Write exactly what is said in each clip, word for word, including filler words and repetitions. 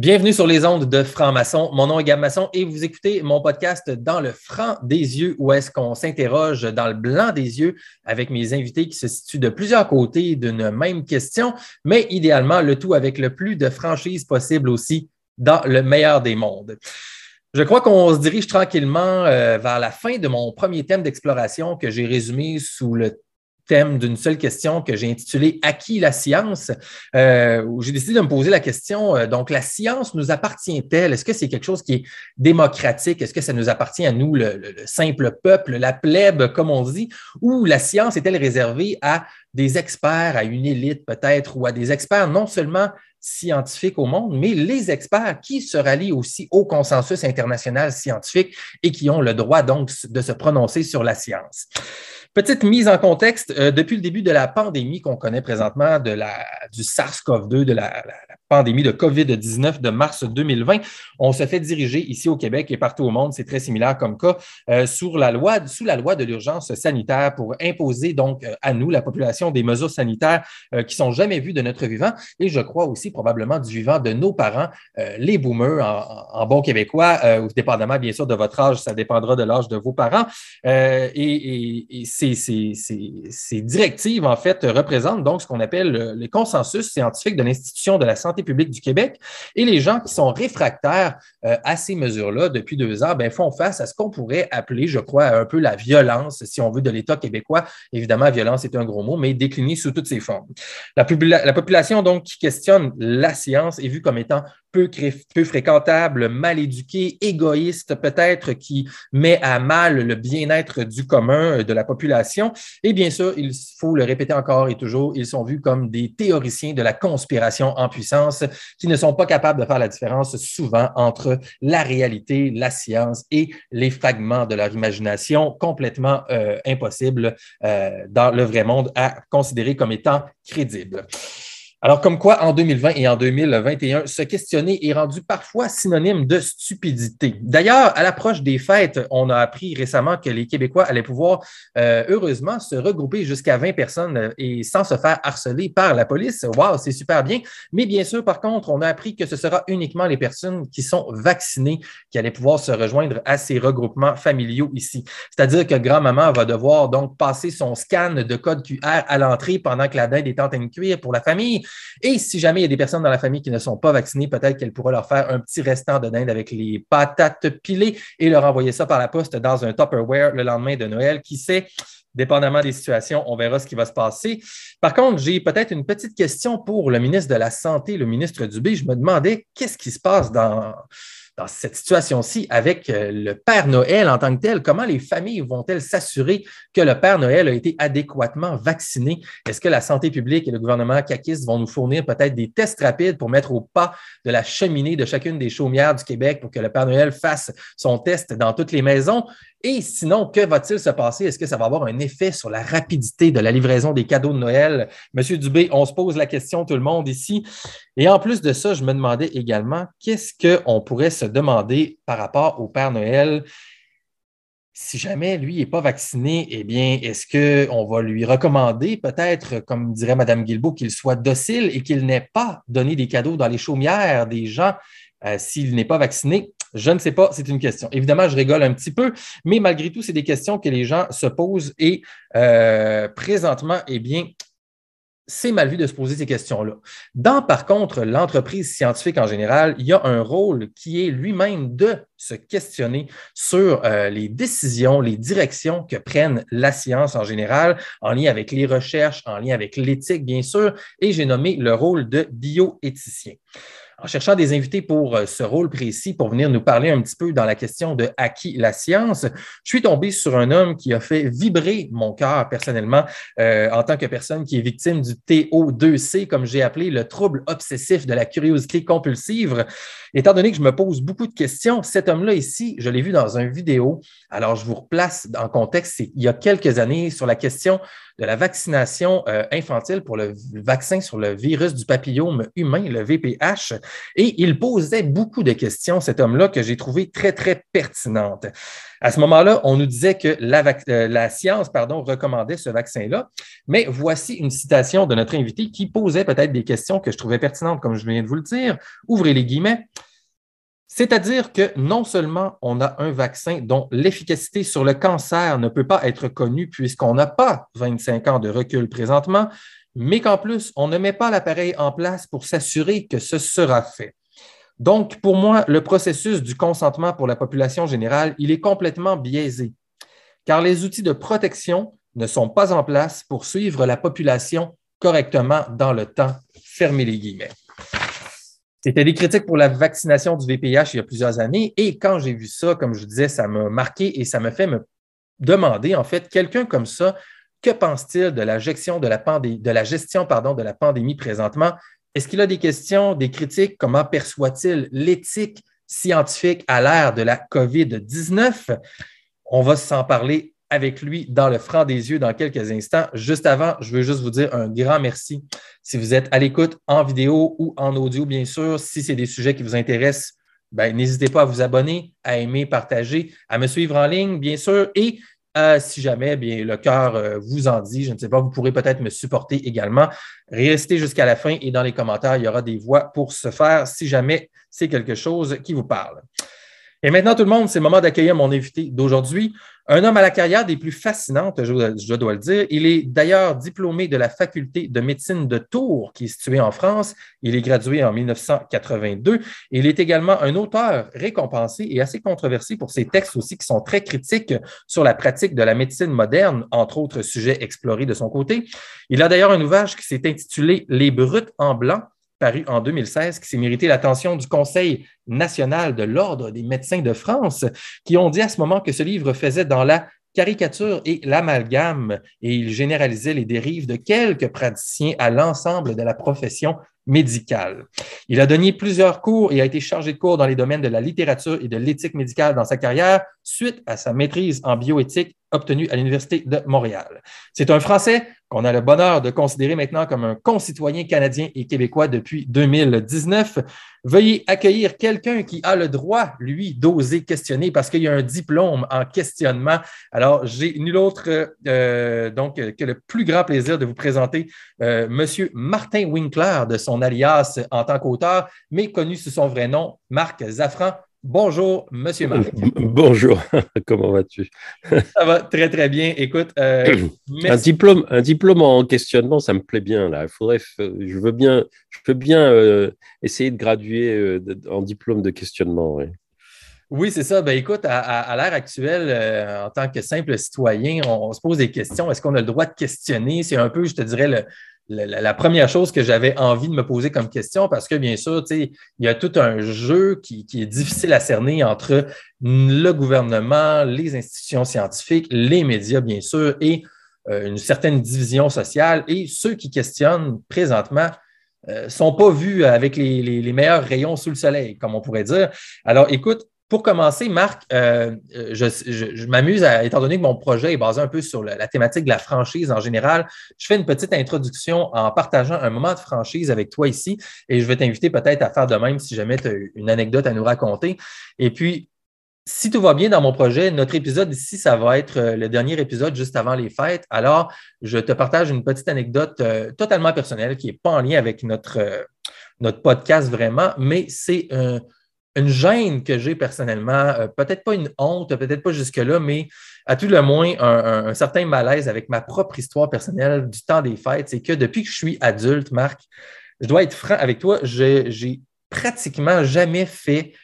Bienvenue sur les ondes de Franc-Maçon. Mon nom est Gab Masson et vous écoutez mon podcast Dans le franc des yeux où est-ce qu'on s'interroge dans le blanc des yeux avec mes invités qui se situent de plusieurs côtés d'une même question, mais idéalement le tout avec le plus de franchise possible aussi dans le meilleur des mondes. Je crois qu'on se dirige tranquillement euh, vers la fin de mon premier thème d'exploration que j'ai résumé sous le thème d'une seule question que j'ai intitulé « À qui la science euh, ?» où j'ai décidé de me poser la question, euh, donc la science nous appartient-elle? Est-ce que c'est quelque chose qui est démocratique? Est-ce que ça nous appartient à nous, le, le, le simple peuple, la plèbe, comme on dit? Ou la science est-elle réservée à des experts, à une élite peut-être, ou à des experts non seulement scientifiques au monde, mais les experts qui se rallient aussi au consensus international scientifique et qui ont le droit donc de se prononcer sur la science. Petite mise en contexte, euh, depuis le début de la pandémie qu'on connaît présentement, de la, du SARS-CoV deux, de la, la, la pandémie de COVID dix-neuf de mars deux mille vingt, on se fait diriger ici au Québec et partout au monde, c'est très similaire comme cas, euh, sur la loi, sous la loi de l'urgence sanitaire pour imposer donc euh, à nous, la population, des mesures sanitaires euh, qui sont jamais vues de notre vivant et je crois aussi probablement du vivant de nos parents, euh, les boomers en, en bon québécois, euh, ou dépendamment bien sûr de votre âge, ça dépendra de l'âge de vos parents. Euh, et, et, et Ces, ces, ces, ces directives, en fait, représentent donc ce qu'on appelle le, le consensus scientifique de l'Institution de la santé publique du Québec. Et les gens qui sont réfractaires euh, à ces mesures-là depuis deux ans, bien, font face à ce qu'on pourrait appeler, je crois, un peu la violence, si on veut, de l'État québécois. Évidemment, violence est un gros mot, mais déclinée sous toutes ses formes. La, la population, donc, qui questionne la science est vue comme étant peu, peu fréquentable, mal éduquée, égoïste, peut-être, qui met à mal le bien-être du commun de la population. Et bien sûr, il faut le répéter encore et toujours, ils sont vus comme des théoriciens de la conspiration en puissance qui ne sont pas capables de faire la différence souvent entre la réalité, la science et les fragments de leur imagination complètement euh, impossibles euh, dans le vrai monde à considérer comme étant crédibles. Alors, comme quoi, en deux mille vingt et en deux mille vingt et un, se questionner est rendu parfois synonyme de stupidité. D'ailleurs, à l'approche des fêtes, on a appris récemment que les Québécois allaient pouvoir, euh, heureusement, se regrouper jusqu'à vingt personnes et sans se faire harceler par la police. Wow, c'est super bien. Mais bien sûr, par contre, on a appris que ce sera uniquement les personnes qui sont vaccinées qui allaient pouvoir se rejoindre à ces regroupements familiaux ici. C'est-à-dire que grand-maman va devoir donc passer son scan de code Q R à l'entrée pendant que la dinde est en train de cuire pour la famille. Et si jamais il y a des personnes dans la famille qui ne sont pas vaccinées, peut-être qu'elle pourra leur faire un petit restant de dinde avec les patates pilées et leur envoyer ça par la poste dans un Tupperware le lendemain de Noël. Qui sait, dépendamment des situations, on verra ce qui va se passer. Par contre, j'ai peut-être une petite question pour le ministre de la Santé, le ministre Dubé. Je me demandais qu'est-ce qui se passe dans... dans cette situation-ci avec le Père Noël en tant que tel. Comment les familles vont-elles s'assurer que le Père Noël a été adéquatement vacciné? Est-ce que la santé publique et le gouvernement caquiste vont nous fournir peut-être des tests rapides pour mettre au pas de la cheminée de chacune des chaumières du Québec pour que le Père Noël fasse son test dans toutes les maisons? Et sinon, que va-t-il se passer? Est-ce que ça va avoir un effet sur la rapidité de la livraison des cadeaux de Noël? Monsieur Dubé, on se pose la question, tout le monde ici. Et en plus de ça, je me demandais également, qu'est-ce qu'on pourrait se demander par rapport au Père Noël? Si jamais lui n'est pas vacciné, eh bien, est-ce qu'on va lui recommander peut-être, comme dirait Mme Guilbeault, qu'il soit docile et qu'il n'ait pas donné des cadeaux dans les chaumières des gens euh, s'il n'est pas vacciné? Je ne sais pas, c'est une question. Évidemment, je rigole un petit peu, mais malgré tout, c'est des questions que les gens se posent et euh, présentement, eh bien, c'est mal vu de se poser ces questions-là. Dans, par contre, l'entreprise scientifique en général, il y a un rôle qui est lui-même de se questionner sur euh, les décisions, les directions que prennent la science en général, en lien avec les recherches, en lien avec l'éthique, bien sûr, et j'ai nommé le rôle de bioéthicien. En cherchant des invités pour ce rôle précis, pour venir nous parler un petit peu dans la question de à qui la science, je suis tombé sur un homme qui a fait vibrer mon cœur personnellement euh, en tant que personne qui est victime du T O deux C, comme j'ai appelé le trouble obsessif de la curiosité compulsive. Étant donné que je me pose beaucoup de questions, cet homme-là ici, je l'ai vu dans une vidéo. Alors, je vous replace en contexte, c'est il y a quelques années sur la question de la vaccination euh, infantile pour le vaccin sur le virus du papillome humain, le V P H. Et il posait beaucoup de questions, cet homme-là, que j'ai trouvé très, très pertinentes. À ce moment-là, on nous disait que la, vac- euh, la science pardon, recommandait ce vaccin-là, mais voici une citation de notre invité qui posait peut-être des questions que je trouvais pertinentes, comme je viens de vous le dire. Ouvrez les guillemets. C'est-à-dire que non seulement on a un vaccin dont l'efficacité sur le cancer ne peut pas être connue puisqu'on n'a pas vingt-cinq ans de recul présentement, mais qu'en plus, on ne met pas l'appareil en place pour s'assurer que ce sera fait. Donc, pour moi, le processus du consentement pour la population générale, il est complètement biaisé, car les outils de protection ne sont pas en place pour suivre la population correctement dans le temps. Fermez les guillemets. C'était des critiques pour la vaccination du V I H il y a plusieurs années. Et quand j'ai vu ça, comme je vous disais, ça m'a marqué et ça me fait me demander, en fait, quelqu'un comme ça, que pense-t-il de la gestion de la, pandé- de la, gestion, pardon, de la pandémie présentement? Est-ce qu'il a des questions, des critiques? Comment perçoit-il l'éthique scientifique à l'ère de la COVID dix-neuf? On va s'en parler avec lui dans le franc des yeux dans quelques instants. Juste avant, je veux juste vous dire un grand merci. Si vous êtes à l'écoute en vidéo ou en audio, bien sûr, si c'est des sujets qui vous intéressent, ben, n'hésitez pas à vous abonner, à aimer, partager, à me suivre en ligne, bien sûr. Et euh, si jamais bien, le cœur euh, vous en dit, je ne sais pas, vous pourrez peut-être me supporter également. Restez jusqu'à la fin et dans les commentaires, il y aura des voix pour ce faire si jamais c'est quelque chose qui vous parle. Et maintenant, tout le monde, c'est le moment d'accueillir mon invité d'aujourd'hui. Un homme à la carrière des plus fascinantes, je, je dois le dire. Il est d'ailleurs diplômé de la faculté de médecine de Tours, qui est située en France. Il est gradué en mille neuf cent quatre-vingt-deux. Il est également un auteur récompensé et assez controversé pour ses textes aussi qui sont très critiques sur la pratique de la médecine moderne, entre autres sujets explorés de son côté. Il a d'ailleurs un ouvrage qui s'est intitulé « Les brutes en blanc », paru en deux mille seize, qui s'est mérité l'attention du Conseil national de l'Ordre des médecins de France, qui ont dit à ce moment que ce livre faisait dans la caricature et l'amalgame et il généralisait les dérives de quelques praticiens à l'ensemble de la profession médicale. Il a donné plusieurs cours et a été chargé de cours dans les domaines de la littérature et de l'éthique médicale dans sa carrière, suite à sa maîtrise en bioéthique obtenue à l'Université de Montréal. C'est un Français qu'on a le bonheur de considérer maintenant comme un concitoyen canadien et québécois depuis deux mille dix-neuf. Veuillez accueillir quelqu'un qui a le droit, lui, d'oser questionner parce qu'il y a un diplôme en questionnement. Alors, j'ai nul autre euh, donc, que le plus grand plaisir de vous présenter euh, M. Martin Winkler de son alias en tant qu'auteur, mais connu sous son vrai nom, Marc Zaffran. Bonjour, Monsieur Marc. Bonjour, comment vas-tu? Ça va très, très bien. Écoute, euh, Un merci. diplôme, un diplôme en questionnement, ça me plaît bien là. Il faudrait, je veux bien, je peux bien euh, essayer de graduer euh, de- en diplôme de questionnement. Ouais. Oui, c'est ça. Ben, écoute, à, à- à l'ère actuelle, euh, en tant que simple citoyen, on, on se pose des questions. Est-ce qu'on a le droit de questionner? C'est un peu, je te dirais, le- le- la, la première chose que j'avais envie de me poser comme question parce que, bien sûr, tu sais, il y a tout un jeu qui, qui est difficile à cerner entre le gouvernement, les institutions scientifiques, les médias, bien sûr, et euh, une certaine division sociale. Et ceux qui questionnent présentement ne sont pas vus avec les, les, les meilleurs rayons sous le soleil, comme on pourrait dire. Alors, écoute, pour commencer, Marc, euh, je, je, je m'amuse, à, étant donné que mon projet est basé un peu sur le- la thématique de la franchise en général, je fais une petite introduction en partageant un moment de franchise avec toi ici et je vais t'inviter peut-être à faire de même si jamais tu as une anecdote à nous raconter. Et puis, si tout va bien dans mon projet, notre épisode ici, ça va être euh, le dernier épisode juste avant les fêtes. Alors, je te partage une petite anecdote euh, totalement personnelle qui n'est pas en lien avec notre, euh, notre podcast vraiment, mais c'est un une gêne que j'ai personnellement, euh, peut-être pas une honte, peut-être pas jusque-là, mais à tout le moins un, un- un certain malaise avec ma propre histoire personnelle du temps des fêtes. C'est que depuis que je suis adulte, Marc, je dois être franc avec toi, je- j'ai pratiquement jamais fait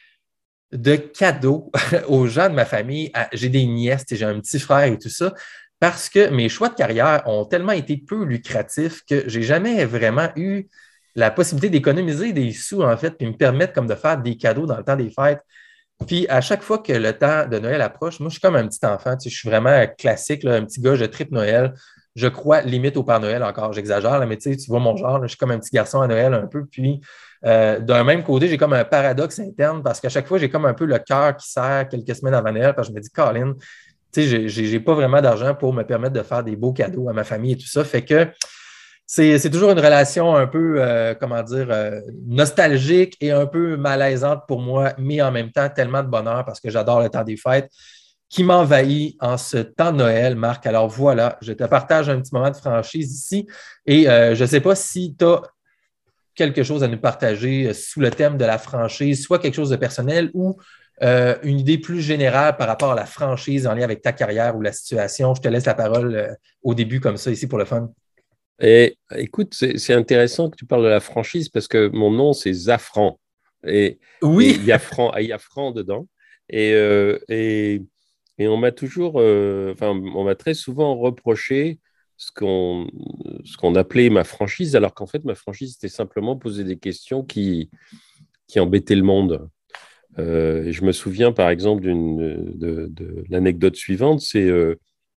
de cadeaux aux gens de ma famille. À- J'ai des nièces, j'ai un petit frère et tout ça, parce que mes choix de carrière ont tellement été peu lucratifs que j'ai jamais vraiment eu la possibilité d'économiser des sous, en fait, puis me permettre comme de faire des cadeaux dans le temps des fêtes. Puis à chaque fois que le temps de Noël approche, moi, je suis comme un petit enfant, tu sais, je suis vraiment classique, là, un petit gars, je tripe Noël. Je crois limite au Père Noël encore, j'exagère, là, mais tu sais, tu vois mon genre, là, je suis comme un petit garçon à Noël un peu. Puis euh, d'un même côté, j'ai comme un paradoxe interne parce qu'à chaque fois, j'ai comme un peu le cœur qui serre quelques semaines avant Noël parce que je me dis, Colin, tu sais, j'ai, j'ai j'ai pas vraiment d'argent pour me permettre de faire des beaux cadeaux à ma famille et tout ça. Fait que C'est, c'est toujours une relation un peu, euh, comment dire, euh, nostalgique et un peu malaisante pour moi, mais en même temps tellement de bonheur parce que j'adore le temps des fêtes qui m'envahit en ce temps de Noël, Marc. Alors voilà, je te partage un petit moment de franchise ici et euh, je ne sais pas si tu as quelque chose à nous partager sous le thème de la franchise, soit quelque chose de personnel ou euh, une idée plus générale par rapport à la franchise en lien avec ta carrière ou la situation. Je te laisse la parole euh, au début comme ça ici pour le fun. Et écoute, c'est c'est intéressant que tu parles de la franchise parce que mon nom, c'est Zafran. Et et Oui, il y a franc, il y a franc dedans. Et, euh, et, et on m'a toujours, euh, enfin, on m'a très souvent reproché ce qu'on ce qu'on appelait ma franchise, alors qu'en fait, ma franchise, c'était simplement poser des questions qui, qui embêtaient le monde. Euh, et je me souviens, par exemple, d'une, de, de l'anecdote suivante, c'est euh,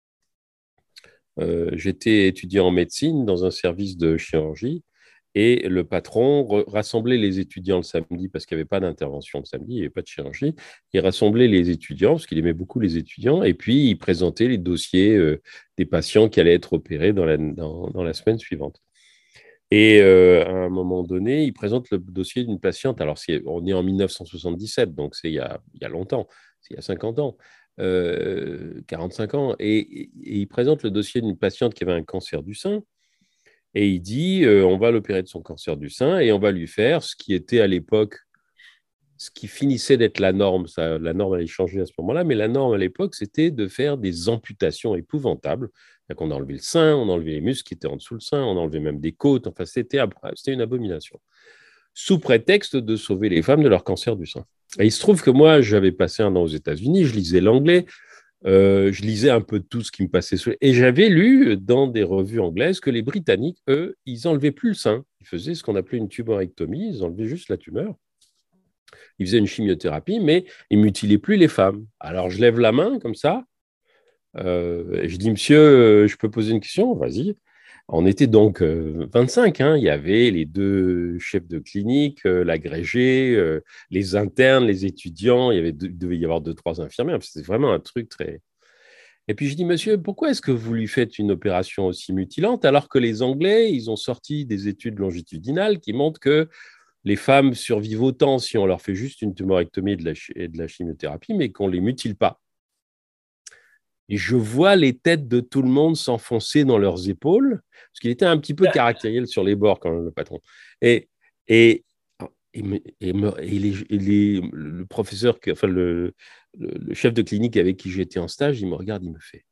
euh, j'étais étudiant en médecine dans un service de chirurgie et le patron re- rassemblait les étudiants le samedi parce qu'il n'y avait pas d'intervention le samedi, il n'y avait pas de chirurgie. Il rassemblait les étudiants parce qu'il aimait beaucoup les étudiants et puis il présentait les dossiers euh, des patients qui allaient être opérés dans la, dans, dans la semaine suivante. Et euh, à un moment donné, il présente le dossier d'une patiente. Alors, c'est- on est en mille neuf cent soixante-dix-sept, donc c'est il y a, il y a longtemps, c'est il y a cinquante ans, euh, quarante-cinq ans. Et, et il présente le dossier d'une patiente qui avait un cancer du sein. Et il dit, euh, on va l'opérer de son cancer du sein et on va lui faire ce qui était à l'époque, ce qui finissait d'être la norme. Ça, la norme allait changer à ce moment-là, mais la norme à l'époque, c'était de faire des amputations épouvantables. On a enlevé le sein, on a enlevé les muscles qui étaient en dessous le sein, on a enlevé même des côtes. Enfin, c'était, c'était une abomination. Sous prétexte de sauver les femmes de leur cancer du sein. Et il se trouve que moi, j'avais passé un an aux États-Unis, je lisais l'anglais, euh, je lisais un peu de tout ce qui me passait sous. Et j'avais lu dans des revues anglaises que les Britanniques, eux, ils enlevaient plus le sein. Ils faisaient ce qu'on appelait une tumorectomie, ils enlevaient juste la tumeur. Ils faisaient une chimiothérapie, mais ils mutilaient plus les femmes. Alors je lève la main comme ça, euh, et je dis, monsieur, euh, je peux poser une question? Vas-y. On était donc euh, vingt-cinq, hein. Il y avait les deux chefs de clinique, euh, l'agrégé, euh, les internes, les étudiants. Il y avait deux- il devait y avoir deux, trois infirmières. C'était vraiment un truc très. Et puis je dis, monsieur, pourquoi est-ce que vous lui faites une opération aussi mutilante alors que les Anglais, ils ont sorti des études longitudinales qui montrent que les femmes survivent autant si on leur fait juste une tumorectomie et de la, chi- et de la chimiothérapie, mais qu'on ne les mutile pas. Et je vois les têtes de tout le monde s'enfoncer dans leurs épaules, parce qu'il était un petit peu caractériel sur les bords, quand même, le patron. Et, et, et, me- et me- et les- et les- le professeur, que- enfin, le, le, le chef de clinique avec qui j'étais en stage, il me regarde, il me fait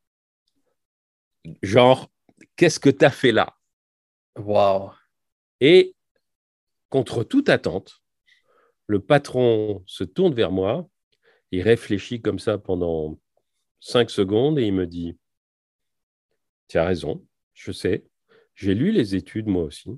genre, qu'est-ce que tu as fait là? wow. Et contre toute attente, le patron se tourne vers moi, il réfléchit comme ça pendant cinq secondes et il me dit, tu as raison, je sais, j'ai lu les études moi aussi,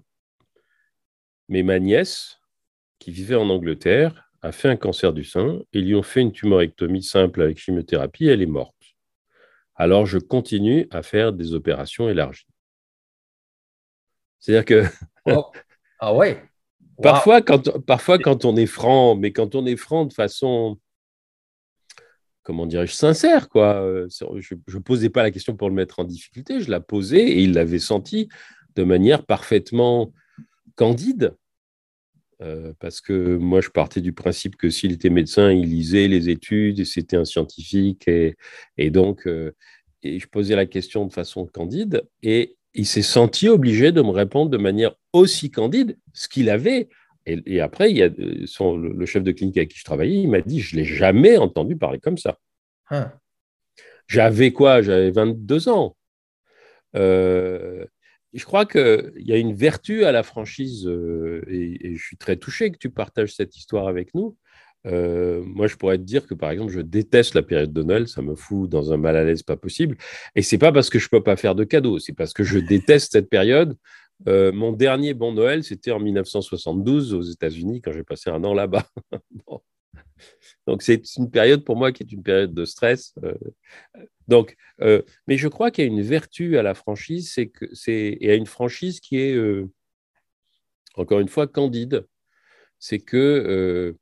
mais ma nièce, qui vivait en Angleterre, a fait un cancer du sein et lui ont fait une tumorectomie simple avec chimiothérapie, elle est morte. Alors je continue à faire des opérations élargies. C'est-à-dire que Oh. Ah ouais. Wow. parfois quand, parfois, quand on est franc, mais quand on est franc de façon, comment dirais-je, sincère, quoi. euh, Je ne posais pas la question pour le mettre en difficulté, je la posais et il l'avait senti de manière parfaitement candide. Euh, parce que moi, je partais du principe que s'il était médecin, il lisait les études et c'était un scientifique. Et, et donc, euh, et je posais la question de façon candide et il s'est senti obligé de me répondre de manière aussi candide, ce qu'il avait. Et, et après, il y a euh, son, le chef de clinique avec qui je travaillais, il m'a dit, je ne l'ai jamais entendu parler comme ça. Huh. J'avais quoi? J'avais vingt-deux ans. Euh, je crois qu'il y a une vertu à la franchise euh, et, et je suis très touché que tu partages cette histoire avec nous. Euh, moi, je pourrais te dire que, par exemple, je déteste la période de Noël, ça me fout dans un mal à l'aise pas possible. Et c'est pas parce que je peux pas faire de cadeaux, c'est parce que je déteste cette période. Euh, mon dernier bon Noël, c'était en mille neuf cent soixante-douze aux États-Unis, quand j'ai passé un an là-bas. Bon. Donc, c'est une période pour moi qui est une période de stress. Euh, donc, euh, mais je crois qu'il y a une vertu à la franchise, c'est que c'est et à une franchise qui est euh, encore une fois candide. C'est que euh,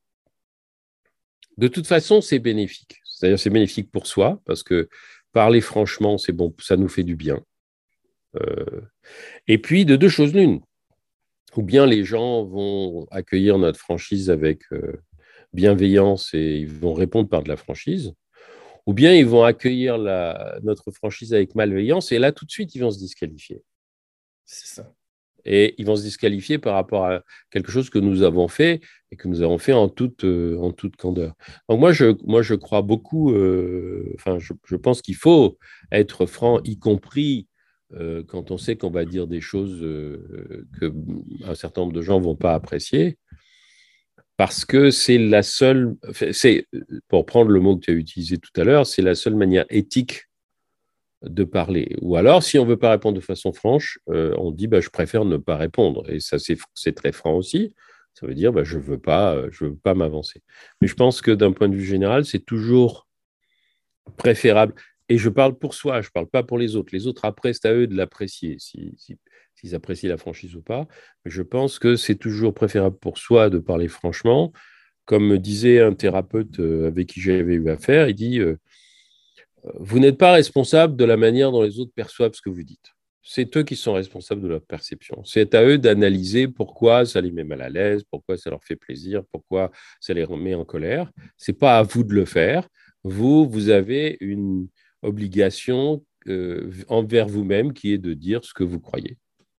de toute façon, c'est bénéfique. C'est-à-dire, c'est bénéfique pour soi parce que parler franchement, c'est bon, ça nous fait du bien. Euh, et puis, de deux choses l'une. Ou bien les gens vont accueillir notre franchise avec euh, bienveillance et ils vont répondre par de la franchise, ou bien ils vont accueillir la, notre franchise avec malveillance et là, tout de suite, ils vont se disqualifier. C'est ça. Et ils vont se disqualifier par rapport à quelque chose que nous avons fait et que nous avons fait en toute, euh, en toute candeur. Donc moi, je, moi, je crois beaucoup, euh, enfin, je, je pense qu'il faut être franc, y compris euh, quand on sait qu'on va dire des choses euh, qu'un certain nombre de gens ne vont pas apprécier, parce que c'est la seule, c'est, pour prendre le mot que tu as utilisé tout à l'heure, c'est la seule manière éthique de parler. Ou alors, si on ne veut pas répondre de façon franche, euh, on dit bah, je préfère ne pas répondre. Et ça, c'est, c'est très franc aussi. Ça veut dire bah, je ne veux pas, euh, je veux pas m'avancer. Mais je pense que d'un point de vue général, c'est toujours préférable. Et je parle pour soi, je ne parle pas pour les autres. Les autres, après, c'est à eux de l'apprécier, si, si, s'ils apprécient la franchise ou pas. Mais je pense que c'est toujours préférable pour soi de parler franchement. Comme me disait un thérapeute euh, avec qui j'avais eu affaire, il dit euh, vous n'êtes pas responsable de la manière dont les autres perçoivent ce que vous dites. C'est eux qui sont responsables de leur perception. C'est à eux d'analyser pourquoi ça les met mal à l'aise, pourquoi ça leur fait plaisir, pourquoi ça les met en colère. Ce n'est pas à vous de le faire. Vous, vous avez une obligation euh, envers vous-même qui est de dire ce que vous croyez.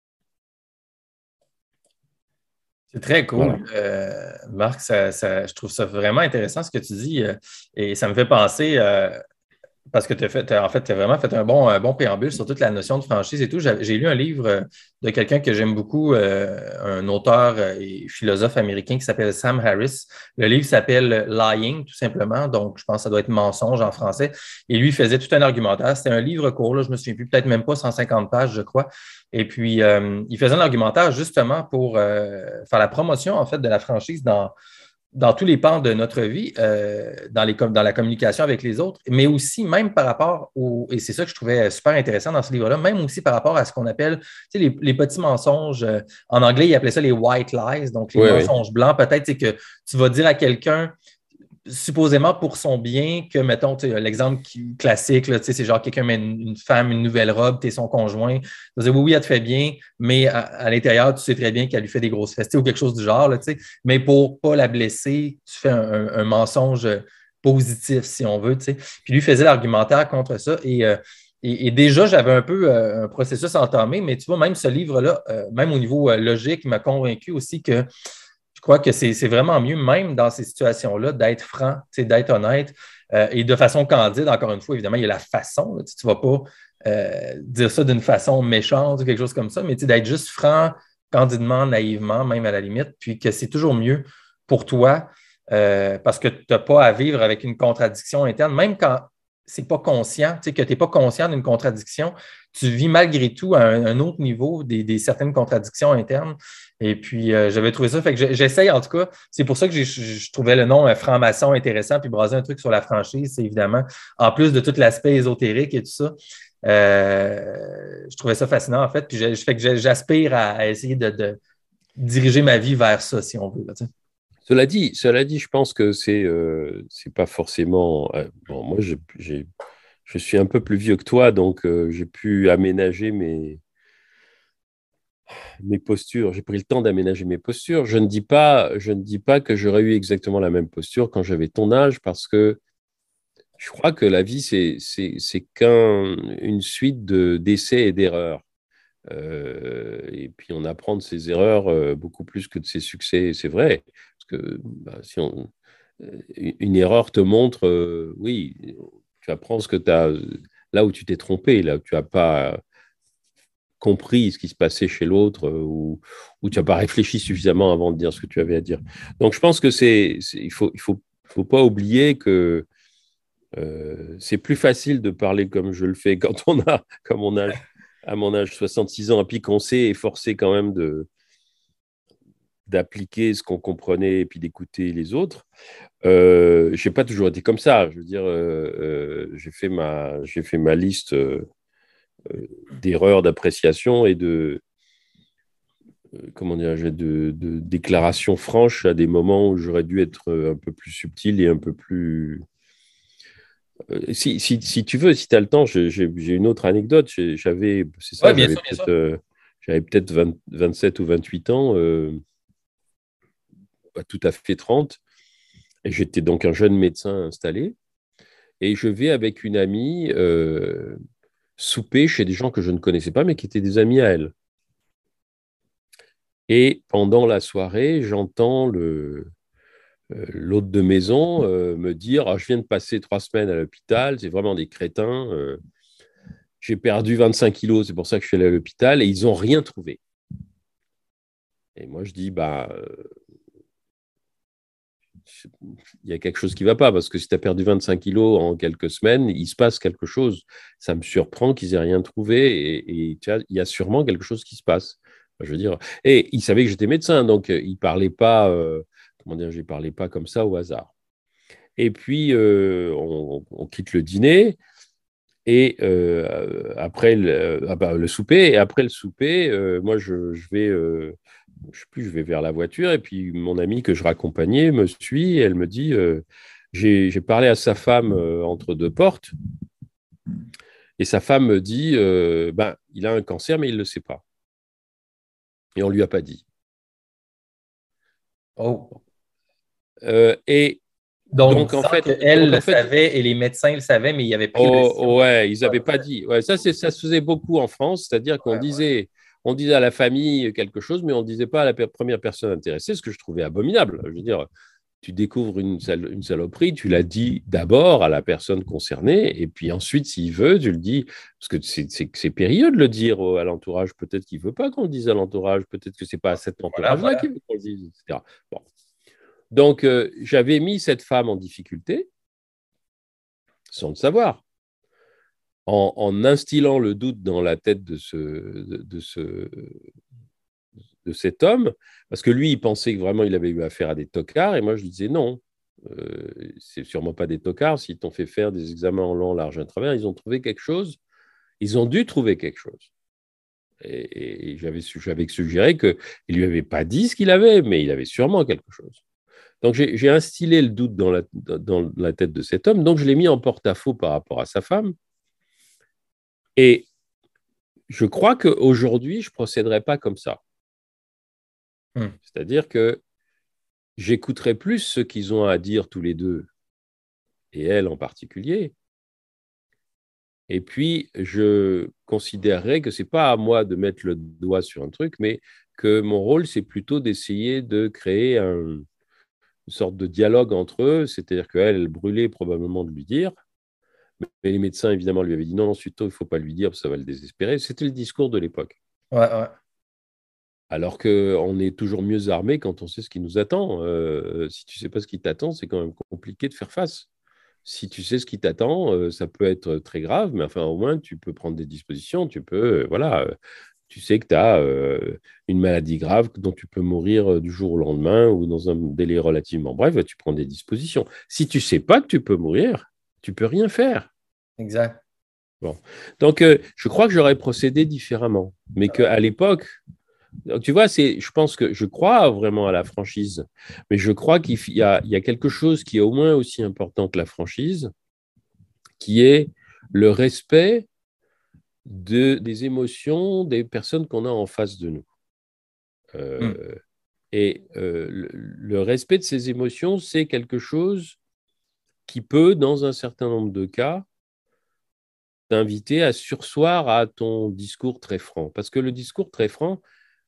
C'est très cool. Voilà. Euh, Marc, ça, ça- je trouve ça vraiment intéressant ce que tu dis. euh, et ça me fait penser, euh, parce que tu as fait, t'as- en fait, tu as vraiment fait un bon, un bon préambule sur toute la notion de franchise et tout. J'ai j'ai lu un livre euh, de quelqu'un que j'aime beaucoup, euh, un auteur euh, et philosophe américain qui s'appelle Sam Harris. Le livre s'appelle Lying, tout simplement. Donc, je pense que ça doit être mensonge en français. Et lui, il faisait tout un argumentaire. C'était un livre court, là, je me souviens plus, peut-être même pas cent cinquante pages, je crois. Et puis, euh, il faisait un argumentaire justement pour euh, faire la promotion, en fait, de la franchise dans dans tous les pans de notre vie, euh, dans, les, dans la communication avec les autres, mais aussi même par rapport au, et c'est ça que je trouvais super intéressant dans ce livre-là, même aussi par rapport à ce qu'on appelle tu sais, les, les petits mensonges. Euh, en anglais, ils appelaient ça les white lies, donc les Oui, oui. mensonges blancs. Peut-être c'est que tu vas dire à quelqu'un, supposément pour son bien, que, mettons, l'exemple qui, classique, là, c'est genre quelqu'un met une, une, femme, une nouvelle robe, tu es son conjoint, tu vas dire oui, oui, elle te fait bien, mais à, à l'intérieur, tu sais très bien qu'elle lui fait des grosses fesses ou quelque chose du genre, là, mais pour ne pas la blesser, tu fais un, un, un mensonge positif, si on veut. T'sais. Puis lui faisait l'argumentaire contre ça. Et, euh, et, et déjà, j'avais un peu euh, un processus entamé, mais tu vois, même ce livre-là, euh, même au niveau euh, logique, il m'a convaincu aussi que je crois que c'est vraiment mieux, même dans ces situations-là, d'être franc, d'être honnête euh, et de façon candide. Encore une fois, évidemment, il y a la façon. Là, tu ne vas pas euh, dire ça d'une façon méchante ou quelque chose comme ça, mais d'être juste franc, candidement, naïvement, même à la limite, puis que c'est toujours mieux pour toi euh, parce que tu n'as pas à vivre avec une contradiction interne, même quand c'est pas conscient, que tu n'es pas conscient d'une contradiction, tu vis malgré tout à un, un autre niveau des, des certaines contradictions internes. Et puis, euh, j'avais trouvé ça. Fait que j'essaye, en tout cas. C'est pour ça que je trouvais le nom euh, franc-maçon intéressant. Puis, braser un truc sur la franchise, c'est évidemment, en plus de tout l'aspect ésotérique et tout ça, euh, je trouvais ça fascinant, en fait. Puis, je, fait que j'aspire à, à essayer de, de, diriger ma vie vers ça, si on veut. Là, Cela dit, cela dit, je pense que c'est euh, c'est pas forcément. Euh, bon, moi, j'ai, j'ai, je suis un peu plus vieux que toi, donc euh, j'ai pu aménager mes, mes postures. J'ai pris le temps d'aménager mes postures. Je ne dis pas, je ne dis pas que j'aurais eu exactement la même posture quand j'avais ton âge, parce que je crois que la vie, c'est c'est c'est qu'une suite de d'essais et d'erreurs. Euh, et puis on apprend de ses erreurs euh, beaucoup plus que de ses succès, c'est vrai. Parce que bah, si on, euh, une erreur te montre, euh, oui, tu apprends ce que tu as, là où tu t'es trompé, là où tu n'as pas compris ce qui se passait chez l'autre euh, ou, ou tu n'as pas réfléchi suffisamment avant de dire ce que tu avais à dire. Donc je pense que c'est, c'est il faut, il faut, faut pas oublier que euh, c'est plus facile de parler comme je le fais quand on a, comme mon âge, à mon âge, soixante-six ans, et puis qu'on sait et forcé quand même de, d'appliquer ce qu'on comprenait et puis d'écouter les autres. Euh, je n'ai pas toujours été comme ça. Je veux dire, euh, euh, j'ai fait ma, j'ai fait ma liste euh, d'erreurs d'appréciation et de, euh, comment dire, de, de déclarations franches à des moments où j'aurais dû être un peu plus subtil et un peu plus Euh, si, si, si tu veux, si tu as le temps, j'ai j'ai une autre anecdote. J'ai- J'avais, c'est ça, Oui, bien j'avais sûr, bien peut-être sûr. euh, j'avais peut-être vingt vingt-sept ou vingt-huit ans, euh, pas tout à fait trente. Et j'étais donc un jeune médecin installé. Et je vais avec une amie euh, souper chez des gens que je ne connaissais pas, mais qui étaient des amis à elle. Et pendant la soirée, j'entends le, euh, l'hôte de maison euh, me dire ah, je viens de passer trois semaines à l'hôpital, c'est vraiment des crétins. euh, j'ai perdu vingt-cinq kilos, c'est pour ça que je suis allé à l'hôpital, et ils n'ont rien trouvé. Et moi, je dis bah, euh, il y a quelque chose qui ne va pas, parce que si tu as perdu vingt-cinq kilos en quelques semaines, il se passe quelque chose. Ça me surprend qu'ils aient rien trouvé, et, et tu vois, il y a sûrement quelque chose qui se passe. Je veux dire, et il savait que j'étais médecin, donc euh, il parlait pas, euh, comment dire, je parlais pas comme ça au hasard. Et puis, euh, on, on, quitte le dîner, et euh, après le, ah bah, le souper, et après le souper, euh, moi, je, je vais, euh, je sais plus, je vais vers la voiture, et puis mon amie que je raccompagnais me suit, et elle me dit, euh, j'ai, j'ai parlé à sa femme euh, entre deux portes, et sa femme me dit, euh, ben, il a un cancer, mais il ne le sait pas. Et on ne lui a pas dit. Oh. Euh, et Donc, donc, en disons fait, qu'elle donc, le en fait, savait et les médecins le savaient, mais ils avaient pris la oh, décision oh, de ne ouais, ils pas n'avaient le pas dire. dit. Ouais, ça, c'est, ça se faisait beaucoup en France, c'est-à-dire qu'on Ouais, ouais. disait, on disait à la famille quelque chose, mais on ne disait pas à la per- première personne intéressée, ce que je trouvais abominable. Je veux dire, tu découvres une, sal- une saloperie, tu l'as dit d'abord à la personne concernée, et puis ensuite, s'il veut, tu le dis, parce que c'est, c'est, c'est périlleux de le dire au- à l'entourage. Peut-être qu'il ne veut pas qu'on le dise à l'entourage, peut-être que ce n'est pas à cet Voilà, entourage-là voilà. qu'il veut qu'on le dise, et cetera. Bon. Donc, euh, j'avais mis cette femme en difficulté, sans le savoir, en, en instillant le doute dans la tête de, ce, de, de ce, de cet homme, parce que lui, il pensait que vraiment il avait eu affaire à des tocards, et moi je lui disais non, euh, c'est sûrement pas des tocards, s'ils t'ont fait faire des examens en long, large et en travers, ils ont trouvé quelque chose, ils ont dû trouver quelque chose. Et, et j'avais, j'avais suggéré qu'il ne lui avait pas dit ce qu'il avait, mais il avait sûrement quelque chose. Donc j'ai, j'ai instillé le doute dans la, dans la tête de cet homme, donc je l'ai mis en porte-à-faux par rapport à sa femme, et je crois qu'aujourd'hui, je ne procéderai pas comme ça. Hmm. C'est-à-dire que j'écouterai plus ce qu'ils ont à dire tous les deux, et elle en particulier. Et puis, je considérerais que ce n'est pas à moi de mettre le doigt sur un truc, mais que mon rôle, c'est plutôt d'essayer de créer un, une sorte de dialogue entre eux. C'est-à-dire qu'elle, elle brûlait probablement de lui dire. Mais les médecins, évidemment, lui avaient dit non, non, Suto, il ne faut pas lui dire, parce que ça va le désespérer. C'était le discours de l'époque. Ouais, ouais. Alors qu'on est toujours mieux armé quand on sait ce qui nous attend. Euh, si tu ne sais pas ce qui t'attend, c'est quand même compliqué de faire face. Si tu sais ce qui t'attend, euh, ça peut être très grave, mais enfin, au moins, tu peux prendre des dispositions. Tu peux, euh, voilà, euh, tu sais que tu as euh, une maladie grave dont tu peux mourir euh, du jour au lendemain ou dans un délai relativement bref, bah, tu prends des dispositions. Si tu ne sais pas que tu peux mourir, tu ne peux rien faire. Exact. Bon. Donc, euh, je crois que j'aurais procédé différemment, mais Ouais. qu'à l'époque, donc, tu vois, c'est, je pense que je crois vraiment à la franchise, mais je crois qu'il y a, il y a quelque chose qui est au moins aussi important que la franchise, qui est le respect de, des émotions des personnes qu'on a en face de nous. Hmm. Euh, et euh, le, le respect de ces émotions, c'est quelque chose qui peut, dans un certain nombre de cas, t'inviter à surseoir à ton discours très franc. Parce que le discours très franc,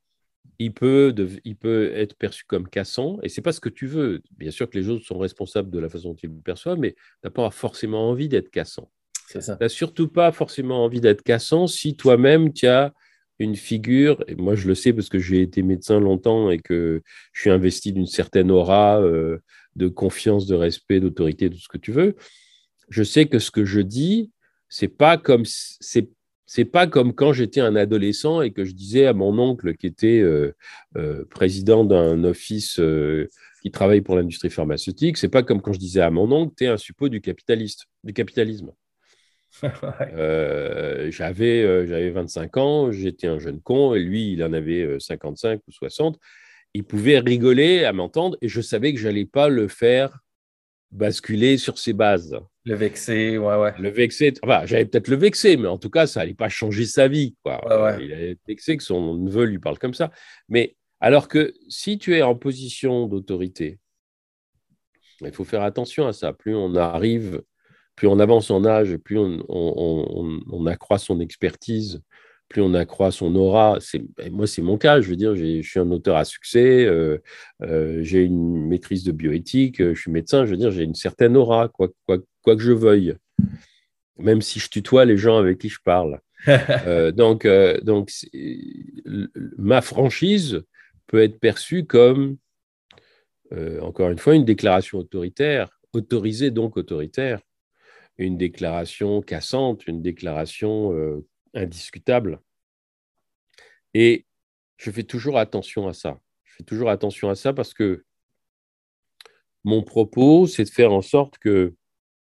il peut, de, il peut être perçu comme cassant, et c'est pas ce que tu veux. Bien sûr que les autres sont responsables de la façon dont ils le perçoivent, mais tu n'as pas forcément envie d'être cassant. C'est ça. Tu n'as surtout pas forcément envie d'être cassant si toi-même tu as une figure, et moi je le sais parce que j'ai été médecin longtemps et que je suis investi d'une certaine aura euh, de confiance, de respect, d'autorité, tout ce que tu veux. Je sais que ce que je dis, c'est pas comme c'est c'est pas comme quand j'étais un adolescent et que je disais à mon oncle qui était euh, euh, président d'un office euh, qui travaille pour l'industrie pharmaceutique, c'est pas comme quand je disais à mon oncle, tu es un suppôt du capitaliste, du capitalisme. Ouais. Euh, j'avais, euh, j'avais vingt-cinq ans, j'étais un jeune con, et lui, il en avait euh, cinquante-cinq ou soixante. Il pouvait rigoler à m'entendre, et je savais que je n'allais pas le faire basculer sur ses bases. Le vexer, ouais, ouais. Le vexer, enfin, j'allais peut-être le vexer, mais en tout cas, ça n'allait pas changer sa vie, quoi. Ouais, ouais. Il allait être vexé que son neveu lui parle comme ça. Mais alors que si tu es en position d'autorité, il faut faire attention à ça. Plus on arrive, plus on avance en âge, plus on, on, on, on accroît son expertise, plus on accroît son aura. C'est, moi, c'est mon cas. Je veux dire, je suis un auteur à succès, euh, euh, j'ai une maîtrise de bioéthique, je suis médecin. Je veux dire, j'ai une certaine aura, quoi, quoi, quoi que je veuille, même si je tutoie les gens avec qui je parle. Euh, donc, euh, donc ma franchise peut être perçue comme, euh, encore une fois, une déclaration autoritaire, autorisée donc autoritaire, une déclaration cassante, une déclaration euh, indiscutable. Et je fais toujours attention à ça. Je fais toujours attention à ça parce que mon propos, c'est de faire en sorte que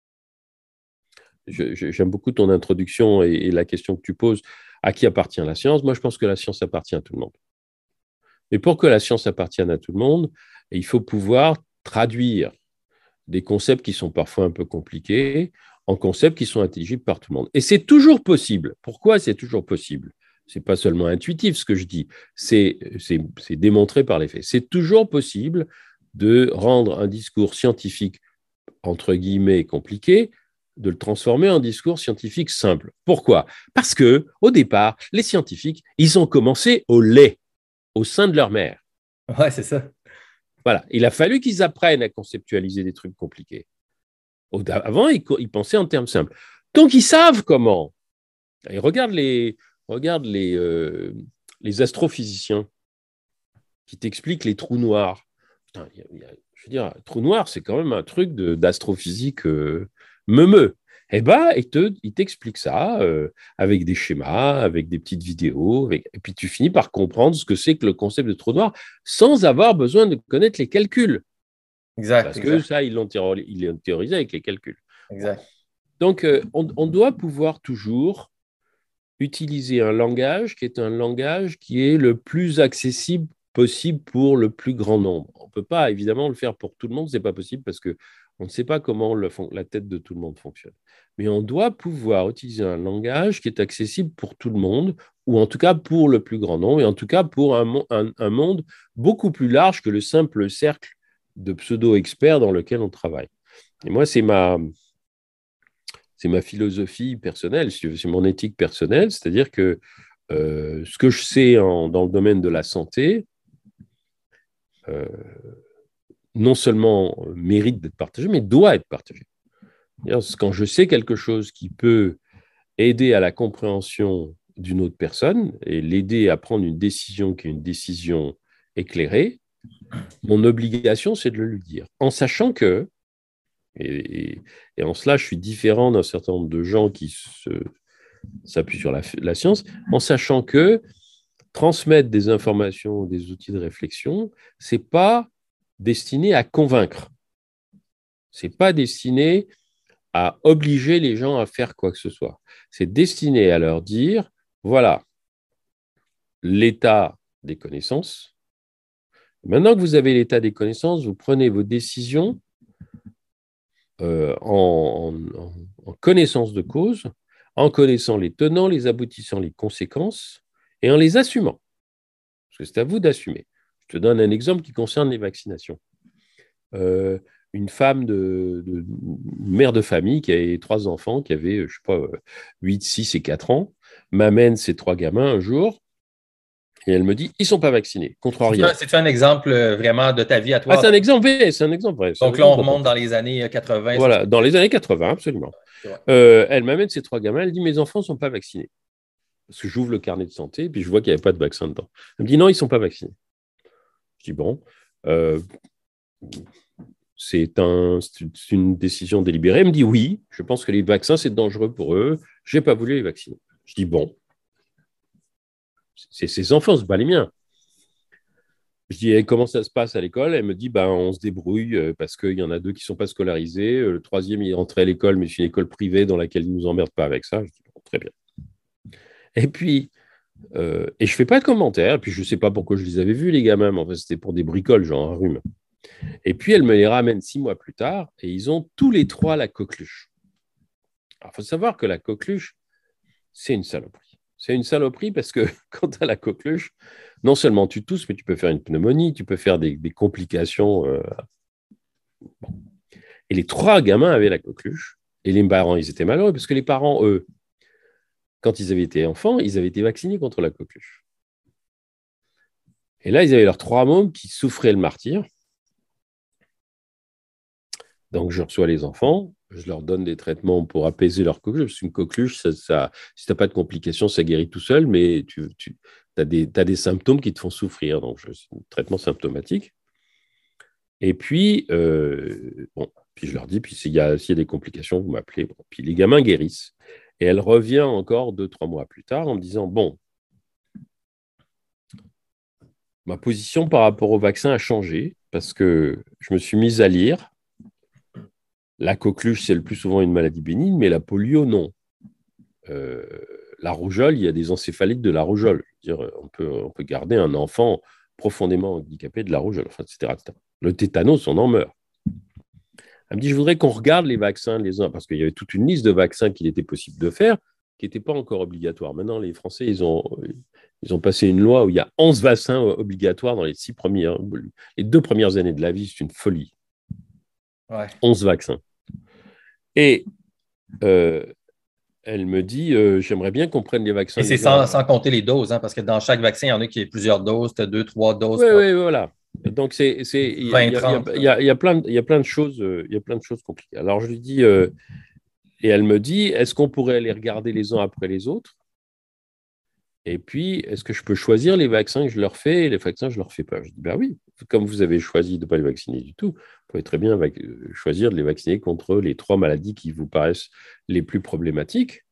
je, je, j'aime beaucoup ton introduction et, et la question que tu poses, à qui appartient la science? Moi, je pense que la science appartient à tout le monde. Mais pour que la science appartienne à tout le monde, il faut pouvoir traduire des concepts qui sont parfois un peu compliqués en concepts qui sont intelligibles par tout le monde. Et c'est toujours possible. Pourquoi c'est toujours possible? Ce n'est pas seulement intuitif ce que je dis, c'est, c'est, c'est démontré par les faits. C'est toujours possible de rendre un discours scientifique, entre guillemets, compliqué, de le transformer en discours scientifique simple. Pourquoi? Parce que, au départ, les scientifiques, ils ont commencé au lait, au sein de leur mère. Ouais, c'est ça. Voilà. Il a fallu qu'ils apprennent à conceptualiser des trucs compliqués. Avant, ils, ils pensaient en termes simples. Donc, ils savent comment. Et regarde les, regarde les, euh, les astrophysiciens qui t'expliquent les trous noirs. Putain, y a, y a, je veux dire, trou noir, c'est quand même un truc de, d'astrophysique euh, meumeux. Eh bien, il, te, il t'explique ça euh, avec des schémas, avec des petites vidéos, avec... et puis tu finis par comprendre ce que c'est que le concept de trou noir sans avoir besoin de connaître les calculs. Exact, Parce exact. que ça, ils l'ont, théorisé, ils l'ont théorisé avec les calculs. Exact. Donc, euh, on, on doit pouvoir toujours utiliser un langage qui est un langage qui est le plus accessible possible pour le plus grand nombre. On ne peut pas évidemment le faire pour tout le monde, ce n'est pas possible parce qu'on ne sait pas comment le, la tête de tout le monde fonctionne. Mais on doit pouvoir utiliser un langage qui est accessible pour tout le monde, ou en tout cas pour le plus grand nombre, et en tout cas pour un, un, un monde beaucoup plus large que le simple cercle de pseudo-experts dans lequel on travaille. Et moi, c'est ma, c'est ma philosophie personnelle, c'est mon éthique personnelle, c'est-à-dire que euh, ce que je sais en, dans le domaine de la santé, euh, non seulement mérite d'être partagé, mais doit être partagé. Quand je sais quelque chose qui peut aider à la compréhension d'une autre personne et l'aider à prendre une décision qui est une décision éclairée, mon obligation, c'est de le lui dire, en sachant que, et, et, et en cela, je suis différent d'un certain nombre de gens qui se, s'appuient sur la, la science, en sachant que transmettre des informations, des outils de réflexion, ce n'est pas destiné à convaincre. Ce n'est pas destiné à obliger les gens à faire quoi que ce soit. C'est destiné à leur dire, voilà, l'état des connaissances. Maintenant que vous avez l'état des connaissances, vous prenez vos décisions euh, en, en, en connaissance de cause, en connaissant les tenants, les aboutissants, les conséquences, et en les assumant. Parce que c'est à vous d'assumer. Je te donne un exemple qui concerne les vaccinations. Euh, une femme, de, de une mère de famille qui avait trois enfants, qui avait, je ne sais pas, huit, six et quatre ans, m'amène ses trois gamins un jour, et elle me dit, ils ne sont pas vaccinés, contre rien. C'est un exemple vraiment de ta vie à toi. Ah, c'est un exemple vrai, c'est un exemple vrai. Donc là, on remonte dans les années quatre-vingt. Voilà, dans les années quatre-vingt, absolument. Euh, elle m'amène ses trois gamins, elle dit, mes enfants ne sont pas vaccinés. Parce que j'ouvre le carnet de santé, et puis je vois qu'il n'y avait pas de vaccin dedans. Elle me dit, non, ils ne sont pas vaccinés. Je dis, bon, euh, c'est, un, c'est une décision délibérée. Elle me dit, oui, je pense que les vaccins, c'est dangereux pour eux. Je n'ai pas voulu les vacciner. Je dis, bon, c'est ses enfants, ce n'est pas les miens. Je dis, eh, comment ça se passe à l'école? Elle me dit, ben, on se débrouille parce qu'il y en a deux qui ne sont pas scolarisés. Le troisième, il est rentré à l'école, mais c'est une école privée dans laquelle ils ne nous emmerdent pas avec ça. Je dis, bon, très bien. Et puis, euh, et je ne fais pas de commentaires. Et puis, je ne sais pas pourquoi je les avais vus, les gamins, mais en fait, c'était pour des bricoles, genre un rhume. Et puis, elle me les ramène six mois plus tard et ils ont tous les trois la coqueluche. Alors, il faut savoir que la coqueluche, c'est une saloperie. C'est une saloperie parce que quand tu as la coqueluche, non seulement tu tousses, mais tu peux faire une pneumonie, tu peux faire des, des complications. Euh... Bon. Et les trois gamins avaient la coqueluche. Et les parents, ils étaient malheureux parce que les parents, eux, quand ils avaient été enfants, ils avaient été vaccinés contre la coqueluche. Et là, ils avaient leurs trois mômes qui souffraient le martyre. Donc, je reçois les enfants, je leur donne des traitements pour apaiser leur coqueluche. Parce qu'une coqueluche, ça, ça, si tu n'as pas de complications, ça guérit tout seul, mais tu, tu as des, t'as des symptômes qui te font souffrir. Donc, c'est un traitement symptomatique. Et puis, euh, bon, puis je leur dis, puis s'il y a, s'il y a des complications, vous m'appelez. Bon, puis les gamins guérissent. Et elle revient encore deux, trois mois plus tard en me disant, bon, ma position par rapport au vaccin a changé parce que je me suis mise à lire. La coqueluche, c'est le plus souvent une maladie bénigne, mais la polio, non. Euh, la rougeole, il y a des encéphalites de la rougeole. Je veux dire, on peut, on peut garder un enfant profondément handicapé de la rougeole, enfin, et cetera, et cetera. Le tétanos, on en meurt. Elle me dit, je voudrais qu'on regarde les vaccins les uns, parce qu'il y avait toute une liste de vaccins qu'il était possible de faire, qui n'étaient pas encore obligatoires. Maintenant, les Français, ils ont, ils ont passé une loi où il y a onze vaccins obligatoires dans les, six premières, les deux premières années de la vie. C'est une folie. Ouais. onze vaccins. Et euh, elle me dit, euh, j'aimerais bien qu'on prenne les vaccins. Et c'est sans, sans compter les doses, hein, parce que dans chaque vaccin, il y en a qui ont plusieurs doses, tu as deux, trois doses. Oui, oui, voilà. Donc, c'est, c'est, il y a, vingt, trente. il y a, il y a plein de, il y a plein de choses, il y a plein de choses compliquées. Alors, je lui dis, euh, et elle me dit, est-ce qu'on pourrait les regarder les uns après les autres? Et puis, est-ce que je peux choisir les vaccins que je leur fais et les vaccins que je ne leur fais pas? Je dis, ben oui, comme vous avez choisi de ne pas les vacciner du tout, vous pouvez très bien vac- choisir de les vacciner contre les trois maladies qui vous paraissent les plus problématiques.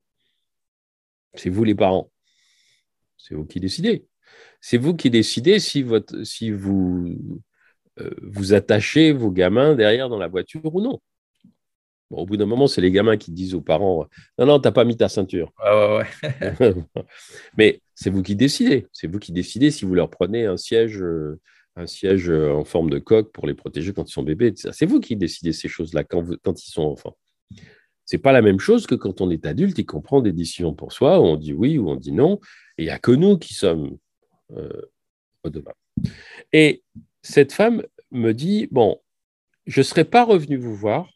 C'est vous les parents. C'est vous qui décidez. C'est vous qui décidez si, votre, si vous euh, vous attachez vos gamins derrière dans la voiture ou non. Bon, au bout d'un moment, c'est les gamins qui disent aux parents, non, non, tu n'as pas mis ta ceinture. Ouais, ouais, ouais. Mais c'est vous qui décidez. C'est vous qui décidez si vous leur prenez un siège, euh, un siège euh, en forme de coque pour les protéger quand ils sont bébés. Et cetera. C'est vous qui décidez ces choses-là quand, vous, quand ils sont enfants. Ce n'est pas la même chose que quand on est adulte et qu'on prend des décisions pour soi, où on dit oui ou on dit non. Et il n'y a que nous qui sommes euh, redevables. Et cette femme me dit, bon, je ne serais pas revenu vous voir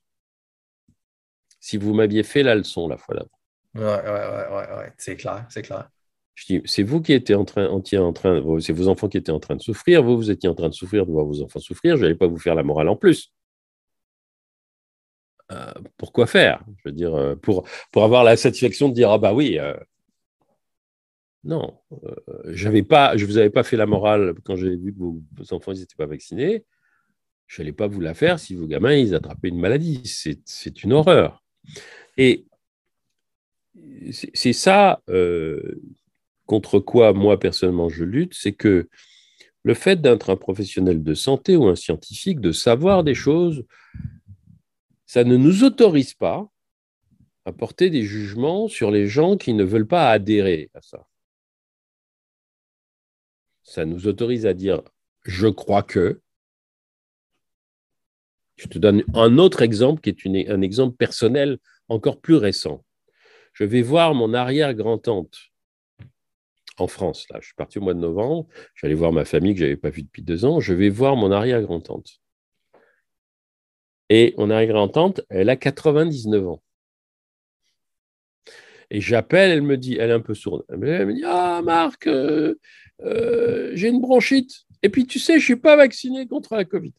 si vous m'aviez fait la leçon la fois d'avant. Ouais, ouais, ouais, ouais, ouais. C'est clair, c'est clair. Je dis, c'est vous qui étiez en train, entier en train, c'est vos enfants qui étaient en train de souffrir, vous, vous étiez en train de souffrir, de voir vos enfants souffrir, je n'allais pas vous faire la morale en plus. Euh, pourquoi faire? Je veux dire, euh, pour, pour avoir la satisfaction de dire, ah bah oui, euh, non, euh, j'avais pas, je ne vous avais pas fait la morale quand j'avais vu que vos, vos enfants n'étaient pas vaccinés, je n'allais pas vous la faire si vos gamins, ils attrapaient une maladie. C'est, c'est une horreur. Et c'est, c'est ça euh, contre quoi, moi, personnellement, je lutte, c'est que le fait d'être un professionnel de santé ou un scientifique, de savoir des choses, ça ne nous autorise pas à porter des jugements sur les gens qui ne veulent pas adhérer à ça. Ça nous autorise à dire « je crois que ». Je te donne un autre exemple qui est une, un exemple personnel encore plus récent. Je vais voir mon arrière-grand-tante en France. Là, je suis parti au mois de novembre. Je vais aller voir ma famille que je n'avais pas vue depuis deux ans. Je vais voir mon arrière-grand-tante. Et mon arrière-grand-tante, elle a quatre-vingt-dix-neuf ans. Et j'appelle, elle me dit, elle est un peu sourde. Elle me dit, ah Marc, euh, euh, j'ai une bronchite. Et puis tu sais, je ne suis pas vacciné contre la Covid.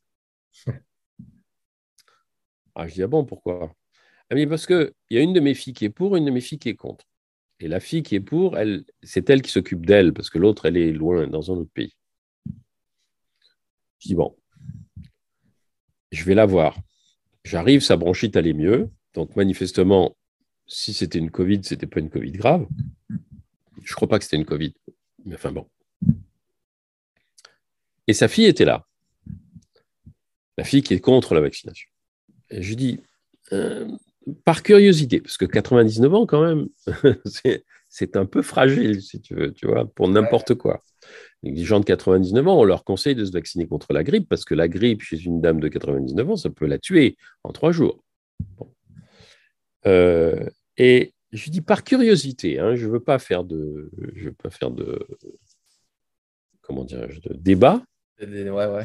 Ah, je dis, ah bon, pourquoi? Elle me dit, parce qu'il y a une de mes filles qui est pour, une de mes filles qui est contre. Et la fille qui est pour, elle, c'est elle qui s'occupe d'elle, parce que l'autre, elle est loin, dans un autre pays. Je dis, bon, je vais la voir. J'arrive, sa bronchite allait mieux. Donc, manifestement, si c'était une Covid, ce n'était pas une Covid grave. Je ne crois pas que c'était une Covid. Mais enfin, bon. Et sa fille était là. La fille qui est contre la vaccination. Et je lui dis, euh, par curiosité, parce que quatre-vingt-dix-neuf ans, quand même, c'est, c'est un peu fragile, si tu veux, tu vois, pour n'importe quoi. Les gens de quatre-vingt-dix-neuf ans, on leur conseille de se vacciner contre la grippe, parce que la grippe, chez une dame de quatre-vingt-dix-neuf ans, ça peut la tuer en trois jours. Bon. Euh, et je dis par curiosité, hein, je ne veux pas faire de, je veux pas faire de, comment dirais-je, de débat. Ouais, ouais.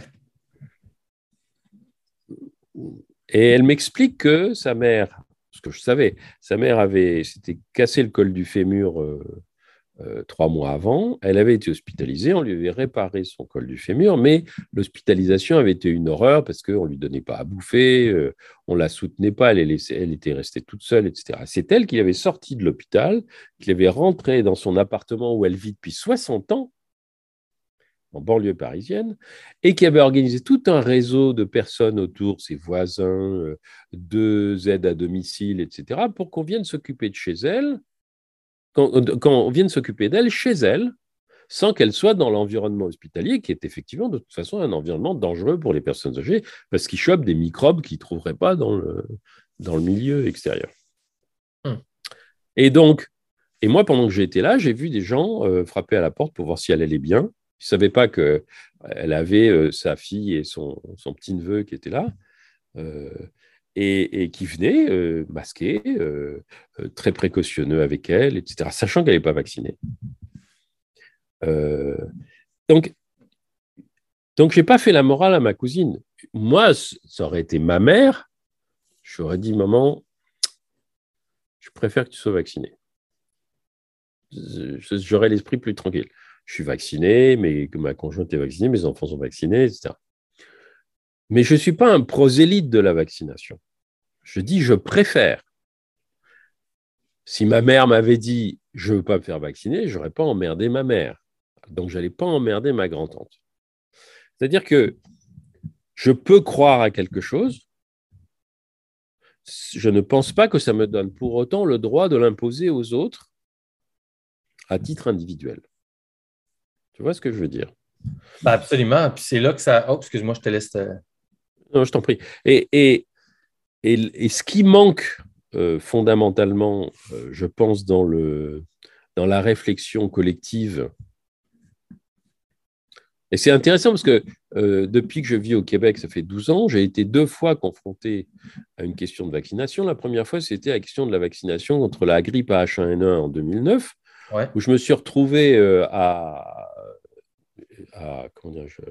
Et elle m'explique que sa mère, ce que je savais, sa mère avait s'était cassé le col du fémur euh, euh, trois mois avant. Elle avait été hospitalisée, on lui avait réparé son col du fémur, mais l'hospitalisation avait été une horreur parce qu'on ne lui donnait pas à bouffer, euh, on ne la soutenait pas, elle, laissé, elle était restée toute seule, et cetera. C'est elle qui l'avait sortie de l'hôpital, qui l'avait rentrée dans son appartement où elle vit depuis soixante ans, en banlieue parisienne, et qui avait organisé tout un réseau de personnes autour, ses voisins, euh, deux aides à domicile, et cetera, pour qu'on vienne s'occuper de chez elle, quand, quand on vienne s'occuper d'elle chez elle, sans qu'elle soit dans l'environnement hospitalier, qui est effectivement de toute façon un environnement dangereux pour les personnes âgées, parce qu'ils chopent des microbes qu'ils ne trouveraient pas dans le, dans le milieu extérieur. Hum. Et donc, et moi, pendant que j'étais là, j'ai vu des gens euh, frapper à la porte pour voir si elle allait bien. Je ne savais pas qu'elle avait euh, sa fille et son, son petit-neveu qui étaient là. Euh, et, et, qui venaient euh, masqués, euh, euh, très précautionneux avec elle, et cetera, sachant qu'elle n'est pas vaccinée. Euh, donc, donc, je n'ai pas fait la morale à ma cousine. Moi, ça aurait été ma mère, j'aurais dit, maman, je préfère que tu sois vaccinée. J'aurais l'esprit plus tranquille. Je suis vacciné, mais que ma conjointe est vaccinée, mes enfants sont vaccinés, et cetera. Mais je ne suis pas un prosélyte de la vaccination. Je dis, je préfère. Si ma mère m'avait dit, je ne veux pas me faire vacciner, je n'aurais pas emmerdé ma mère. Donc, je n'allais pas emmerder ma grand-tante. C'est-à-dire que je peux croire à quelque chose, je ne pense pas que ça me donne pour autant le droit de l'imposer aux autres à titre individuel. Tu vois ce que je veux dire? Ben absolument. Puis c'est là que ça. Oh, excuse-moi, je te laisse. euh, Non, je t'en prie. Et, et, et, et ce qui manque euh, fondamentalement, euh, je pense, dans, le, dans la réflexion collective, et c'est intéressant parce que euh, depuis que je vis au Québec, ça fait douze ans, j'ai été deux fois confronté à une question de vaccination. La première fois, c'était la question de la vaccination contre la grippe à H un N un en deux mille neuf, Ouais. où je me suis retrouvé euh, à, à comment dire, je,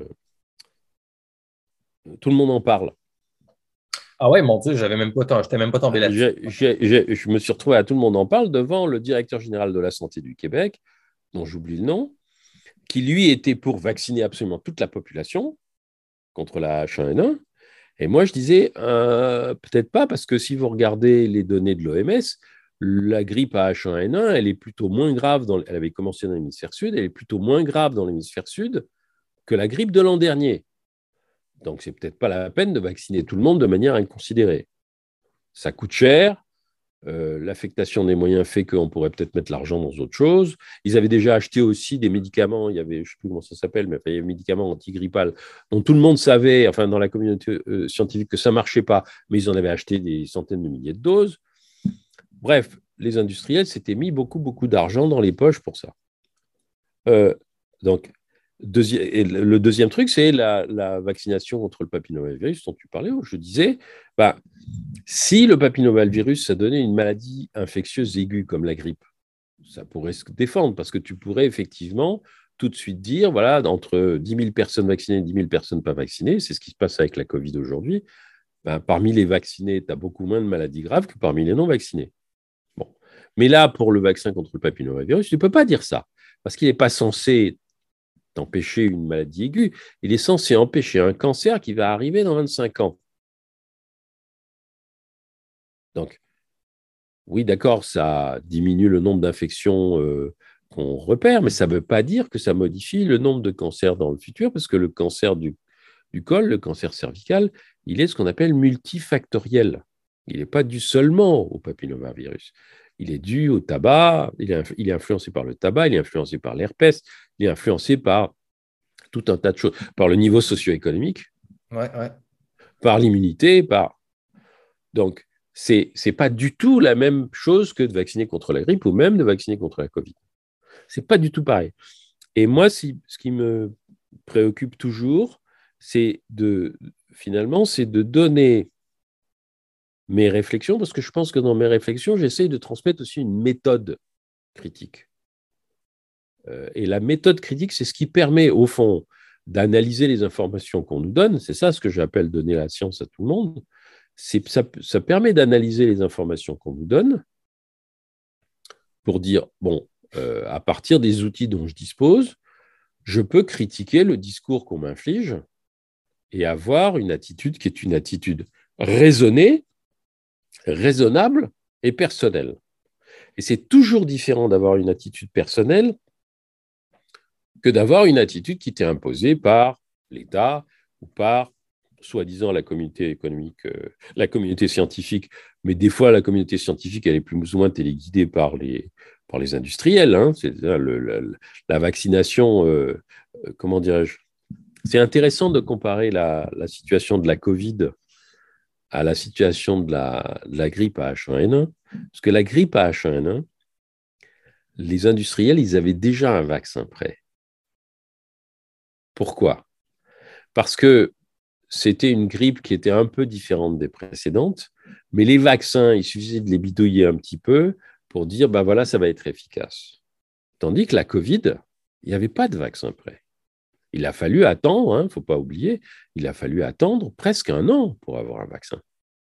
tout le monde en parle. Ah ouais, mon Dieu, j'avais même pas, tom- j'étais même pas tombé là-dessus. J'ai- j'ai- j'ai- je me suis retrouvé à tout le monde en parle devant le directeur général de la santé du Québec, dont j'oublie le nom, qui lui était pour vacciner absolument toute la population contre la H un N un. Et moi, je disais, euh, peut-être pas, parce que si vous regardez les données de l'O M S, la grippe à H un N un, elle est plutôt moins grave, dans, elle avait commencé dans l'hémisphère sud, elle est plutôt moins grave dans l'hémisphère sud que la grippe de l'an dernier. Donc, c'est peut-être pas la peine de vacciner tout le monde de manière inconsidérée. Ça coûte cher. Euh, l'affectation des moyens fait qu'on pourrait peut-être mettre l'argent dans autre chose. Ils avaient déjà acheté aussi des médicaments, il y avait, je ne sais plus comment ça s'appelle, mais enfin, il y avait des médicaments antigrippales dont tout le monde savait, enfin dans la communauté euh, scientifique, que ça ne marchait pas, mais ils en avaient acheté des centaines de milliers de doses. Bref, les industriels s'étaient mis beaucoup, beaucoup d'argent dans les poches pour ça. Euh, donc, deuxi- et le deuxième truc, c'est la, la vaccination contre le papillomavirus dont tu parlais, où je disais, bah, si le papillomavirus, ça donnait une maladie infectieuse aiguë comme la grippe, ça pourrait se défendre parce que tu pourrais effectivement tout de suite dire, voilà, entre dix mille personnes vaccinées et dix mille personnes pas vaccinées, c'est ce qui se passe avec la Covid aujourd'hui, ben, parmi les vaccinés, tu as beaucoup moins de maladies graves que parmi les non vaccinés. Bon. Mais là, pour le vaccin contre le papillomavirus, tu ne peux pas dire ça parce qu'il n'est pas censé t'empêcher une maladie aiguë, il est censé empêcher un cancer qui va arriver dans vingt-cinq ans. Donc, oui, d'accord, ça diminue le nombre d'infections euh, qu'on repère, mais ça ne veut pas dire que ça modifie le nombre de cancers dans le futur, parce que le cancer du, du col, le cancer cervical, il est ce qu'on appelle multifactoriel. Il n'est pas dû seulement au papillomavirus. Il est dû au tabac, il est, il est influencé par le tabac, il est influencé par l'herpès, il est influencé par tout un tas de choses, par le niveau socio-économique, Ouais, ouais. par l'immunité, par... Donc, c'est n'est pas du tout la même chose que de vacciner contre la grippe ou même de vacciner contre la Covid. C'est pas du tout pareil. Et moi, si, ce qui me préoccupe toujours, c'est de finalement, c'est de donner mes réflexions, parce que je pense que dans mes réflexions, j'essaye de transmettre aussi une méthode critique. Euh, et la méthode critique, c'est ce qui permet, au fond, d'analyser les informations qu'on nous donne. C'est ça ce que j'appelle donner la science à tout le monde. C'est, ça, ça permet d'analyser les informations qu'on nous donne pour dire, bon, euh, à partir des outils dont je dispose, je peux critiquer le discours qu'on m'inflige et avoir une attitude qui est une attitude raisonnée, raisonnable et personnelle. Et c'est toujours différent d'avoir une attitude personnelle que d'avoir une attitude qui t'est imposée par l'État ou par, soi-disant, la communauté économique, euh, la communauté scientifique. Mais des fois, la communauté scientifique, elle est plus ou moins téléguidée par les, par les industriels. Hein. C'est, le, le, la vaccination, euh, comment dirais-je? C'est intéressant de comparer la, la situation de la Covid à la situation de la, de la grippe à H un N un. Parce que la grippe à H un N un, les industriels, ils avaient déjà un vaccin prêt. Pourquoi? Parce que c'était une grippe qui était un peu différente des précédentes, mais les vaccins, il suffisait de les bidouiller un petit peu pour dire, ben voilà, ça va être efficace. Tandis que la Covid, il n'y avait pas de vaccin prêt. Il a fallu attendre, il hein, ne faut pas oublier, il a fallu attendre presque un an pour avoir un vaccin.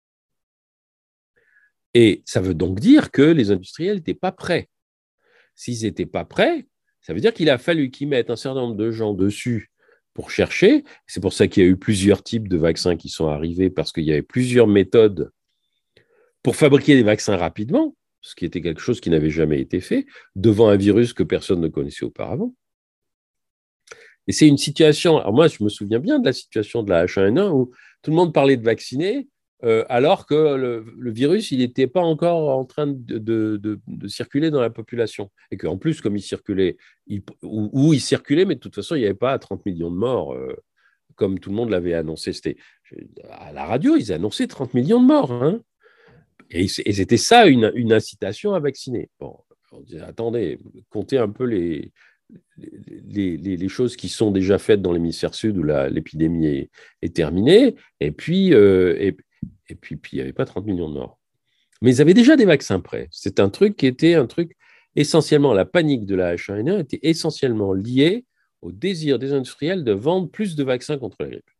Et ça veut donc dire que les industriels n'étaient pas prêts. S'ils n'étaient pas prêts, ça veut dire qu'il a fallu qu'ils mettent un certain nombre de gens dessus pour chercher. C'est pour ça qu'il y a eu plusieurs types de vaccins qui sont arrivés, parce qu'il y avait plusieurs méthodes pour fabriquer des vaccins rapidement, ce qui était quelque chose qui n'avait jamais été fait, devant un virus que personne ne connaissait auparavant. Et c'est une situation, alors moi je me souviens bien de la situation de la H un N un où tout le monde parlait de vacciner, euh, alors que le, le virus, il n'était pas encore en train de, de, de, de circuler dans la population. Et qu'en plus, comme il circulait, il, où, où il circulait, mais de toute façon, il n'y avait pas trente millions de morts, euh, comme tout le monde l'avait annoncé. C'était, à la radio, ils annonçaient trente millions de morts. Hein. Et, et c'était ça, une, une incitation à vacciner. Bon, on disait, attendez, comptez un peu les... Les, les, les choses qui sont déjà faites dans l'hémisphère sud où la, l'épidémie est, est terminée, et puis, euh, et, et puis, puis il n'y avait pas trente millions de morts. Mais ils avaient déjà des vaccins prêts. C'est un truc qui était un truc essentiellement, la panique de la H un N un était essentiellement liée au désir des industriels de vendre plus de vaccins contre la grippe.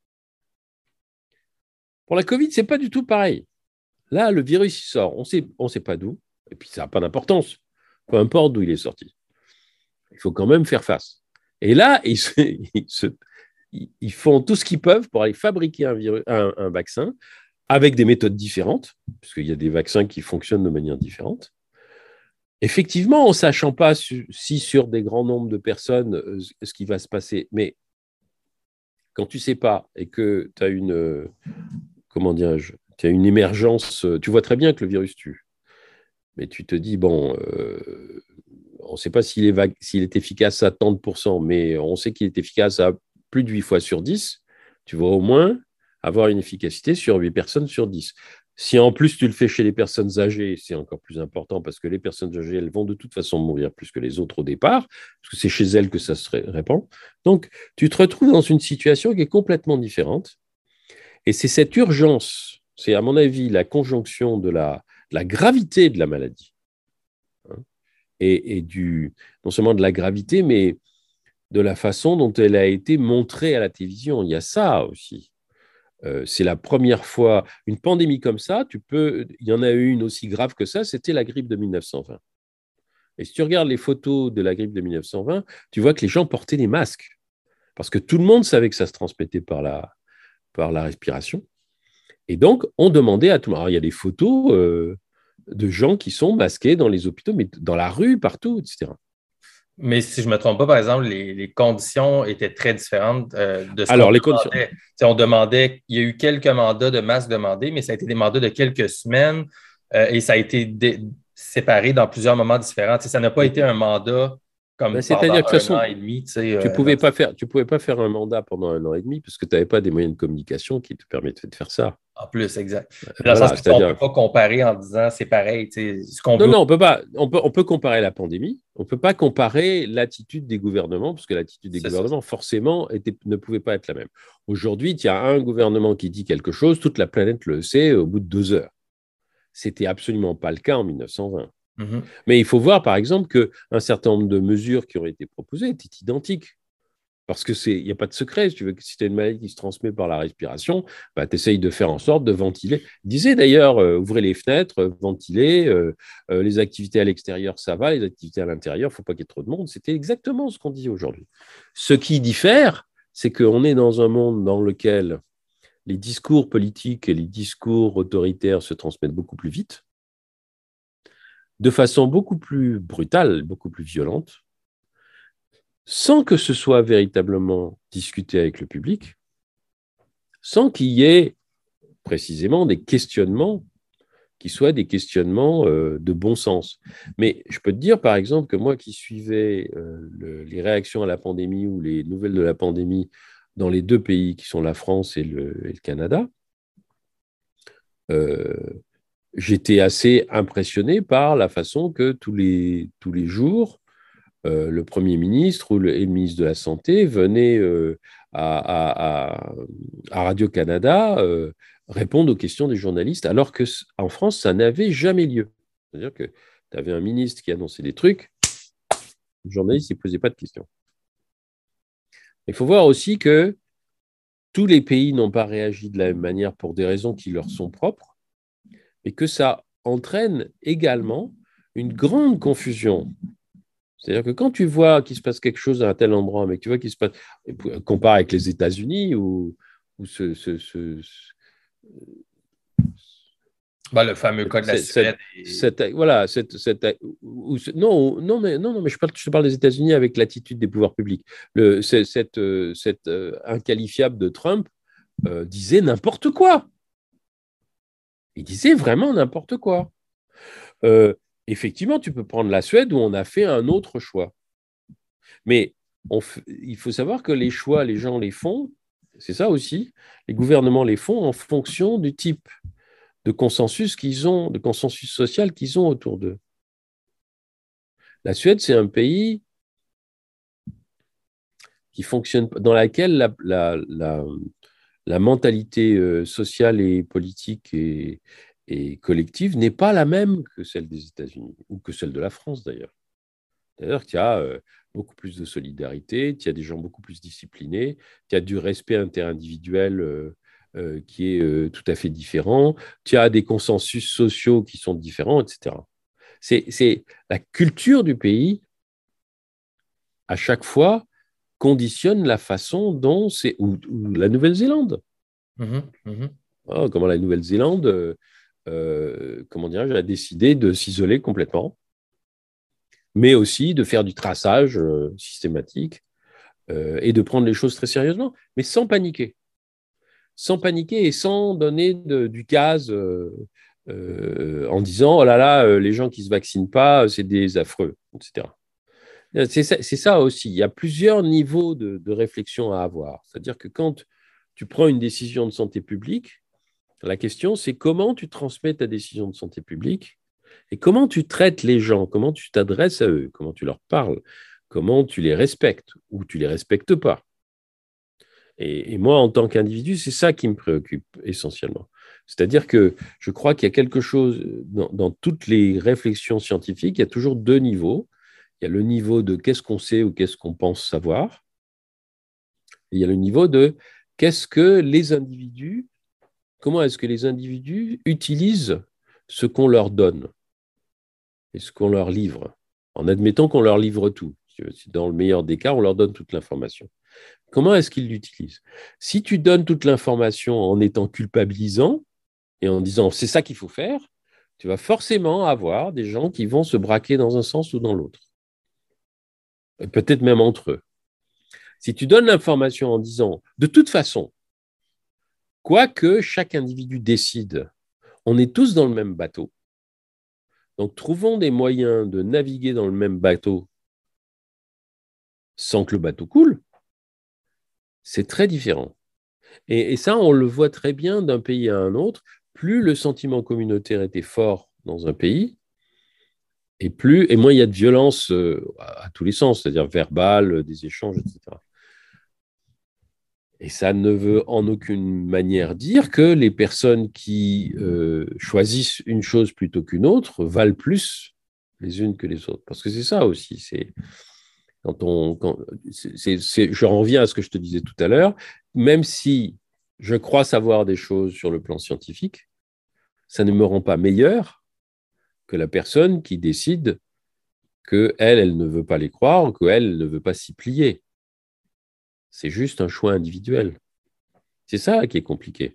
Pour la Covid, ce n'est pas du tout pareil. Là, le virus, il sort, on sait, on sait pas d'où, et puis ça n'a pas d'importance, peu importe d'où il est sorti. Il faut quand même faire face. Et là, ils, se, ils, se, ils font tout ce qu'ils peuvent pour aller fabriquer un, virus, un, un vaccin avec des méthodes différentes, puisqu'il y a des vaccins qui fonctionnent de manière différente. Effectivement, en ne sachant pas si sur des grands nombres de personnes ce qui va se passer, mais quand tu ne sais pas et que tu as une, comment dirais-je, tu as une émergence, tu vois très bien que le virus tue. Mais tu te dis, bon, euh, on ne sait pas s'il est, vague, s'il est efficace à trente pour cent, mais on sait qu'il est efficace à plus de huit fois sur dix. Tu vas au moins avoir une efficacité sur huit personnes sur dix. Si en plus tu le fais chez les personnes âgées, c'est encore plus important parce que les personnes âgées, elles vont de toute façon mourir plus que les autres au départ, parce que c'est chez elles que ça se répand. Donc, tu te retrouves dans une situation qui est complètement différente. Et c'est cette urgence, c'est à mon avis la conjonction de la, de la gravité de la maladie, hein, et, et du, non seulement de la gravité, mais de la façon dont elle a été montrée à la télévision. Il y a ça aussi. Euh, c'est la première fois, une pandémie comme ça, tu peux, il y en a eu une aussi grave que ça, c'était la grippe de mille neuf cent vingt. Et si tu regardes les photos de la grippe de mille neuf cent vingt, tu vois que les gens portaient des masques, parce que tout le monde savait que ça se transmettait par la, par la respiration. Et donc, on demandait à tout le monde. Alors, il y a des photos euh, de gens qui sont masqués dans les hôpitaux, mais dans la rue, partout, et cetera. Mais si je ne me trompe pas, par exemple, les, les conditions étaient très différentes euh, de ce Alors, qu'on les demandait. conditions. T'sais, on demandait, il y a eu quelques mandats de masques demandés, mais ça a été des mandats de quelques semaines euh, et ça a été dé- séparé dans plusieurs moments différents. T'sais, ça n'a pas été un mandat comme Ben, pendant c'est-à-dire que de toute un an façon, et demi, tu sais. tu Euh, pouvais dans- pas faire, tu pouvais pas faire un mandat pendant un an et demi parce que tu n'avais pas des moyens de communication qui te permettaient de faire ça. En plus, exact. Dans le sens Voilà, que, on ne peut c'est-à-dire. pas comparer en disant c'est pareil. Tu sais, ce qu'on Non, veut. non, on peut pas. On peut, on peut comparer la pandémie. On peut pas comparer l'attitude des gouvernements parce que l'attitude des C'est ça. gouvernements, forcément, était, ne pouvait pas être la même. Aujourd'hui, il y a un gouvernement qui dit quelque chose, toute la planète le sait au bout de deux heures. C'était absolument pas le cas en mille neuf cent vingt. Mhm. Mais il faut voir, par exemple, qu'un certain nombre de mesures qui ont été proposées étaient identiques. Parce qu'il n'y a pas de secret. Si tu veux, si tu as une maladie qui se transmet par la respiration, bah, tu essayes de faire en sorte de ventiler. Il disait d'ailleurs, euh, ouvrez les fenêtres, euh, ventilez, euh, euh, les activités à l'extérieur, ça va, les activités à l'intérieur, il ne faut pas qu'il y ait trop de monde. C'était exactement ce qu'on dit aujourd'hui. Ce qui diffère, c'est qu'on est dans un monde dans lequel les discours politiques et les discours autoritaires se transmettent beaucoup plus vite, de façon beaucoup plus brutale, beaucoup plus violente, sans que ce soit véritablement discuté avec le public, sans qu'il y ait précisément des questionnements qui soient des questionnements euh, de bon sens. Mais je peux te dire, par exemple, que moi qui suivais euh, le, les réactions à la pandémie ou les nouvelles de la pandémie dans les deux pays qui sont la France et le, et le Canada, euh, j'étais assez impressionné par la façon que tous les, tous les jours, euh, le Premier ministre ou le, et le ministre de la Santé venaient euh, à, à, à, à Radio-Canada euh, répondre aux questions des journalistes, alors qu'en France, ça n'avait jamais lieu. C'est-à-dire que tu avais un ministre qui annonçait des trucs, le journaliste ne posait pas de questions. Il faut voir aussi que tous les pays n'ont pas réagi de la même manière pour des raisons qui leur sont propres, et que ça entraîne également une grande confusion. C'est-à-dire que quand tu vois qu'il se passe quelque chose à un tel endroit, mais que tu vois qu'il se passe, compare avec les États-Unis ou, ou ce, ce, ce, Ben, le fameux cas de la cette, cette, Suède. Et... cette, voilà, cette, cette, ou, non, non, mais, non, non, mais je, parle, je te parle des États-Unis avec l'attitude des pouvoirs publics. Le, cette, cette, cette euh, inqualifiable de Trump euh, disait n'importe quoi. Il disait vraiment n'importe quoi. Euh, effectivement, tu peux prendre la Suède où on a fait un autre choix. Mais on f... il faut savoir que les choix, les gens les font, c'est ça aussi, les gouvernements les font en fonction du type de consensus qu'ils ont, de consensus social qu'ils ont autour d'eux. La Suède, c'est un pays qui fonctionne, dans laquelle la, la, la, la mentalité euh, sociale et politique et, et collective n'est pas la même que celle des États-Unis, ou que celle de la France d'ailleurs. D'ailleurs, il y a euh, beaucoup plus de solidarité, il y a des gens beaucoup plus disciplinés, il y a du respect interindividuel euh, euh, qui est euh, tout à fait différent, il y a des consensus sociaux qui sont différents, et cetera. C'est, c'est la culture du pays, à chaque fois, conditionne la façon dont c'est... Ou, ou la Nouvelle-Zélande. Mm-hmm, mm-hmm. Oh, comment la Nouvelle-Zélande, euh, euh, comment dirais-je, a décidé de s'isoler complètement, mais aussi de faire du traçage euh, systématique euh, et de prendre les choses très sérieusement, mais sans paniquer. Sans paniquer et sans donner de, du gaz euh, euh, en disant « Oh là là, euh, les gens qui ne se vaccinent pas, c'est des affreux, et cetera » C'est ça, c'est ça aussi. Il y a plusieurs niveaux de, de réflexion à avoir. C'est-à-dire que quand tu prends une décision de santé publique, la question, c'est comment tu transmets ta décision de santé publique et comment tu traites les gens, comment tu t'adresses à eux, comment tu leur parles, comment tu les respectes ou tu les respectes pas. Et, et moi, en tant qu'individu, c'est ça qui me préoccupe essentiellement. C'est-à-dire que je crois qu'il y a quelque chose dans, dans toutes les réflexions scientifiques, il y a toujours deux niveaux. Il y a le niveau de qu'est-ce qu'on sait ou qu'est-ce qu'on pense savoir. Et il y a le niveau de qu'est-ce que les individus, comment est-ce que les individus utilisent ce qu'on leur donne et ce qu'on leur livre, en admettant qu'on leur livre tout. Dans le meilleur des cas, on leur donne toute l'information. Comment est-ce qu'ils l'utilisent? Si tu donnes toute l'information en étant culpabilisant et en disant c'est ça qu'il faut faire, tu vas forcément avoir des gens qui vont se braquer dans un sens ou dans l'autre. Et peut-être même entre eux. Si tu donnes l'information en disant de toute façon, quoi que chaque individu décide, on est tous dans le même bateau. Donc, trouvons des moyens de naviguer dans le même bateau sans que le bateau coule, c'est très différent. Et, et ça, on le voit très bien d'un pays à un autre. Plus le sentiment communautaire était fort dans un pays, et plus et moins il y a de violence euh, à, à tous les sens, c'est-à-dire verbale, des échanges, et cetera. Et ça ne veut en aucune manière dire que les personnes qui euh, choisissent une chose plutôt qu'une autre valent plus les unes que les autres. Parce que c'est ça aussi. C'est quand on, quand, c'est, c'est, je reviens à ce que je te disais tout à l'heure. Même si je crois savoir des choses sur le plan scientifique, ça ne me rend pas meilleur que la personne qui décide qu'elle, elle ne veut pas les croire ou qu'elle ne veut pas s'y plier. C'est juste un choix individuel. C'est ça qui est compliqué.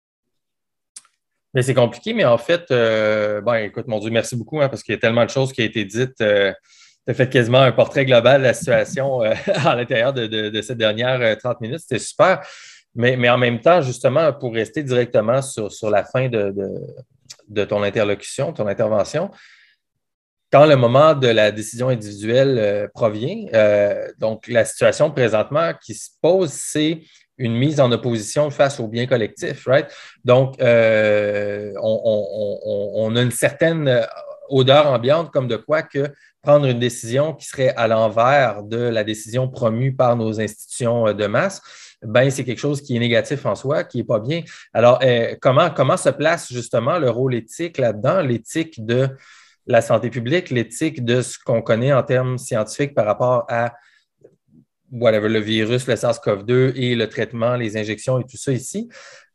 Mais c'est compliqué, mais en fait, euh, bon, écoute, mon Dieu, merci beaucoup, hein, parce qu'il y a tellement de choses qui ont été dites. Euh, tu as fait quasiment un portrait global de la situation euh, à l'intérieur de, de, de ces dernières euh, trente minutes. C'était super. Mais, mais en même temps, justement, pour rester directement sur, sur la fin de, de, de ton interlocution, ton intervention, quand le moment de la décision individuelle euh, provient, euh, donc la situation présentement qui se pose, c'est une mise en opposition face au bien collectif, right? Donc, euh, on, on, on, on a une certaine odeur ambiante comme de quoi que prendre une décision qui serait à l'envers de la décision promue par nos institutions de masse, ben, c'est quelque chose qui est négatif en soi, qui n'est pas bien. Alors, euh, comment, comment se place justement le rôle éthique là-dedans, l'éthique de la santé publique, l'éthique de ce qu'on connaît en termes scientifiques par rapport à whatever, le virus, le SARS-CoV deux et le traitement, les injections et tout ça ici.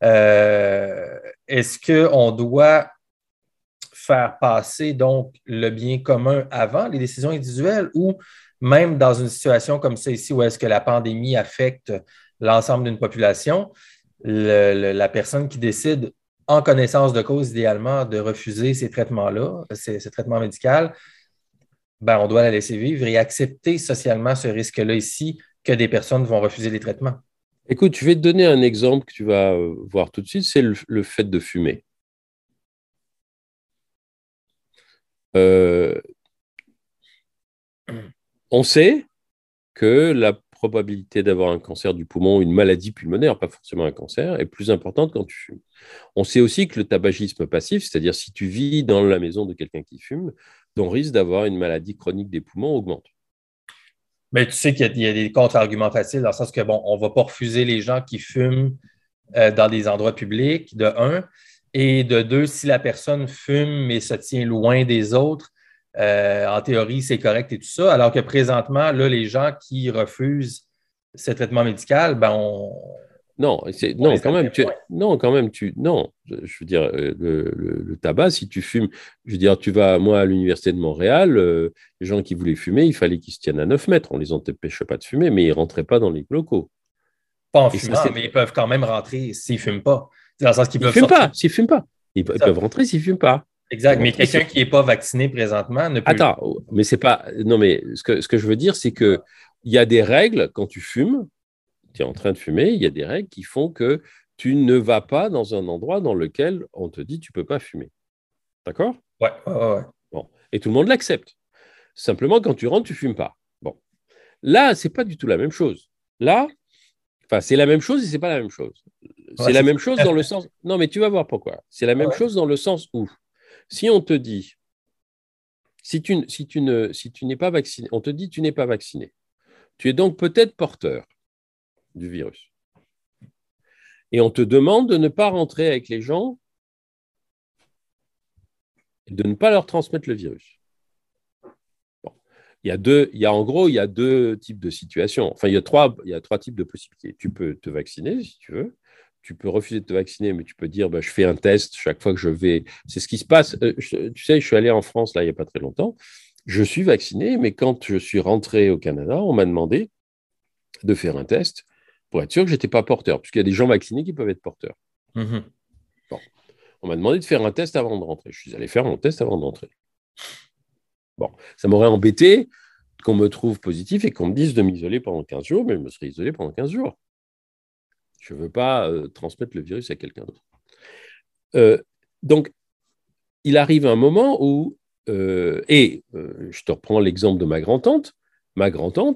Euh, est-ce qu'on doit faire passer donc le bien commun avant les décisions individuelles ou même dans une situation comme ça ici où est-ce que la pandémie affecte l'ensemble d'une population, le, le, la personne qui décide en connaissance de cause, idéalement, de refuser ces traitements-là, ces, ces traitements médicaux, ben, on doit la laisser vivre et accepter socialement ce risque-là ici que des personnes vont refuser les traitements. Écoute, je vais te donner un exemple que tu vas voir tout de suite, c'est le, le fait de fumer. Euh, on sait que la probabilité d'avoir un cancer du poumon, une maladie pulmonaire, pas forcément un cancer, est plus importante quand tu fumes. On sait aussi que le tabagisme passif, c'est-à-dire si tu vis dans la maison de quelqu'un qui fume, ton risque d'avoir une maladie chronique des poumons augmente. Mais tu sais qu'il y a, y a des contre-arguments faciles dans le sens que, bon, on ne va pas refuser les gens qui fument euh, dans des endroits publics, de un, et de deux, si la personne fume mais se tient loin des autres, euh, en théorie, c'est correct et tout ça, alors que présentement, là, les gens qui refusent ce traitement médical, ben, on, Non, c'est, non, quand même, tu, non, quand même, tu, non, je veux dire, le, le, le tabac, si tu fumes, je veux dire, tu vas, moi, à l'Université de Montréal, euh, les gens qui voulaient fumer, il fallait qu'ils se tiennent à neuf mètres. On ne les empêchait pas de fumer, mais ils ne rentraient pas dans les locaux. Pas en fumant, ça, mais ils peuvent quand même rentrer s'ils ne fument pas. Dans le sens qu'ils ils peuvent fument sortir. Pas, s'ils ne fument pas. Ils, ils peuvent rentrer s'ils ne fument pas. Exact, mais quelqu'un sur... qui n'est pas vacciné présentement ne peut... Attends, mais c'est pas... Non, mais ce que, ce que je veux dire, c'est qu'il y a des règles quand tu fumes, tu es en train de fumer, il y a des règles qui font que tu ne vas pas dans un endroit dans lequel on te dit tu ne peux pas fumer. D'accord? Ouais, ouais, ouais. Bon. Et tout le monde l'accepte. Simplement, quand tu rentres, tu ne fumes pas. Bon. Là, ce n'est pas du tout la même chose. Là, enfin, c'est la même chose et ce n'est pas la même chose. C'est ouais, la c'est même ça. chose dans le sens... Non, mais tu vas voir pourquoi. C'est la même ouais. chose dans le sens où, si on te dit, si tu, si tu, ne, si tu n'es pas vacciné, on te dit tu n'es pas vacciné. Tu es donc peut-être porteur du virus. Et on te demande de ne pas rentrer avec les gens et de ne pas leur transmettre le virus. Bon. Il y a deux, il y a, en gros, il y a deux types de situations. Enfin, il y a trois, il y a trois types de possibilités. Tu peux te vacciner si tu veux. Tu peux refuser de te vacciner, mais tu peux dire bah, je fais un test chaque fois que je vais. C'est ce qui se passe. Euh, je, tu sais, je suis allé en France là, il n'y a pas très longtemps. Je suis vacciné, mais quand je suis rentré au Canada, on m'a demandé de faire un test pour être sûr que je n'étais pas porteur, puisqu'il y a des gens vaccinés qui peuvent être porteurs. Mm-hmm. Bon. On m'a demandé de faire un test avant de rentrer. Je suis allé faire mon test avant de rentrer. Bon, ça m'aurait embêté qu'on me trouve positif et qu'on me dise de m'isoler pendant quinze jours, mais je me serais isolé pendant quinze jours. Je ne veux pas euh, transmettre le virus à quelqu'un d'autre. Euh, donc, il arrive un moment où, euh, et euh, je te reprends l'exemple de ma grand-tante, ma grand-tante,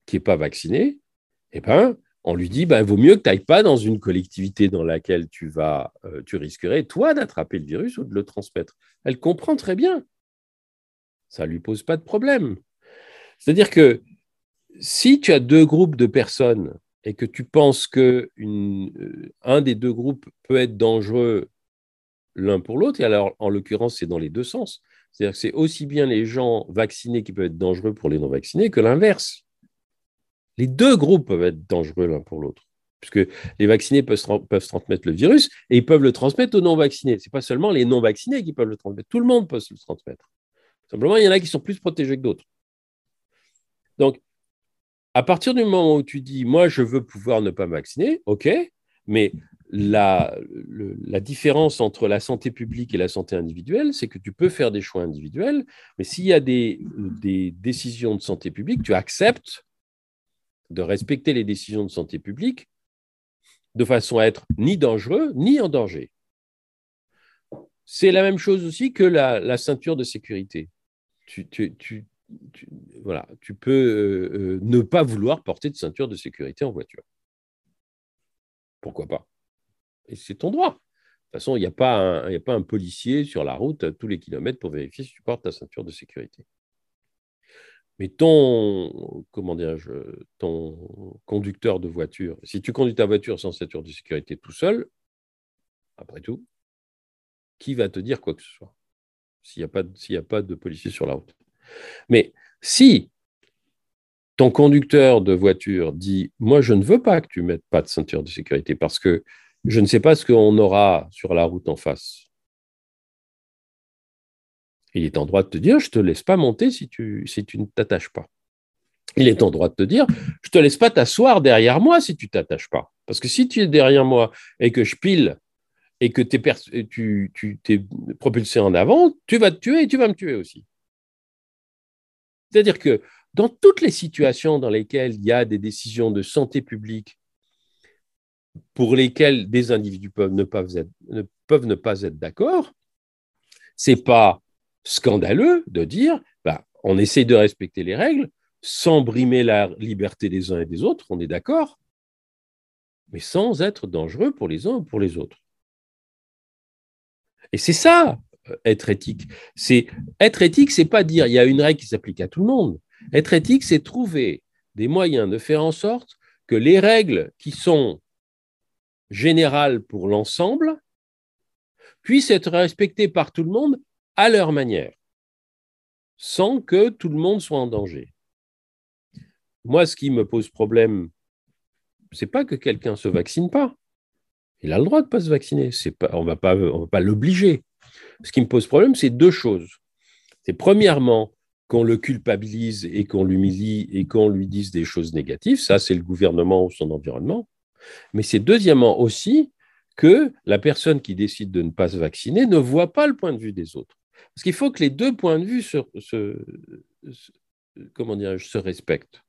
qui n'est pas vacciné, eh ben, on lui dit, ben, vaut mieux que tu n'ailles pas dans une collectivité dans laquelle tu, vas, euh, tu risquerais, toi, d'attraper le virus ou de le transmettre. Elle comprend très bien. Ça ne lui pose pas de problème. C'est-à-dire que si tu as deux groupes de personnes et que tu penses qu'un euh, des deux groupes peut être dangereux l'un pour l'autre, et alors, en l'occurrence, c'est dans les deux sens. C'est-à-dire que c'est aussi bien les gens vaccinés qui peuvent être dangereux pour les non-vaccinés que l'inverse. Les deux groupes peuvent être dangereux l'un pour l'autre, puisque les vaccinés peuvent, peuvent transmettre le virus et ils peuvent le transmettre aux non-vaccinés. Ce n'est pas seulement les non-vaccinés qui peuvent le transmettre, tout le monde peut se le transmettre. Simplement, il y en a qui sont plus protégés que d'autres. Donc, à partir du moment où tu dis, moi, je veux pouvoir ne pas me vacciner, OK, mais la, le, la différence entre la santé publique et la santé individuelle, c'est que tu peux faire des choix individuels, mais s'il y a des, des décisions de santé publique, tu acceptes de respecter les décisions de santé publique de façon à être ni dangereux, ni en danger. C'est la même chose aussi que la, la ceinture de sécurité. Tu, tu, tu, tu, voilà, tu peux euh, euh, ne pas vouloir porter de ceinture de sécurité en voiture. Pourquoi pas? Et c'est ton droit. De toute façon, il n'y a pas un, il n'y a pas un policier sur la route à tous les kilomètres pour vérifier si tu portes ta ceinture de sécurité. Mais ton, comment dirais-je, ton conducteur de voiture, si tu conduis ta voiture sans ceinture de sécurité tout seul, après tout, qui va te dire quoi que ce soit s'il n'y a pas, s'il n'y a pas de policier sur la route? Mais si ton conducteur de voiture dit « Moi, je ne veux pas que tu ne mettes pas de ceinture de sécurité parce que je ne sais pas ce qu'on aura sur la route en face. » Il est en droit de te dire « Je ne te laisse pas monter si tu, si tu ne t'attaches pas. » Il est en droit de te dire « Je ne te laisse pas t'asseoir derrière moi si tu ne t'attaches pas. » Parce que si tu es derrière moi et que je pile et que t'es pers- tu, tu t'es propulsé en avant, tu vas te tuer et tu vas me tuer aussi. C'est-à-dire que dans toutes les situations dans lesquelles il y a des décisions de santé publique pour lesquelles des individus peuvent ne pas être, ne, peuvent ne pas être d'accord, ce n'est pas scandaleux de dire bah, on essaie de respecter les règles sans brimer la liberté des uns et des autres, on est d'accord, mais sans être dangereux pour les uns ou pour les autres. Et c'est ça, être éthique. C'est, être éthique, ce n'est pas dire il y a une règle qui s'applique à tout le monde. Être éthique, c'est trouver des moyens de faire en sorte que les règles qui sont générales pour l'ensemble puissent être respectées par tout le monde à leur manière, sans que tout le monde soit en danger. Moi, ce qui me pose problème, ce n'est pas que quelqu'un ne se vaccine pas. Il a le droit de ne pas se vacciner. C'est pas, on ne va pas, on va pas l'obliger. Ce qui me pose problème, c'est deux choses. C'est premièrement qu'on le culpabilise et qu'on l'humilie et qu'on lui dise des choses négatives. Ça, c'est le gouvernement ou son environnement. Mais c'est deuxièmement aussi que la personne qui décide de ne pas se vacciner ne voit pas le point de vue des autres. Parce qu'il faut que les deux points de vue se, se, se, comment dirais-je, se respectent.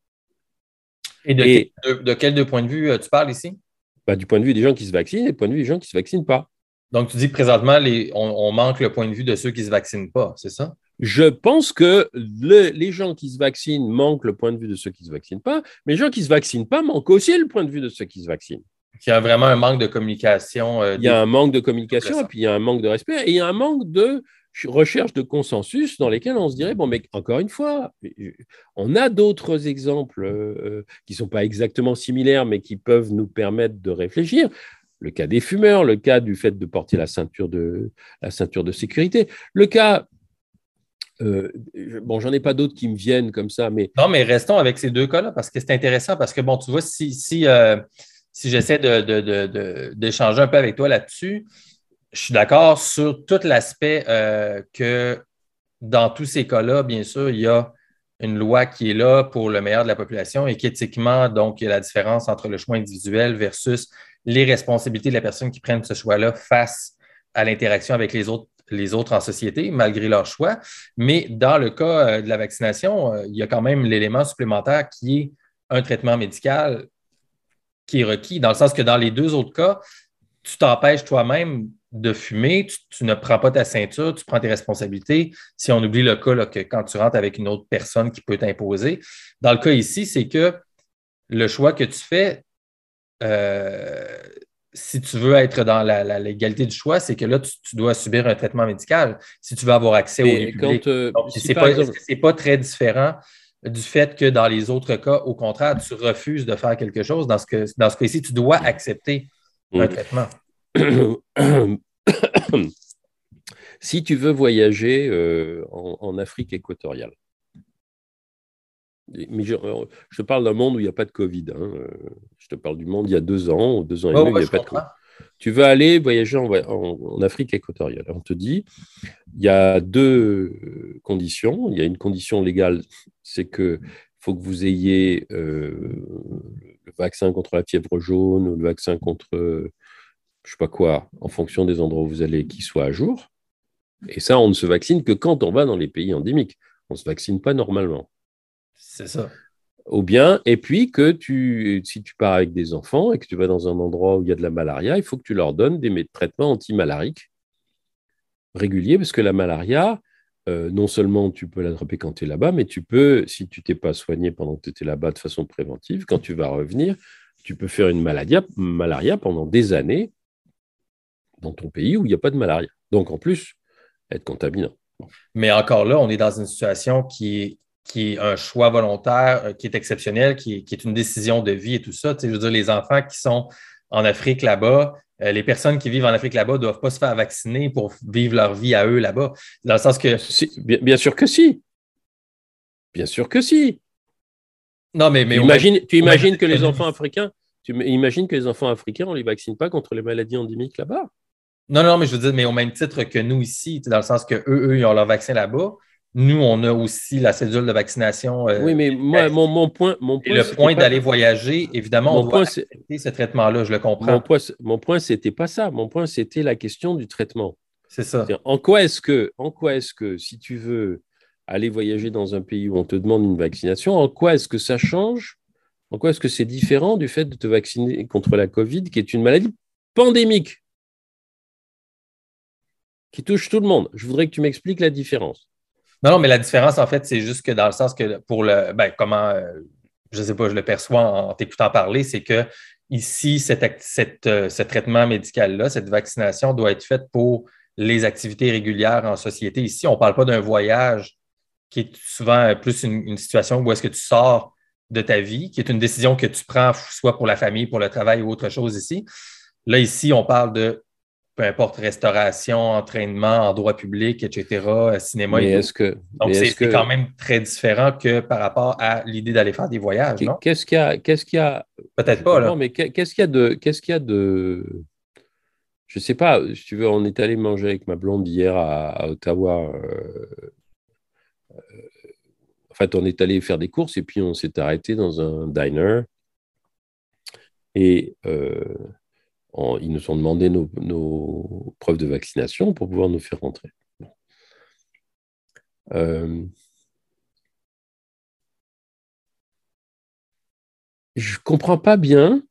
Et de, et quel, de, de quels deux points de vue tu parles ici? Bah, du point de vue des gens qui se vaccinent et du point de vue des gens qui ne se vaccinent pas. Donc, tu dis que présentement, les, on, on manque le point de vue de ceux qui ne se vaccinent pas, c'est ça? Je pense que le, les gens qui se vaccinent manquent le point de vue de ceux qui ne se vaccinent pas, mais les gens qui ne se vaccinent pas manquent aussi le point de vue de ceux qui se vaccinent. Il y a vraiment un manque de communication. Euh, il y a un manque de communication, et puis il y a un manque de respect, et il y a un manque de recherche de consensus dans lesquels on se dirait, bon, mais encore une fois, on a d'autres exemples euh, qui ne sont pas exactement similaires, mais qui peuvent nous permettre de réfléchir. Le cas des fumeurs, le cas du fait de porter la ceinture de, la ceinture de sécurité, le cas... Euh, bon, j'en ai pas d'autres qui me viennent comme ça, mais... Non, mais restons avec ces deux cas-là, parce que c'est intéressant, parce que, bon, tu vois, si, si, euh, si j'essaie de, de, de, de, d'échanger un peu avec toi là-dessus, je suis d'accord sur tout l'aspect euh, que dans tous ces cas-là, bien sûr, il y a une loi qui est là pour le meilleur de la population et qu'éthiquement, donc, il y a la différence entre le choix individuel versus les responsabilités de la personne qui prenne ce choix-là face à l'interaction avec les autres, les autres en société, malgré leur choix. Mais dans le cas de la vaccination, il y a quand même l'élément supplémentaire qui est un traitement médical qui est requis, dans le sens que dans les deux autres cas, tu t'empêches toi-même de fumer, tu, tu ne prends pas ta ceinture, tu prends tes responsabilités. Si on oublie le cas là, que quand tu rentres avec une autre personne qui peut t'imposer. Dans le cas ici, c'est que le choix que tu fais, euh, si tu veux être dans la, la l'égalité du choix, c'est que là, tu, tu dois subir un traitement médical si tu veux avoir accès aux lieux Mais quand, publics. euh, Donc, si c'est par pas, est-ce exemple, que c'est pas très différent du fait que dans les autres cas, au contraire, tu refuses de faire quelque chose. Dans ce, que, dans ce cas-ci, tu dois accepter un traitement. si tu veux voyager euh, en, en Afrique équatoriale, mais je, je te parle d'un monde où il n'y a pas de Covid. Hein. Je te parle du monde il y a deux ans, deux ans et Ouais, demi, où il ouais, n'y a je pas de comprends. Covid. Tu veux aller voyager en, en, en Afrique équatoriale. On te dit, il y a deux conditions. Il y a une condition légale, c'est que faut que vous ayez euh, le vaccin contre la fièvre jaune ou le vaccin contre, euh, je sais pas quoi, en fonction des endroits où vous allez, qui soit à jour. Et ça, on ne se vaccine que quand on va dans les pays endémiques. On ne se vaccine pas normalement. C'est ça. Ou bien, et puis que tu, si tu pars avec des enfants et que tu vas dans un endroit où il y a de la malaria, il faut que tu leur donnes des traitements antimalariques réguliers, parce que la malaria, euh, non seulement tu peux l'attraper quand tu es là-bas, mais tu peux, si tu t'es pas soigné pendant que tu étais là-bas de façon préventive, quand tu vas revenir, tu peux faire une malaria, malaria pendant des années dans ton pays où il n'y a pas de malaria. Donc, en plus, être contaminant. Mais encore là, on est dans une situation qui est, qui est un choix volontaire, euh, qui est exceptionnel, qui est, qui est une décision de vie et tout ça. Tu sais, je veux dire, les enfants qui sont en Afrique là-bas, euh, les personnes qui vivent en Afrique là-bas ne doivent pas se faire vacciner pour vivre leur vie à eux là-bas. Dans le sens que. Si, bien, bien sûr que si. Bien sûr que si. Non, mais, mais Tu au même, imagines, tu au même imagines titre que que les nous. enfants africains, tu imagines que les enfants africains, on ne les vaccine pas contre les maladies endémiques là-bas. Non, non, mais je veux dire, mais au même titre que nous ici, tu sais, dans le sens que eux, eux, ils ont leur vaccin là-bas. Nous, on a aussi la cédule de vaccination. Oui, euh, mais moi, mon, mon point, mon et point, le c'était point pas. d'aller voyager, évidemment, on Mon doit point, c'est, accepter ce traitement-là, je le mon comprends. point, mon point, c'était pas ça. Mon point, c'était la question du traitement. C'est ça. C'est-à-dire, en quoi est-ce que, en quoi est-ce que, si tu veux aller voyager dans un pays où on te demande une vaccination, en quoi est-ce que ça change? En quoi est-ce que c'est différent du fait de te vacciner contre la Covid, qui est une maladie pandémique, qui touche tout le monde? Je voudrais que tu m'expliques la différence. Non, non, mais la différence, en fait, c'est juste que dans le sens que pour le, ben, comment, euh, je ne sais pas, je le perçois en t'écoutant parler, c'est que ici, cet, act- cette, euh, ce traitement médical-là, cette vaccination doit être faite pour les activités régulières en société. Ici, on ne parle pas d'un voyage qui est souvent plus une, une situation où est-ce que tu sors de ta vie, qui est une décision que tu prends soit pour la famille, pour le travail ou autre chose ici. Là, ici, on parle de peu importe restauration, entraînement, en droit public, et cetera, cinéma Mais et tout. est-ce que, mais Donc, c'est est-ce c'est quand que, même très différent que par rapport à l'idée d'aller faire des voyages, non? qu'est-ce qu'il y a, qu'est-ce qu'il y a, Peut-être je pas, comprends, là. mais qu'est-ce qu'il y a de, qu'est-ce qu'il y a de, je sais pas, si tu veux, on est allé manger avec ma blonde hier à, à Ottawa. Euh, en fait, on est allé faire des courses et puis on s'est arrêté dans un diner et euh, on- ils nous ont demandé nos, nos preuves de vaccination pour pouvoir nous faire rentrer. Bon. Euh, je comprends pas bien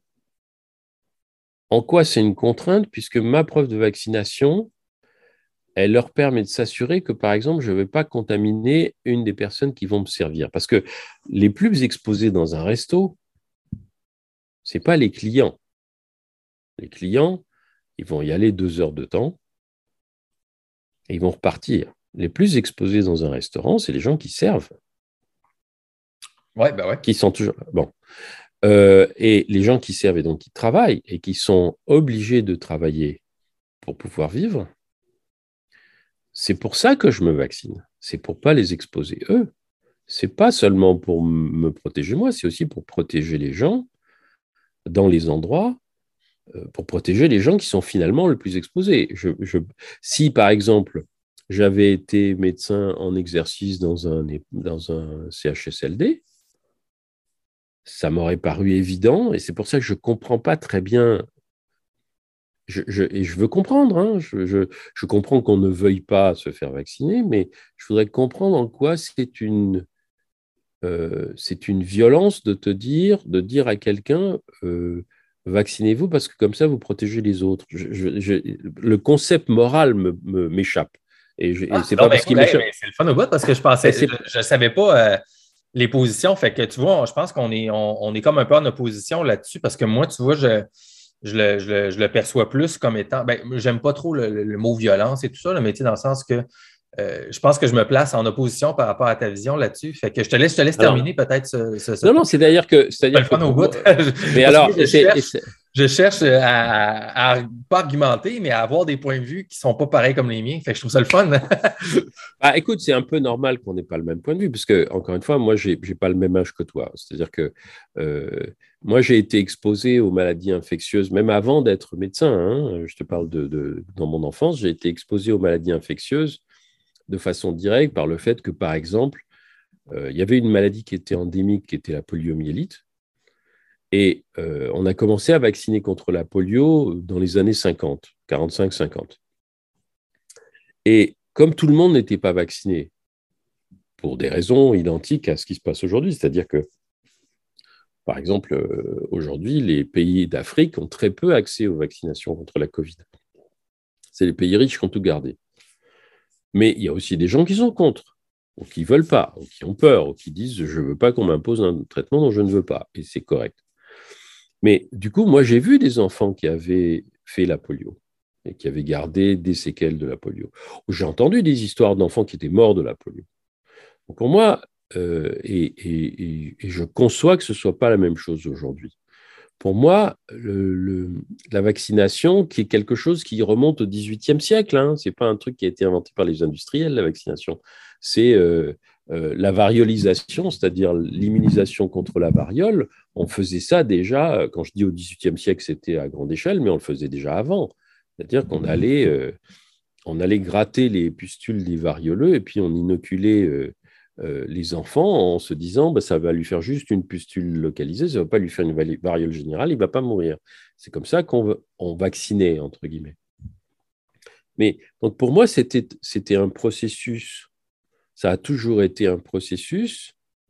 en quoi c'est une contrainte puisque ma preuve de vaccination, elle leur permet de s'assurer que, par exemple, je ne vais pas contaminer une des personnes qui vont me servir. Parce que les plus exposés dans un resto, ce n'est pas les clients. Les clients, ils vont y aller deux heures de temps et ils vont repartir. Les plus exposés dans un restaurant, c'est les gens qui servent, Oui, ben ouais. qui sont toujours. Bon. Euh, et les gens qui servent et donc qui travaillent et qui sont obligés de travailler pour pouvoir vivre, c'est pour ça que je me vaccine. C'est pour ne pas les exposer eux. C'est pas seulement pour me protéger moi, c'est aussi pour protéger les gens dans les endroits, euh, pour protéger les gens qui sont finalement le plus exposés. Je, je, si, par exemple, j'avais été médecin en exercice dans un, dans un C H S L D, ça m'aurait paru évident, et c'est pour ça que je ne comprends pas très bien. Je, je, et je veux comprendre, hein, je, je, je comprends qu'on ne veuille pas se faire vacciner, mais je voudrais comprendre en quoi c'est une, euh, c'est une violence de te dire, de dire à quelqu'un, euh, vaccinez-vous parce que comme ça, vous protégez les autres. Je, je, je, le concept moral me, me, m'échappe. Et, je, et Ah, c'est non, pas ben parce écoute, qu'il hey, m'échappe. ben, c'est le fun au bout parce que je Et pensais, c'est, je ne savais pas. Euh, les positions. Fait que tu vois, je pense qu'on est, on, on est comme un peu en opposition là-dessus parce que moi, tu vois, je, je le, je le- je le perçois plus comme étant. Ben, j'aime pas trop le, le- le mot violence et tout ça, là, mais tu sais, dans le sens que euh, je pense que je me place en opposition par rapport à ta vision là-dessus. Fait que je te laisse, je te laisse Alors, terminer peut-être ce, ce, ce non, point. non, c'est d'ailleurs que, Pas le c'est-à-dire que fun au pour bout. moi, mais Parce que moi, alors, je c'est, cherche, je cherche à, à, à pas argumenter, mais à avoir des points de vue qui sont pas pareils comme les miens. Fait que je trouve ça le fun. bah, écoute, c'est un peu normal qu'on n'ait pas le même point de vue, parce que, encore une fois, moi, je n'ai pas le même âge que toi. C'est-à-dire que euh, moi, j'ai été exposé aux maladies infectieuses, même avant d'être médecin. Hein, je te parle de, de, dans mon enfance, j'ai été exposé aux maladies infectieuses de façon directe par le fait que, par exemple, euh, il y avait une maladie qui était endémique, qui était la poliomyélite. Et euh, on a commencé à vacciner contre la polio dans les années cinquante, quarante-cinq cinquante. Et comme tout le monde n'était pas vacciné, pour des raisons identiques à ce qui se passe aujourd'hui, c'est-à-dire que, par exemple, euh, aujourd'hui, les pays d'Afrique ont très peu accès aux vaccinations contre la Covid. C'est les pays riches qui ont tout gardé. Mais il y a aussi des gens qui sont contre, ou qui ne veulent pas, ou qui ont peur, ou qui disent je ne veux pas qu'on m'impose un traitement dont je ne veux pas. Et c'est correct. Mais du coup, moi, j'ai vu des enfants qui avaient fait la polio et qui avaient gardé des séquelles de la polio. J'ai entendu des histoires d'enfants qui étaient morts de la polio. Donc pour moi, euh, et, et, et, et je conçois que ce ne soit pas la même chose aujourd'hui. Pour moi, le, le, la vaccination, qui est quelque chose qui remonte au dix-huitième siècle, hein, ce n'est pas un truc qui a été inventé par les industriels, la vaccination, c'est euh, euh, la variolisation, c'est-à-dire l'immunisation contre la variole. On faisait ça déjà, quand je dis au dix-huitième siècle, c'était à grande échelle, mais on le faisait déjà avant. C'est-à-dire qu'on allait, euh, on allait gratter les pustules des varioleux et puis on inoculait euh, euh, les enfants en se disant bah, ça va lui faire juste une pustule localisée, ça ne va pas lui faire une variole générale, il ne va pas mourir. C'est comme ça qu'on on vaccinait, entre guillemets. Mais donc pour moi, c'était, c'était un processus, ça a toujours été un processus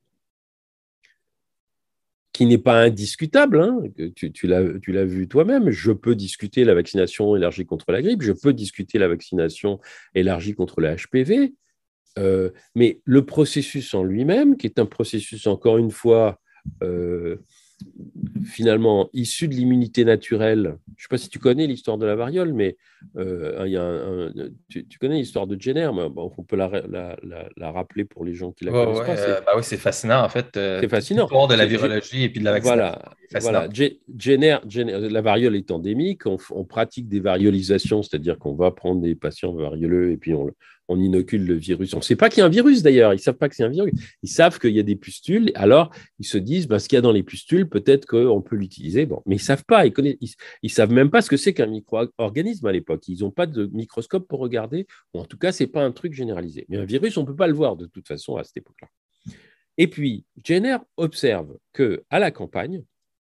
qui n'est pas indiscutable. Hein. Tu, tu, l'as, tu l'as vu toi-même. Je peux discuter la vaccination élargie contre la grippe, je peux discuter la vaccination élargie contre le H P V, euh, mais le processus en lui-même, qui est un processus, encore une fois, euh, finalement issu de l'immunité naturelle. Je ne sais pas si tu connais l'histoire de la variole, mais euh, il y a un, un, tu, tu, connais l'histoire de Jenner, mais bon, on peut la, la, la, la, rappeler pour les gens qui ne la Ouais, connaissent ouais, pas. euh, C'est, bah oui, c'est fascinant, en fait. Euh, c'est toute fascinant. l'histoire de la C'est, virologie et puis de la vaccination voilà, est voilà. fascinante. Jenner, Jenner, la variole est endémique. On, on pratique des variolisations, c'est-à-dire qu'on va prendre des patients varioleux et puis on, on inocule le virus. On ne sait pas qu'il y a un virus d'ailleurs. Ils ne savent pas que c'est un virus. Ils savent qu'il y a des pustules. Alors, ils se disent, bah, ce qu'il y a dans les pustules, peut-être qu'on peut l'utiliser. Bon, mais ils ne savent pas. Ils ne ils, ils savent même pas ce que c'est qu'un micro-organisme à l'époque. Ils n'ont pas de microscope pour regarder. Ou en tout cas, ce n'est pas un truc généralisé. Mais un virus, on ne peut pas le voir de toute façon à cette époque-là. Et puis, Jenner observe qu'à la campagne,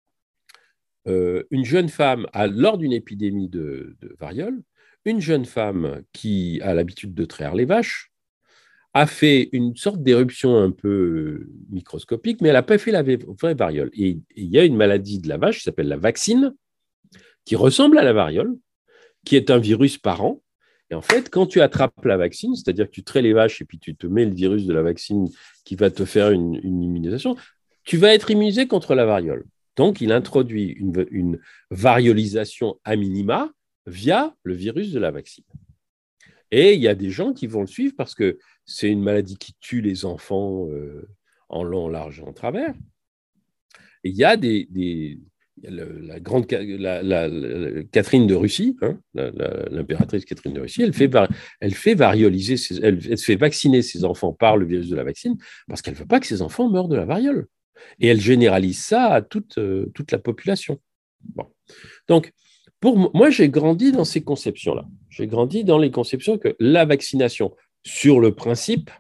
euh, une jeune femme, a, lors d'une épidémie de, de variole, une jeune femme qui a l'habitude de traire les vaches, a fait une sorte d'éruption un peu microscopique, mais elle n'a pas fait la vraie variole. Et il y a une maladie de la vache qui s'appelle la vaccine, qui ressemble à la variole, qui est un virus parent. Et en fait, quand tu attrapes la vaccine, c'est-à-dire que tu traites les vaches et puis tu te mets le virus de la vaccine qui va te faire une, une immunisation, tu vas être immunisé contre la variole. Donc, il introduit une, une variolisation à minima via le virus de la vaccine. Et il y a des gens qui vont le suivre parce que c'est une maladie qui tue les enfants euh, en long, en large et en travers. Et il y a des, des, la grande la, la, la, Catherine de Russie, hein, l'impératrice Catherine de Russie, elle fait, elle fait varioliser, ses, elle, elle fait vacciner ses enfants par le virus de la vaccine parce qu'elle ne veut pas que ses enfants meurent de la variole. Et elle généralise ça à toute, euh, toute la population. Bon. Donc, pour moi, j'ai grandi dans ces conceptions-là. J'ai grandi dans les conceptions que la vaccination, sur le principe,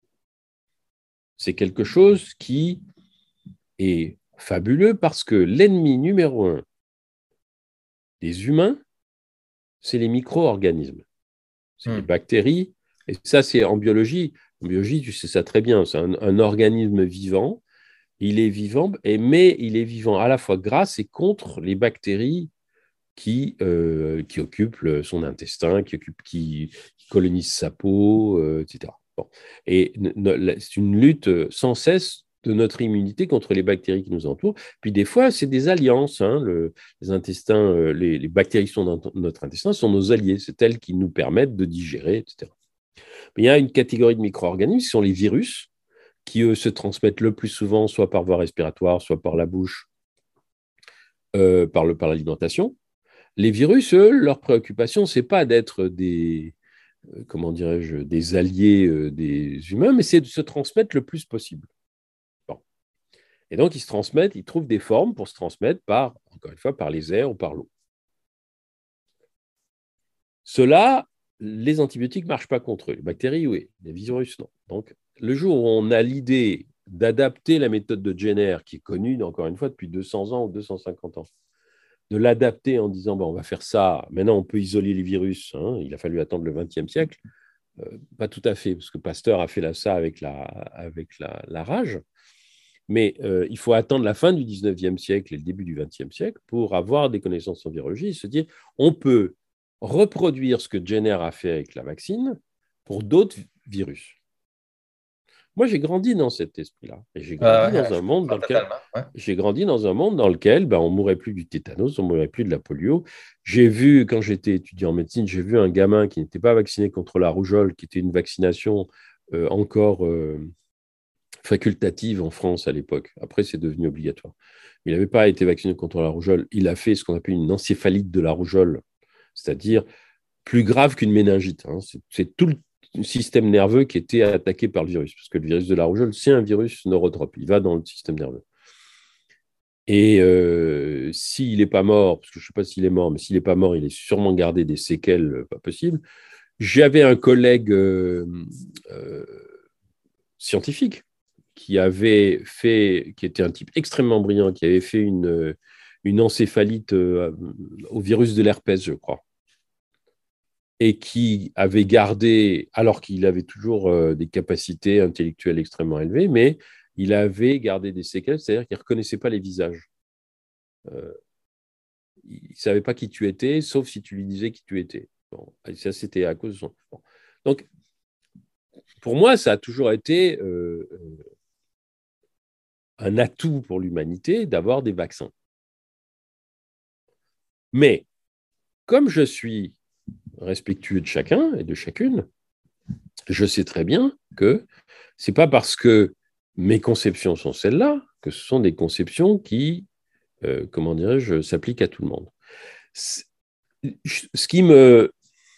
c'est quelque chose qui est fabuleux parce que l'ennemi numéro un des humains, c'est les micro-organismes. C'est hmm. les bactéries. Et ça, c'est en biologie. En biologie, tu sais ça très bien. C'est un, un organisme vivant. Il est vivant, et, mais il est vivant à la fois grâce et contre les bactéries qui, euh, qui occupent son intestin, qui, occupent, qui, qui colonisent sa peau, euh, et cetera. Bon. Et c'est une lutte sans cesse de notre immunité contre les bactéries qui nous entourent. Puis des fois, c'est des alliances. Hein, le, les intestins, euh, les, les bactéries qui sont dans notre intestin sont nos alliés. C'est elles qui nous permettent de digérer, et cetera. Mais il y a une catégorie de micro-organismes qui sont les virus, qui, eux, se transmettent le plus souvent, soit par voie respiratoire, soit par la bouche, euh, par, le, par l'alimentation. Les virus, eux, leur préoccupation, ce n'est pas d'être des, euh, comment dirais-je, des alliés euh, des humains, mais c'est de se transmettre le plus possible. Bon. Et donc, ils se transmettent, ils trouvent des formes pour se transmettre par, encore une fois, par les airs ou par l'eau. Cela, les antibiotiques ne marchent pas contre eux. Les bactéries, oui. Les virus, non. Donc, le jour où on a l'idée d'adapter la méthode de Jenner, qui est connue, encore une fois, depuis deux cents ans ou deux cent cinquante ans, de l'adapter en disant, bon, on va faire ça, maintenant on peut isoler les virus, hein, il a fallu attendre le vingtième siècle, euh, pas tout à fait, parce que Pasteur a fait ça avec la, avec la, la rage, mais euh, il faut attendre la fin du dix-neuvième siècle et le début du vingtième siècle pour avoir des connaissances en virologie et se dire, on peut reproduire ce que Jenner a fait avec la vaccine pour d'autres virus. Moi, j'ai grandi dans cet esprit-là. Et j'ai grandi Euh, dans un monde dans lequel ouais. j'ai grandi dans un monde dans lequel ben, on ne mourrait plus du tétanos, on ne mourrait plus de la polio. J'ai vu, quand j'étais étudiant en médecine, j'ai vu un gamin qui n'était pas vacciné contre la rougeole, qui était une vaccination euh, encore euh, facultative en France à l'époque. Après, c'est devenu obligatoire. Il n'avait pas été vacciné contre la rougeole. Il a fait ce qu'on appelle une encéphalite de la rougeole, c'est-à-dire plus grave qu'une méningite. Hein. C'est, c'est tout le système nerveux qui était attaqué par le virus, parce que le virus de la rougeole, c'est un virus neurotrope, il va dans le système nerveux. Et euh, s'il n'est pas mort, parce que je ne sais pas s'il est mort, mais s'il n'est pas mort, il est sûrement gardé des séquelles euh, pas possibles. J'avais un collègue euh, euh, scientifique qui avait fait, qui était un type extrêmement brillant, qui avait fait une, une encéphalite euh, au virus de l'herpès, je crois, et qui avait gardé, alors qu'il avait toujours euh, des capacités intellectuelles extrêmement élevées, mais il avait gardé des séquelles, c'est-à-dire qu'il ne reconnaissait pas les visages. Euh, il ne savait pas qui tu étais, sauf si tu lui disais qui tu étais. Bon, et ça, c'était à cause de son... Bon. Donc, pour moi, ça a toujours été euh, un atout pour l'humanité d'avoir des vaccins. Mais, comme je suis respectueux de chacun et de chacune, je sais très bien que ce n'est pas parce que mes conceptions sont celles-là que ce sont des conceptions qui, euh, comment dirais-je, s'appliquent à tout le monde. Ce qui me...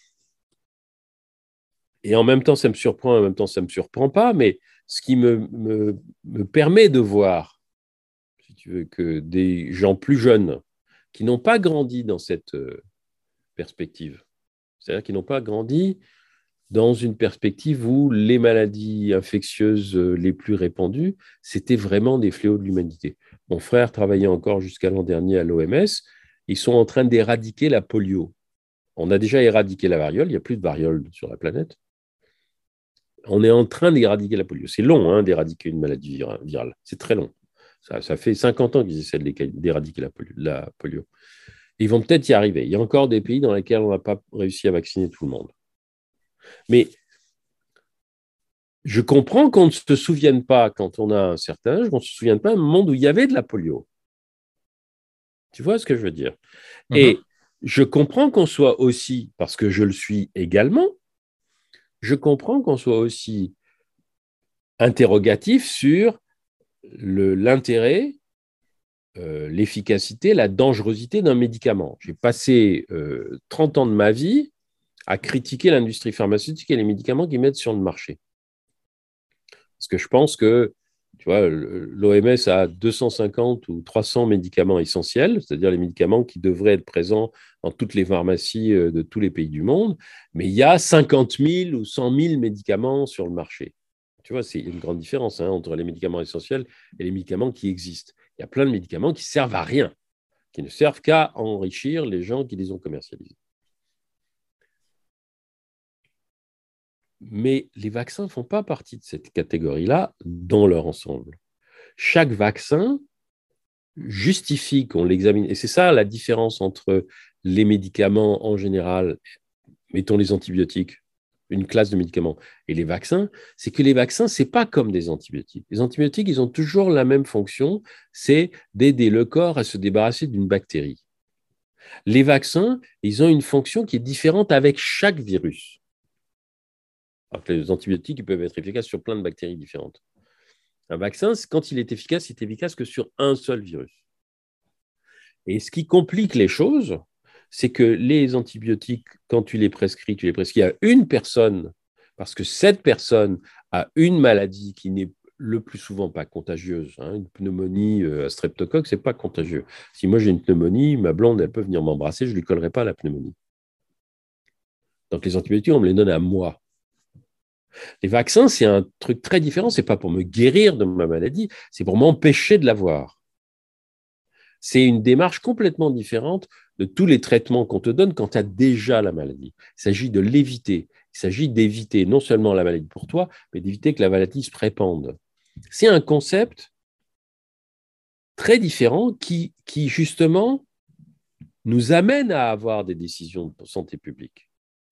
Et en même temps, ça me surprend, en même temps, ça ne me surprend pas, mais ce qui me, me, me permet de voir, si tu veux, que des gens plus jeunes qui n'ont pas grandi dans cette perspective, c'est-à-dire qui n'ont pas grandi dans une perspective où les maladies infectieuses les plus répandues, c'était vraiment des fléaux de l'humanité. Mon frère travaillait encore jusqu'à l'an dernier à l'O M S. Ils sont en train d'éradiquer la polio. On a déjà éradiqué la variole, il n'y a plus de variole sur la planète. On est en train d'éradiquer la polio. C'est long hein, d'éradiquer une maladie virale. C'est très long. Ça, ça fait cinquante ans qu'ils essaient d'éradiquer la polio. La polio. Ils vont peut-être y arriver. Il y a encore des pays dans lesquels on n'a pas réussi à vacciner tout le monde. Mais je comprends qu'on ne se souvienne pas, quand on a un certain âge, qu'on ne se souvienne pas d'un monde où il y avait de la polio. Tu vois ce que je veux dire? Mm-hmm. Et je comprends qu'on soit aussi, parce que je le suis également, je comprends qu'on soit aussi interrogatif sur le, l'intérêt, euh, l'efficacité, la dangerosité d'un médicament. J'ai passé euh, trente ans de ma vie à critiquer l'industrie pharmaceutique et les médicaments qu'ils mettent sur le marché. Parce que je pense que, tu vois, l'O M S a deux cent cinquante ou trois cents médicaments essentiels, c'est-à-dire les médicaments qui devraient être présents dans toutes les pharmacies de tous les pays du monde, mais il y a cinquante mille ou cent mille médicaments sur le marché. Tu vois, c'est une grande différence hein, entre les médicaments essentiels et les médicaments qui existent. Il y a plein de médicaments qui ne servent à rien, qui ne servent qu'à enrichir les gens qui les ont commercialisés. Mais les vaccins ne font pas partie de cette catégorie-là dans leur ensemble. Chaque vaccin justifie qu'on l'examine. Et c'est ça la différence entre les médicaments en général, mettons les antibiotiques, une classe de médicaments. Et les vaccins, c'est que les vaccins, ce n'est pas comme des antibiotiques. Les antibiotiques, ils ont toujours la même fonction, c'est d'aider le corps à se débarrasser d'une bactérie. Les vaccins, ils ont une fonction qui est différente avec chaque virus. Alors que les antibiotiques, ils peuvent être efficaces sur plein de bactéries différentes. Un vaccin, quand il est efficace, il est efficace que sur un seul virus. Et ce qui complique les choses, c'est que les antibiotiques, quand tu les prescris, tu les prescris à une personne, parce que cette personne a une maladie qui n'est le plus souvent pas contagieuse. Hein. Une pneumonie à streptocoque, ce n'est pas contagieux. Si moi j'ai une pneumonie, ma blonde, elle peut venir m'embrasser, je ne lui collerai pas la pneumonie. Donc les antibiotiques, on me les donne à moi. Les vaccins, c'est un truc très différent. Ce n'est pas pour me guérir de ma maladie, c'est pour m'empêcher de l'avoir. C'est une démarche complètement différente de tous les traitements qu'on te donne quand tu as déjà la maladie. Il s'agit de l'éviter. Il s'agit d'éviter non seulement la maladie pour toi, mais d'éviter que la maladie se répande. C'est un concept très différent qui, qui, justement, nous amène à avoir des décisions de santé publique.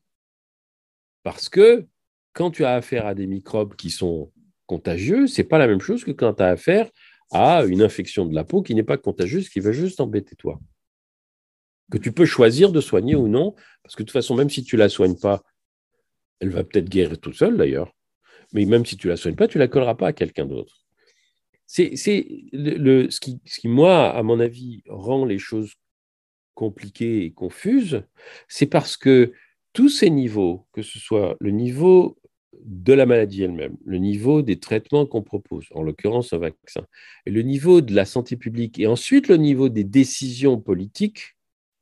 Parce que quand tu as affaire à des microbes qui sont contagieux, ce n'est pas la même chose que quand tu as affaire à une infection de la peau qui n'est pas contagieuse, qui va juste embêter toi. Que tu peux choisir de soigner ou non, parce que de toute façon, même si tu ne la soignes pas, elle va peut-être guérir toute seule d'ailleurs, mais même si tu ne la soignes pas, tu ne la colleras pas à quelqu'un d'autre. C'est, c'est le, le, ce, qui, ce qui, moi, à mon avis, rend les choses compliquées et confuses, c'est parce que tous ces niveaux, que ce soit le niveau de la maladie elle-même, le niveau des traitements qu'on propose, en l'occurrence un vaccin, et le niveau de la santé publique, et ensuite le niveau des décisions politiques,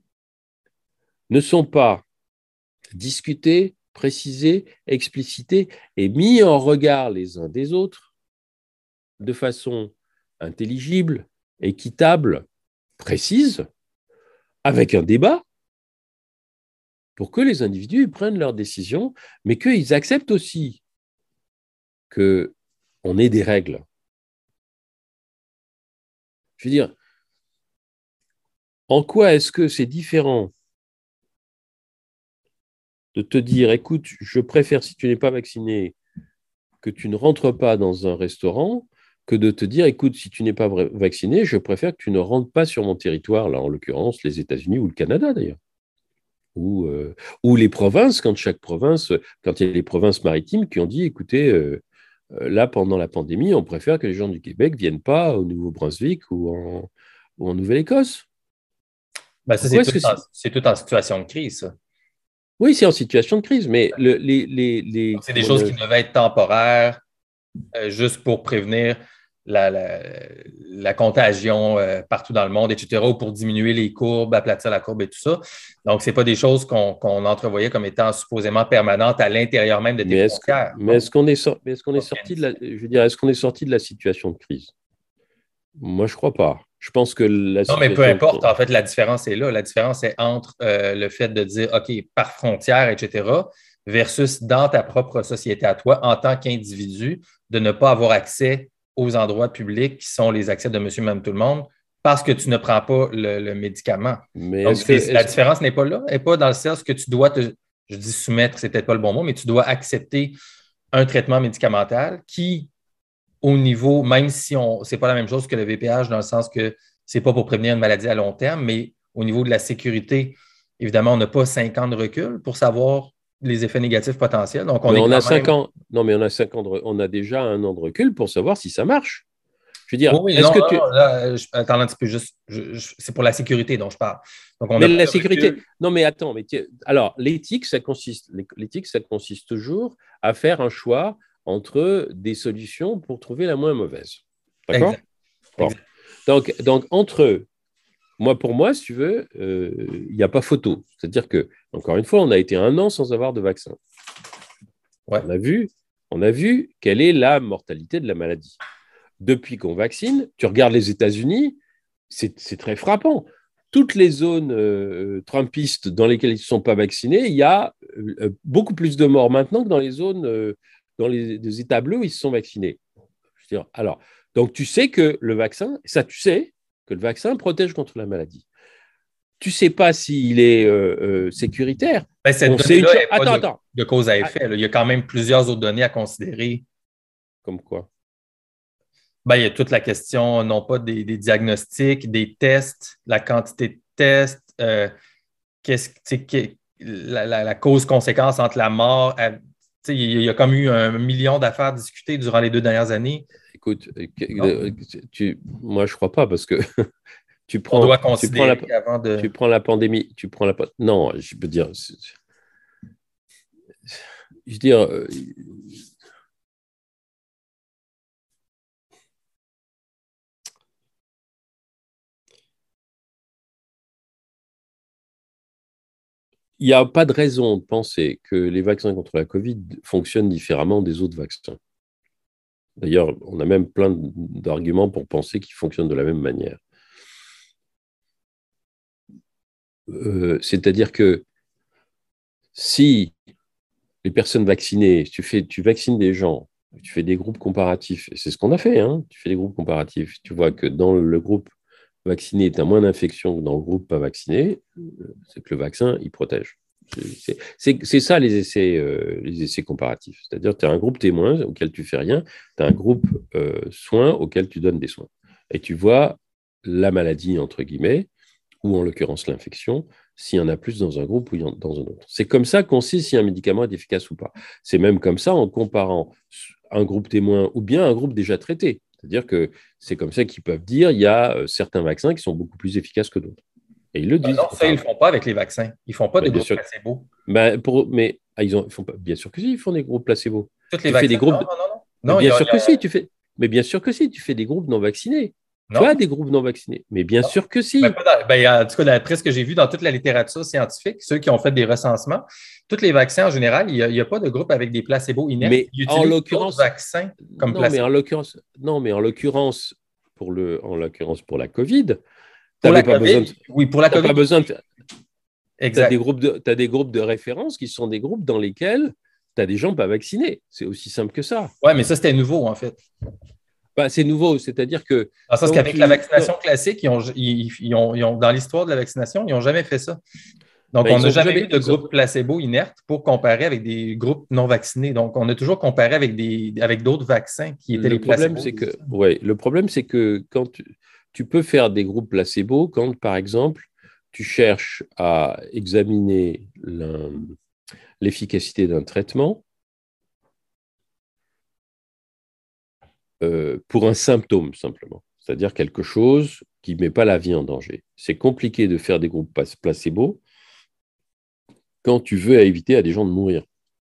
ne sont pas discutés, précisés, explicités et mis en regard les uns des autres de façon intelligible, équitable, précise, avec un débat, pour que les individus prennent leurs décisions, mais qu'ils acceptent aussi qu'on ait des règles. Je veux dire, en quoi est-ce que c'est différent de te dire, écoute, je préfère, si tu n'es pas vacciné, que tu ne rentres pas dans un restaurant, que de te dire, écoute, si tu n'es pas vacciné, je préfère que tu ne rentres pas sur mon territoire, là, en l'occurrence, les États-Unis ou le Canada, d'ailleurs. Ou, euh, ou les provinces, quand chaque province, quand il y a les provinces maritimes qui ont dit, écoutez, euh, là, pendant la pandémie, on préfère que les gens du Québec ne viennent pas au Nouveau-Brunswick ou en, ou en Nouvelle-Écosse. Ben, ça, c'est tout, en, c'est tout en situation de crise, ça. Oui, c'est en situation de crise, mais le, les, les, les... C'est des choses qui devaient être temporaires, euh, juste pour prévenir la, la, la contagion euh, partout dans le monde, et cetera, ou pour diminuer les courbes, aplatir la courbe et tout ça. Donc, ce n'est pas des choses qu'on qu'on entrevoyait comme étant supposément permanentes à l'intérieur même de tes mais est-ce que, frontières. mais est-ce qu'on est, so- est, qu'on est sorti de la, je veux dire, est-ce qu'on est sorti de la situation de crise? Moi, je ne crois pas. Je pense que la Non, mais peu situation... importe, en fait, la différence est là. La différence est entre euh, le fait de dire, OK, par frontière, et cetera, versus dans ta propre société à toi, en tant qu'individu, de ne pas avoir accès aux endroits publics qui sont les accès de monsieur, madame, tout le monde, parce que tu ne prends pas le, le médicament. Mais Donc, est-ce que, c'est- la est-ce... différence n'est pas là, elle n'est pas dans le sens que tu dois te, je dis soumettre, c'est peut-être pas le bon mot, mais tu dois accepter un traitement médicamental qui, au niveau, même si on, c'est pas la même chose que le V P H dans le sens que c'est pas pour prévenir une maladie à long terme, mais au niveau de la sécurité, évidemment, on n'a pas cinq ans de recul pour savoir les effets négatifs potentiels. Donc, on mais est on a quand cinq même. ans. Non, mais on a cinq ans de... on a déjà un an de recul pour savoir si ça marche. Je veux dire, Oui, oui, est-ce non, que non, tu... non, là, je, attends un petit peu, juste, je- je- c'est pour la sécurité dont je parle. Donc, on Mais n'a pas la de sécurité, recul. non, mais attends, mais tu- alors l'éthique, ça consiste, l'éthique, ça consiste toujours à faire un choix entre des solutions pour trouver la moins mauvaise. D'accord? Exact. Bon. Exact. Donc, donc, entre, moi, pour moi, si tu veux, euh, il n'y a pas photo. C'est-à-dire que, encore une fois, on a été un an sans avoir de vaccin. Ouais. On a vu, on a vu quelle est la mortalité de la maladie. Depuis qu'on vaccine, tu regardes les États-Unis, c'est c'est très frappant. Toutes les zones euh, trumpistes dans lesquelles ils ne sont pas vaccinés, il y a euh, beaucoup plus de morts maintenant que dans les zones, euh, dans les, les États bleus où ils se sont vaccinés. Je veux dire, alors, donc tu sais que le vaccin, ça tu sais, que le vaccin protège contre la maladie. tu ne sais pas s'il est euh, euh, sécuritaire. Ben, cette On sait une donnée-là chose. n'est pas Attends, de, attends. de cause à effet. Là. Il y a quand même plusieurs autres données à considérer. Comme quoi? Ben, il y a toute la question, non pas des, des diagnostics, des tests, la quantité de tests, euh, qu'est-ce, que, la, la, la cause-conséquence entre la mort. À, il y a comme eu un million d'affaires discutées durant les deux dernières années. Écoute, Non? tu, moi, je ne crois pas parce que tu On prends, doit tu prends la, considérer avant de. tu prends la pandémie, tu prends la non, je peux dire, je veux dire, euh, il n'y a pas de raison de penser que les vaccins contre la Covid fonctionnent différemment des autres vaccins. D'ailleurs, on a même plein d'arguments pour penser qu'ils fonctionnent de la même manière. Euh, c'est-à-dire que si les personnes vaccinées, tu, fais, tu vaccines des gens, tu fais des groupes comparatifs, et c'est ce qu'on a fait, hein, tu fais des groupes comparatifs, tu vois que dans le groupe vacciné, tu as moins d'infections que dans le groupe pas vacciné, c'est que le vaccin, il protège. C'est, c'est, c'est ça les essais, euh, les essais comparatifs. C'est-à-dire tu as un groupe témoin auquel tu fais rien, tu as un groupe euh, soins auquel tu donnes des soins. Et tu vois la maladie, entre guillemets, ou en l'occurrence l'infection, s'il y en a plus dans un groupe ou dans un autre. C'est comme ça qu'on sait si un médicament est efficace ou pas. C'est même comme ça en comparant un groupe témoin ou bien un groupe déjà traité. C'est-à-dire que c'est comme ça qu'ils peuvent dire il y a certains vaccins qui sont beaucoup plus efficaces que d'autres. Et ils le disent. Non, ça, ils ne le font pas avec les vaccins. Ils ne font pas de groupes sûr, placebo. Ben pour, mais ah, ils, ont, ils font pas, bien sûr que si, ils font des groupes placebo. Toutes les tu vaccins, fais des groupes. non, non, non. Mais non bien il y a, sûr il y que a... si, tu fais. Mais bien sûr que si, tu fais des groupes non vaccinés. Non. Tu as des groupes non vaccinés. Mais bien non. sûr que si. Ben, dans, ben, en tout cas, d'après ce que j'ai vu dans toute la littérature scientifique, ceux qui ont fait des recensements, tous les vaccins en général, il n'y a, a, pas de groupe avec des placebos inertes. Mais Ils en utilisent l'occurrence, d'autres vaccins comme non, mais en placebo. l'occurrence, non, mais en l'occurrence, pour le, en l'occurrence pour la Covid, tu Pour la pas COVID, besoin de, oui, pour la t'as COVID. pas besoin de, tu as des Exact. groupes de, t'as des groupes de référence qui sont des groupes dans lesquels tu as des gens pas vaccinés. C'est aussi simple que ça. Oui, mais ça, c'était nouveau, en fait. Bah, c'est nouveau, c'est-à-dire que. Dans le sens quand qu'avec tu, la vaccination quand, classique, ils ont, ils, ils ont, ils ont, dans l'histoire de la vaccination, ils n'ont jamais fait ça. Donc, bah, on ils n'a ont jamais jamais, eu de ils ont, groupe placebo inerte pour comparer avec des groupes non vaccinés. Donc, on a toujours comparé avec, des, avec d'autres vaccins qui étaient le les problème, placebos. c'est que, ouais, le problème, c'est que quand tu, tu peux faire des groupes placebo, quand, par exemple, tu cherches à examiner l'efficacité d'un traitement euh, pour un symptôme, simplement. C'est-à-dire quelque chose qui ne met pas la vie en danger. C'est compliqué de faire des groupes placebo quand tu veux éviter à des gens de mourir.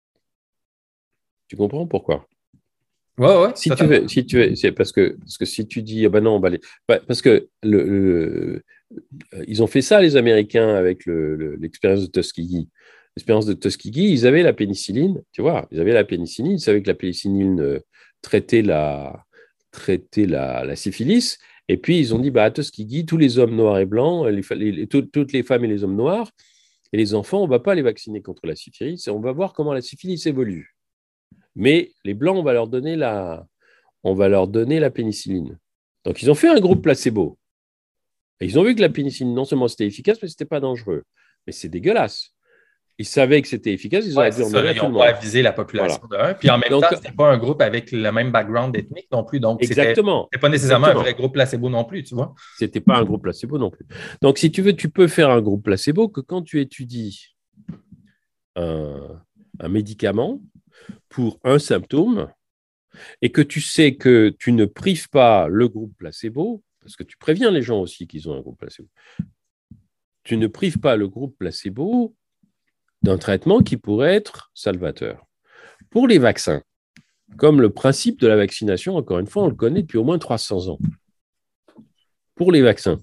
Tu comprends pourquoi? Oui, oui, si tu veux, si tu veux, c'est parce que, parce que si tu dis, ah ben non, bah les, bah parce que le, le, ils ont fait ça, les Américains, avec le, le, l'expérience de Tuskegee. L'expérience de Tuskegee, ils avaient la pénicilline, tu vois, ils avaient la pénicilline, ils savaient que la pénicilline euh, traitait, la, traitait la, la syphilis, et puis ils ont dit, bah, à Tuskegee, tous les hommes noirs et blancs, les, les, tout, toutes les femmes et les hommes noirs, et les enfants, on ne va pas les vacciner contre la syphilis, et on va voir comment la syphilis évolue. Mais les blancs, on va leur donner la, on va leur donner la pénicilline. Donc, ils ont fait un groupe placebo. Et ils ont vu que la pénicilline, non seulement c'était efficace, mais ce n'était pas dangereux. Mais c'est dégueulasse. Ils savaient que c'était efficace, ils auraient ouais, dû en ça, mourir ils tout le n'ont pas monde. avisé la population Voilà. de un. Puis en même Donc, temps, ce n'était pas un groupe avec le même background ethnique non plus. Donc, ce n'était pas nécessairement exactement. un vrai groupe placebo non plus, tu vois. Ce n'était pas un groupe placebo non plus. Donc, si tu veux, tu peux faire un groupe placebo que quand tu étudies un, un médicament pour un symptôme, et que tu sais que tu ne prives pas le groupe placebo, parce que tu préviens les gens aussi qu'ils ont un groupe placebo, tu ne prives pas le groupe placebo d'un traitement qui pourrait être salvateur. Pour les vaccins, comme le principe de la vaccination, encore une fois, on le connaît depuis au moins trois cents ans. Pour les vaccins,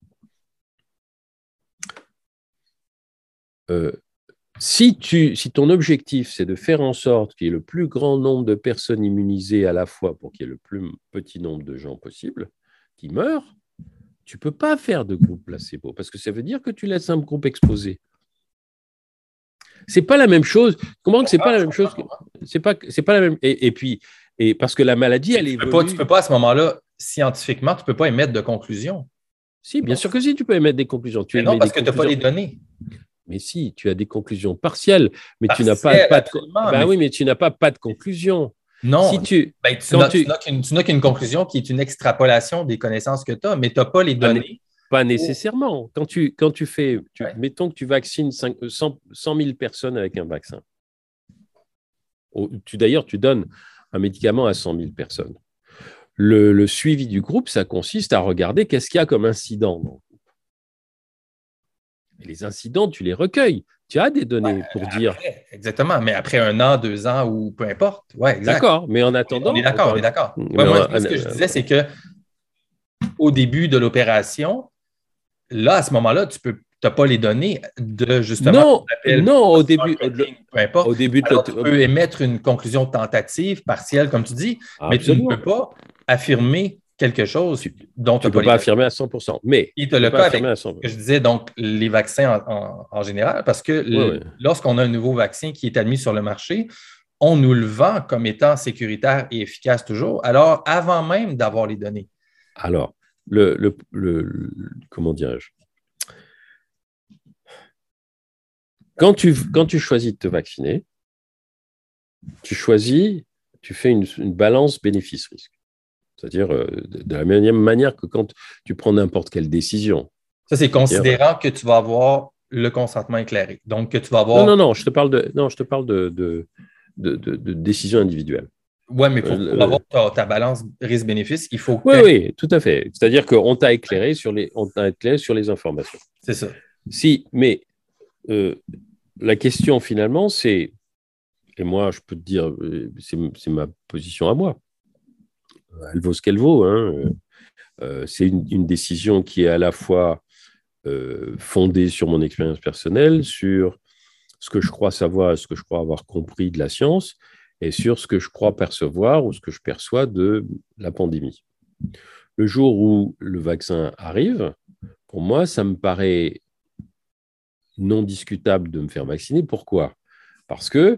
euh, si, tu, si ton objectif, c'est de faire en sorte qu'il y ait le plus grand nombre de personnes immunisées à la fois pour qu'il y ait le plus petit nombre de gens possible qui meurent, tu ne peux pas faire de groupe placebo parce que ça veut dire que tu laisses un groupe exposé. C'est pas la même chose. Comment que c'est pas la même chose que... C'est pas, c'est pas la même. Et, et puis, et parce que la maladie, elle tu évolue. Peux pas, tu peux pas à ce moment-là, scientifiquement, tu ne peux pas émettre de conclusion. Si, bien sûr que si, tu peux émettre des conclusions. Tu Mais non, émets parce des que tu n'as pas les conclusions. données. Mais si, tu as des conclusions partielles, mais tu n'as pas, Partielles, pas de. absolument. Ben Mais oui, mais tu n'as pas, pas de conclusion. non, Si tu, ben, tu quand n'as, tu tu, n'as qu'une, tu n'as qu'une conclusion qui est une extrapolation des connaissances que tu as, mais tu n'as pas les pas, né- données. pas pour- nécessairement. Quand tu, quand tu fais, tu, Ouais. mettons que tu vaccines cinq- cent, cent mille personnes avec un vaccin. Au- Tu, d'ailleurs, tu donnes un médicament à cent mille personnes. Le, le suivi du groupe, ça consiste à regarder qu'est-ce qu'il y a comme incident. Et les incidents, tu les recueilles. Tu as des données pour dire, Après, exactement. Mais après un an, deux ans ou peu importe. Oui, exact. d'accord, mais en On est, on est attendant, d'accord, on encore est une d'accord. Ouais, mais moi, en- moi, ce que je euh, disais, c'est que au début de l'opération, là, à ce moment-là, tu peux, t'as pas les données de justement ce non, qu'on appelle non, au début, au, marketing, peu importe. au début de Alors, tu l'auto- peux émettre une conclusion tentative, partielle, comme tu dis, mais tu ne peux absolument. pas affirmer quelque chose Tu dont tu ne n'as pas peux les pas données. affirmer à cent pour cent, mais Et tu tu as peux le pas cas avec affirmer à ce que cent pour cent. je disais, donc les vaccins en, en- en général, parce que Oui, l- oui. lorsqu'on a un nouveau vaccin qui est admis sur le marché, on nous le vend comme étant sécuritaire et efficace toujours, alors avant même d'avoir les données. Alors, le, le, le, le- comment dirais-je? Quand tu, quand tu choisis de te vacciner, tu choisis, tu fais une, une balance bénéfice-risque. C'est-à-dire euh, de, de la même manière que quand tu prends n'importe quelle décision. Ça, c'est C'est-à-dire, considérant que tu vas avoir le consentement éclairé. Donc, que tu vas non, non, avoir. non, je te parle de, non, je te parle de, de, de, de, de décision individuelle. Ouais, mais pour, pour Euh, avoir ta, ta balance risque-bénéfice, il faut que oui, tu aies. oui, tout à fait. C'est-à-dire qu'on t'a éclairé sur les, on t'a éclairé sur les informations. C'est ça. Si, mais euh, la question finalement, c'est, et moi, je peux te dire, euh, c'est, c'est ma position à moi. Elle vaut ce qu'elle vaut. Hein. Euh, c'est une, une décision qui est à la fois euh, fondée sur mon expérience personnelle, sur ce que je crois savoir, ce que je crois avoir compris de la science, et sur ce que je crois percevoir ou ce que je perçois de la pandémie. Le jour où le vaccin arrive, pour moi, ça me paraît non discutable de me faire vacciner. Pourquoi? Parce que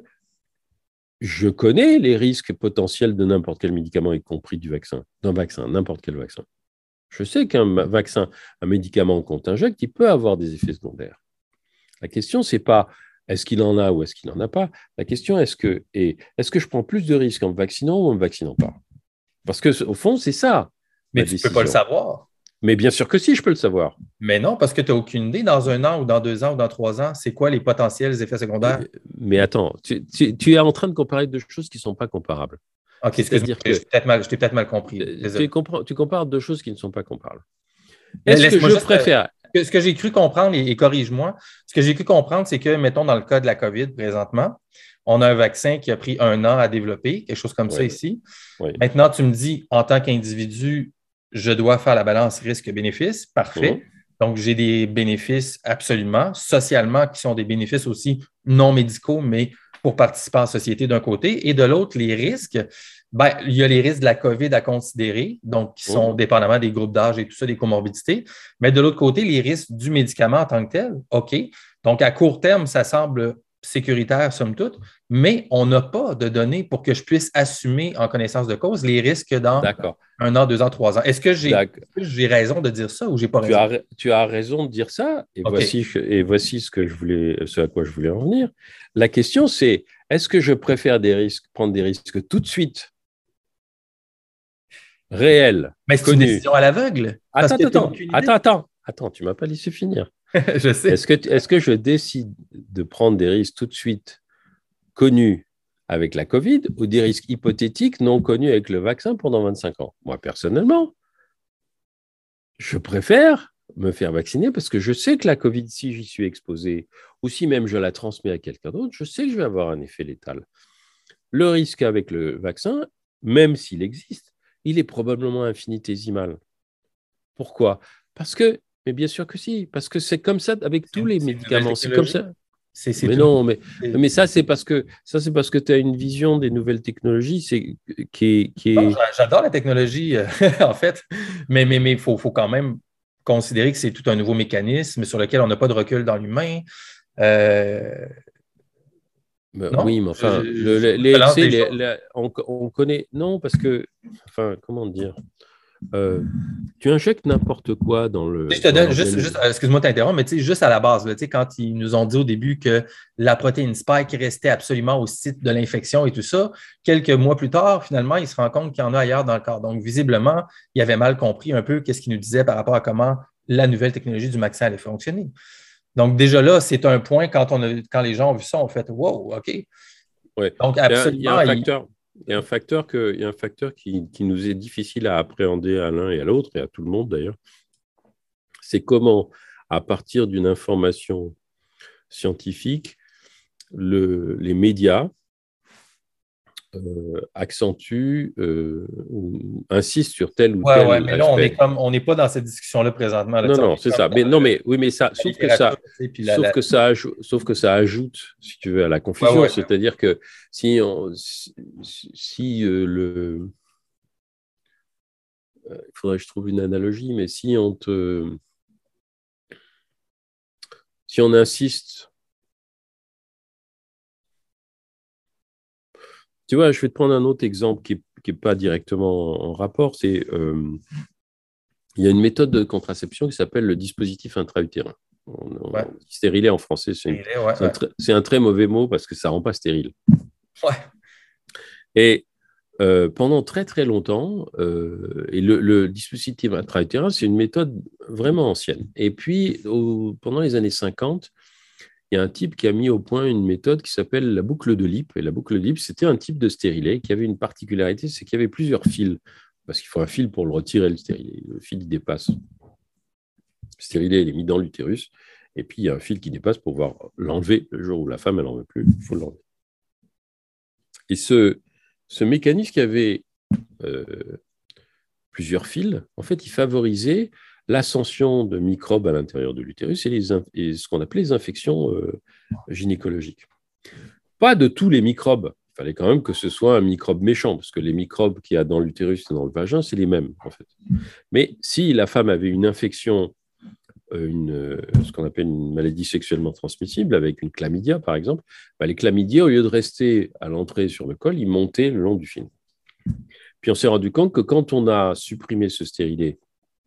je connais les risques potentiels de n'importe quel médicament, y compris du vaccin, d'un vaccin, n'importe quel vaccin. Je sais qu'un vaccin, un médicament qu'on t'injecte, il peut avoir des effets secondaires. La question, c'est pas est-ce qu'il en a ou est-ce qu'il n'en a pas. La question est-ce que, est, est-ce que je prends plus de risques en me vaccinant ou en me vaccinant pas? Parce que au fond, c'est ça Mais ma tu ne peux pas le décision. savoir. Mais bien sûr que si, je peux le savoir. Mais non, parce que tu n'as aucune idée dans un an ou dans deux ans ou dans trois ans, c'est quoi les potentiels effets secondaires? Mais attends, tu, tu, tu es en train de comparer deux choses qui ne sont pas comparables. OK, excuse-moi, C'est-à-dire je que t'ai peut-être mal, je t'ai peut-être mal compris. euh, tu, Désolé. comprends, tu compares deux choses qui ne sont pas comparables. Est-ce que Laisse-moi je juste. euh, préfère que- Ce que j'ai cru comprendre, et, et corrige-moi, ce que j'ai cru comprendre, c'est que, mettons, dans le cas de la COVID présentement, on a un vaccin qui a pris un an à développer, quelque chose comme ça Oui, ici. oui. Maintenant, tu me dis, en tant qu'individu, je dois faire la balance risque-bénéfice. Parfait. Hum, Donc, j'ai des bénéfices absolument, socialement, qui sont des bénéfices aussi non médicaux, mais pour participer en société d'un côté. Et de l'autre, les risques, ben, il y a les risques de la COVID à considérer, donc qui sont hum. dépendamment des groupes d'âge et tout ça, des comorbidités. Mais de l'autre côté, les risques du médicament en tant que tel, OK. Donc, à court terme, ça semble sécuritaire, somme toute, mais on n'a pas de données pour que je puisse assumer en connaissance de cause les risques dans D'accord. un an, deux ans, trois ans. Est-ce que j'ai D'accord. est-ce que j'ai raison de dire ça ou j'ai pas Tu raison? as, tu as raison de dire ça, et OK. voici, et voici ce, que je voulais, ce à quoi je voulais en venir. La question, c'est est-ce que je préfère des risques, prendre des risques tout de suite, réels, Mais c'est une connus? décision à l'aveugle parce Attends, que tu n'as attends, aucune idée. attends, attends, attends, tu ne m'as pas laissé finir. Je sais. Est-ce que, est-ce que je décide de prendre des risques tout de suite connus avec la COVID ou des risques hypothétiques non connus avec le vaccin pendant vingt-cinq ans? Moi, personnellement, je préfère me faire vacciner parce que je sais que la COVID, si j'y suis exposé, ou si même je la transmets à quelqu'un d'autre, je sais que je vais avoir un effet létal. Le risque avec le vaccin, même s'il existe, il est probablement infinitésimal. Pourquoi? Parce que, mais bien sûr que si, parce que c'est comme ça avec C'est tous une, les c'est une nouvelle médicaments, c'est comme technologie. ça. C'est c'est Mais une. non, mais, c'est- mais ça, c'est parce que, ça, c'est parce que tu as une vision des nouvelles technologies c'est, qui est. Qui Non, est... j'a- j'adore la technologie, euh, en fait, mais il mais, mais faut, faut quand même considérer que c'est tout un nouveau mécanisme sur lequel on n'a pas de recul dans l'humain. Euh, Ben non, oui, mais je, enfin, je- le, je le- les, tu balance sais, des les- choses. les- on, on connaît. Non, parce que, enfin, comment dire? Euh, tu injectes n'importe quoi dans le. Je te dans donne juste, juste euh, excuse-moi de t'interrompre, mais tu sais, juste à la base, là, tu sais, quand ils nous ont dit au début que la protéine spike restait absolument au site de l'infection et tout ça, quelques mois plus tard, finalement, ils se rendent compte qu'il y en a ailleurs dans le corps. Donc, visiblement, il avait mal compris un peu qu'est-ce qu'il nous disait par rapport à comment la nouvelle technologie du vaccin allait fonctionner. Donc, déjà là, c'est un point quand, on a, quand les gens ont vu ça, on fait wow, OK. Ouais. Donc, Il y a, il y a absolument. un il- facteur, il y a un facteur, que, il y a un facteur qui, qui nous est difficile à appréhender à l'un et à l'autre, et à tout le monde d'ailleurs. C'est comment, à partir d'une information scientifique, le, les médias euh, accentuent euh, ou insistent sur tel ou Ouais, ouais, tel mais là, on est aspect. comme on n'est pas dans cette discussion-là présentement. Là, tu Non, sais, on non, est c'est comme ça. dans Mais non, le- mais oui, mais ça, la sauf que littérature, ça, tu sais, puis la, sauf la- que ça ajoute, sauf que ça ajoute, si tu veux, à la Ouais, confusion. ouais. C'est-à-dire que si, on, si, si, euh, le, il faudrait que je trouve une analogie, mais si on te, si on insiste, tu vois, je vais te prendre un autre exemple qui n'est qui est pas directement en rapport. C'est, euh, il y a une méthode de contraception qui s'appelle le dispositif intra-utérin. On, on, Ouais. Stérilet en français, c'est, une, Et là, ouais, c'est, un ouais. très, c'est un très mauvais mot parce que ça ne rend pas stérile. Ouais. Et euh, pendant très très longtemps, euh, et le, le dispositif intra-utérin, c'est une méthode vraiment ancienne. Et puis, au, pendant les années cinquante, il y a un type qui a mis au point une méthode qui s'appelle la boucle de Lippe. Et la boucle de Lippe, c'était un type de stérilet qui avait une particularité, c'est qu'il y avait plusieurs fils. Parce qu'il faut un fil pour le retirer, le stérilet. Le fil, il dépasse. Le stérilet, il est mis dans l'utérus. Et puis, il y a un fil qui dépasse pour pouvoir l'enlever le jour où la femme, elle n'en veut plus. Il faut l'enlever. Et ce, ce mécanisme qui avait euh, plusieurs fils, en fait, il favorisait l'ascension de microbes à l'intérieur de l'utérus et, les, et ce qu'on appelait les infections euh, gynécologiques. Pas de tous les microbes. Il fallait quand même que ce soit un microbe méchant, parce que les microbes qu'il y a dans l'utérus et dans le vagin, c'est les mêmes, en fait. Mais si la femme avait une infection, une, ce qu'on appelle une maladie sexuellement transmissible, avec une chlamydia, par exemple, bah, les chlamydia, au lieu de rester à l'entrée sur le col, ils montaient le long du fil. Puis on s'est rendu compte que quand on a supprimé ce stérilet,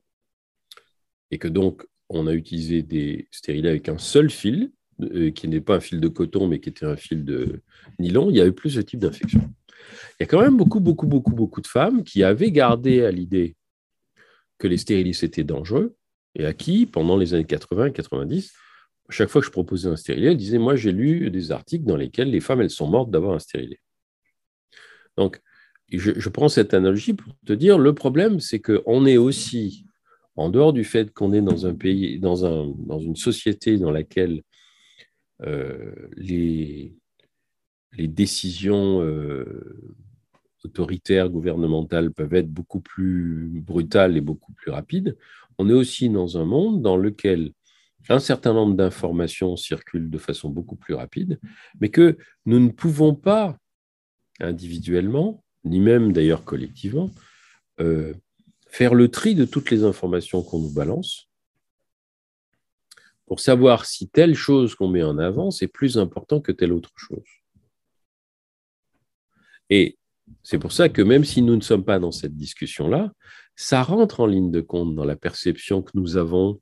et que donc on a utilisé des stérilets avec un seul fil, euh, qui n'est pas un fil de coton, mais qui était un fil de nylon, il n'y avait plus ce type d'infection. Il y a quand même beaucoup, beaucoup, beaucoup, beaucoup de femmes qui avaient gardé à l'idée que les stérilis étaient dangereux, et à qui, pendant les années quatre-vingts quatre-vingt-dix, chaque fois que je proposais un stérilet, elles disaient, moi j'ai lu des articles dans lesquels les femmes, elles sont mortes d'avoir un stérilet. Donc, je, je prends cette analogie pour te dire, le problème, c'est qu'on est aussi, en dehors du fait qu'on est dans un pays, dans, un, dans une société dans laquelle euh, les, les décisions euh, autoritaires, gouvernementales peuvent être beaucoup plus brutales et beaucoup plus rapides, on est aussi dans un monde dans lequel un certain nombre d'informations circulent de façon beaucoup plus rapide, mais que nous ne pouvons pas individuellement, ni même d'ailleurs collectivement, euh, faire le tri de toutes les informations qu'on nous balance pour savoir si telle chose qu'on met en avant, c'est plus important que telle autre chose. Et c'est pour ça que même si nous ne sommes pas dans cette discussion-là, ça rentre en ligne de compte dans la perception que nous avons,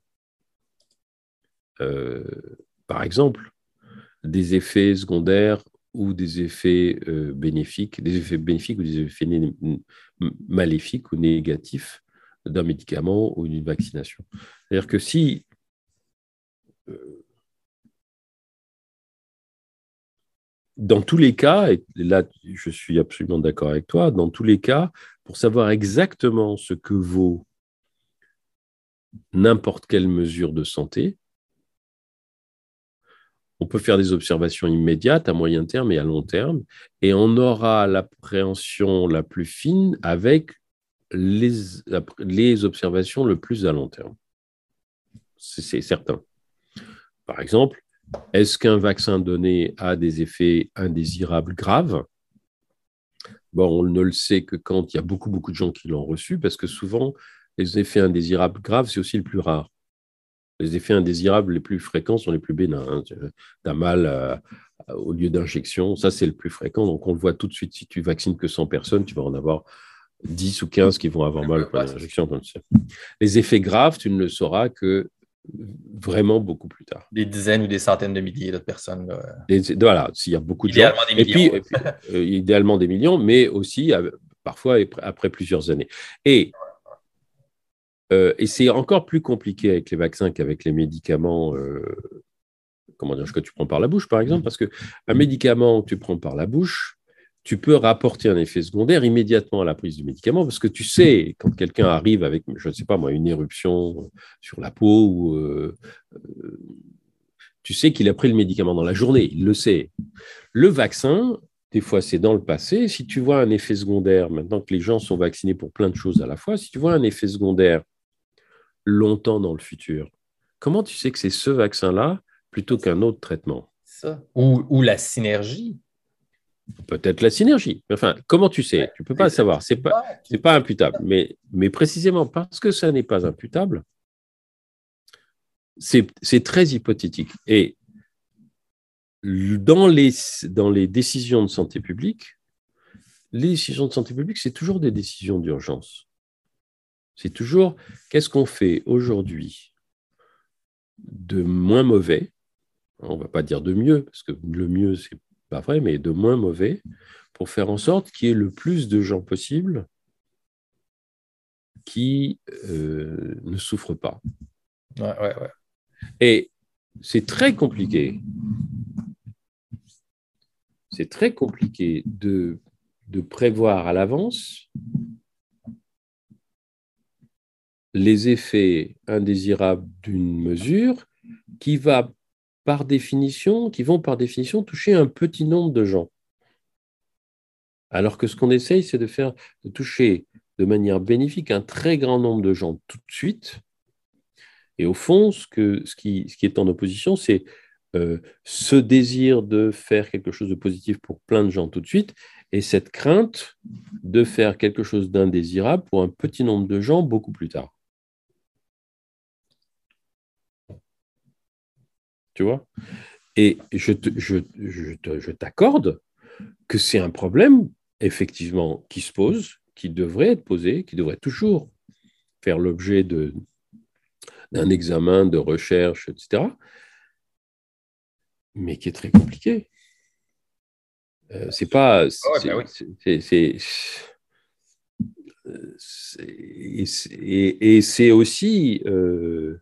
euh, par exemple, des effets secondaires ou des effets euh, bénéfiques, des effets bénéfiques ou des effets né- maléfiques ou négatifs d'un médicament ou d'une vaccination. C'est-à-dire que si euh, dans tous les cas, et là je suis absolument d'accord avec toi, dans tous les cas, pour savoir exactement ce que vaut n'importe quelle mesure de santé, on peut faire des observations immédiates, à moyen terme et à long terme, et on aura l'appréhension la plus fine avec les, les observations le plus à long terme. C'est, c'est certain. Par exemple, est-ce qu'un vaccin donné a des effets indésirables graves? Bon, on ne le sait que quand il y a beaucoup, beaucoup de gens qui l'ont reçu, parce que souvent, les effets indésirables graves, c'est aussi le plus rare. Les effets indésirables les plus fréquents sont les plus bénins. Hein. Tu as mal à, à, au lieu d'injection, ça c'est le plus fréquent. Donc on le voit tout de suite. Si tu vaccines que cent personnes, tu vas en avoir dix ou quinze qui vont avoir mal au point Ouais, d'injection. Comme ça. Les effets graves, tu ne le sauras que vraiment beaucoup plus tard. des dizaines ou des centaines de milliers de personnes. Là. Et, voilà, s'il y a beaucoup de gens. Idéalement des Et millions. puis, et puis euh, idéalement des millions, mais aussi euh, parfois après plusieurs années. Et, euh, et c'est encore plus compliqué avec les vaccins qu'avec les médicaments, euh, comment dire, que tu prends par la bouche, par exemple, parce qu'un médicament que tu prends par la bouche, tu peux rapporter un effet secondaire immédiatement à la prise du médicament, parce que tu sais, quand quelqu'un arrive avec, je ne sais pas moi, une éruption sur la peau, ou, euh, euh, tu sais qu'il a pris le médicament dans la journée, il le sait. Le vaccin, des fois, c'est dans le passé. Si tu vois un effet secondaire, maintenant que les gens sont vaccinés pour plein de choses à la fois, si tu vois un effet secondaire longtemps dans le futur, comment tu sais que c'est ce vaccin-là plutôt qu'un autre traitement? Ça. Ou, ou la synergie. Peut-être la synergie. Enfin, comment tu sais? Tu ne peux pas le savoir. Ce n'est pas, c'est pas imputable. Mais, mais précisément parce que ça n'est pas imputable, c'est, c'est très hypothétique. Et dans les, dans les décisions de santé publique, les décisions de santé publique, c'est toujours des décisions d'urgence. C'est toujours qu'est-ce qu'on fait aujourd'hui de moins mauvais, on ne va pas dire de mieux, parce que le mieux, ce n'est pas vrai, mais de moins mauvais, pour faire en sorte qu'il y ait le plus de gens possible qui euh, ne souffrent pas. Ouais, ouais, ouais. Et c'est très compliqué. C'est très compliqué de, de prévoir à l'avance les effets indésirables d'une mesure qui va par définition, qui vont par définition toucher un petit nombre de gens. Alors que ce qu'on essaye, c'est de faire, de toucher de manière bénéfique un très grand nombre de gens tout de suite. Et au fond, ce, que, ce, qui, ce qui est en opposition, c'est euh, ce désir de faire quelque chose de positif pour plein de gens tout de suite et cette crainte de faire quelque chose d'indésirable pour un petit nombre de gens beaucoup plus tard. Tu vois? Et je, te, je, je, te, je t'accorde que c'est un problème, effectivement, qui se pose, qui devrait être posé, qui devrait toujours faire l'objet de, d'un examen, de recherche, et cetera, mais qui est très compliqué. Euh, c'est pas... C'est, Ouais, ben oui. c'est, c'est, c'est, c'est, et, et c'est aussi... Euh,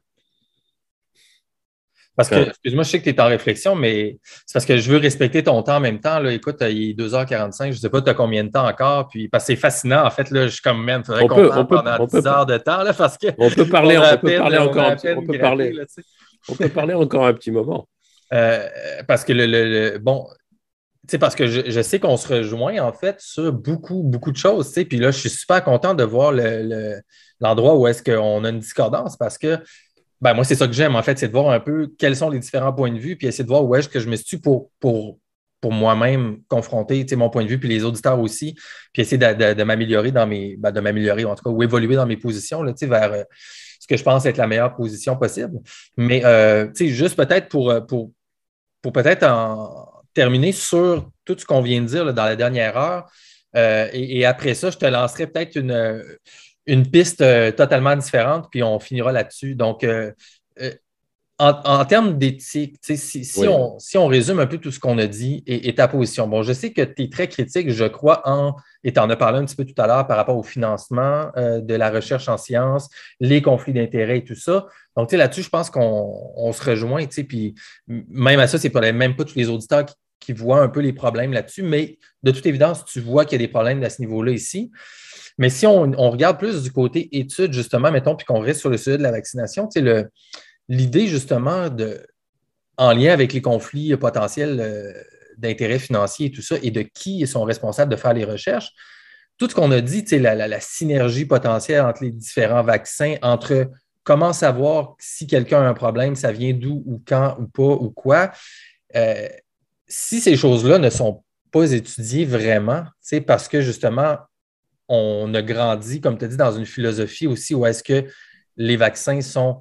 Parce que, excuse-moi, je sais que tu es en réflexion, mais c'est parce que je veux respecter ton temps en même temps. Là. Écoute, il est deux heures quarante-cinq, je ne sais pas, tu as combien de temps encore. Puis, parce que c'est fascinant, en fait, là, je suis comme, man, il faudrait on qu'on peut, parle on peut, pendant on peut, dix heures de temps, là, parce que on peut parler, on on a à peut peine, parler on a encore à un petit, peine on peut gratté, parler, là, tu sais. on peut parler encore un petit moment. Euh, parce que le, le, le bon, tu sais, parce que je, je sais qu'on se rejoint, en fait, sur beaucoup, beaucoup de choses, tu sais. Puis là, je suis super content de voir le, le, l'endroit où est-ce qu'on a une discordance parce que ben, moi, c'est ça que j'aime, en fait, c'est de voir un peu quels sont les différents points de vue, puis essayer de voir où est-ce que je me situe pour, pour, pour moi-même confronter mon point de vue, puis les auditeurs aussi, puis essayer de, de, de m'améliorer dans mes. Ben, de m'améliorer, en tout cas, ou évoluer dans mes positions là, vers euh, ce que je pense être la meilleure position possible. Mais euh, juste peut-être pour, pour, pour peut-être en terminer sur tout ce qu'on vient de dire là, dans la dernière heure, euh, et, et après ça, je te lancerai peut-être une une piste euh, totalement différente, puis on finira là-dessus. Donc, euh, euh, en, en, termes d'éthique, si, si, Oui. on, si on résume un peu tout ce qu'on a dit et, et ta position, bon, je sais que tu es très critique, je crois, en, et tu en as parlé un petit peu tout à l'heure par rapport au financement euh, de la recherche en sciences, les conflits d'intérêts et tout ça. Donc, là-dessus, je pense qu'on on se rejoint, puis même à ça, c'est même pas tous les auditeurs qui, qui voient un peu les problèmes là-dessus, mais de toute évidence, tu vois qu'il y a des problèmes à ce niveau-là ici. Mais si on, on, regarde plus du côté études, justement, mettons, puis qu'on reste sur le sujet de la vaccination, le, l'idée, justement, de, en lien avec les conflits potentiels euh, d'intérêts financiers et tout ça, et de qui sont responsables de faire les recherches, tout ce qu'on a dit, la, la, la synergie potentielle entre les différents vaccins, entre comment savoir si quelqu'un a un problème, ça vient d'où ou quand ou pas ou quoi, euh, si ces choses-là ne sont pas étudiées vraiment, parce que, justement, on a grandi, comme tu as dit, dans une philosophie aussi où est-ce que les vaccins sont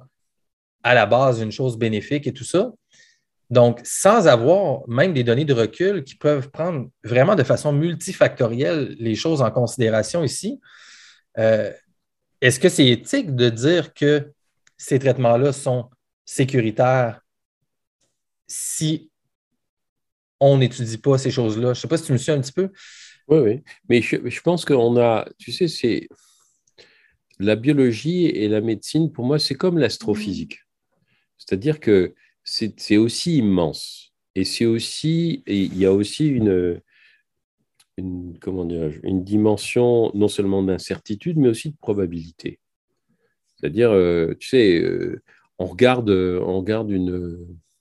à la base une chose bénéfique et tout ça. Donc, sans avoir même des données de recul qui peuvent prendre vraiment de façon multifactorielle les choses en considération ici, Euh, est-ce que c'est éthique de dire que ces traitements-là sont sécuritaires si on n'étudie pas ces choses-là? Je ne sais pas si tu me suis un petit peu. Oui, oui. Mais je, je pense qu'on a, tu sais, c'est la biologie et la médecine, pour moi, c'est comme l'astrophysique. C'est-à-dire que c'est c'est aussi immense. Et c'est aussi, et il y a aussi une, une, comment dirais-je, une dimension non seulement d'incertitude, mais aussi de probabilité. C'est-à-dire, euh, tu sais, euh, on regarde, on regarde une,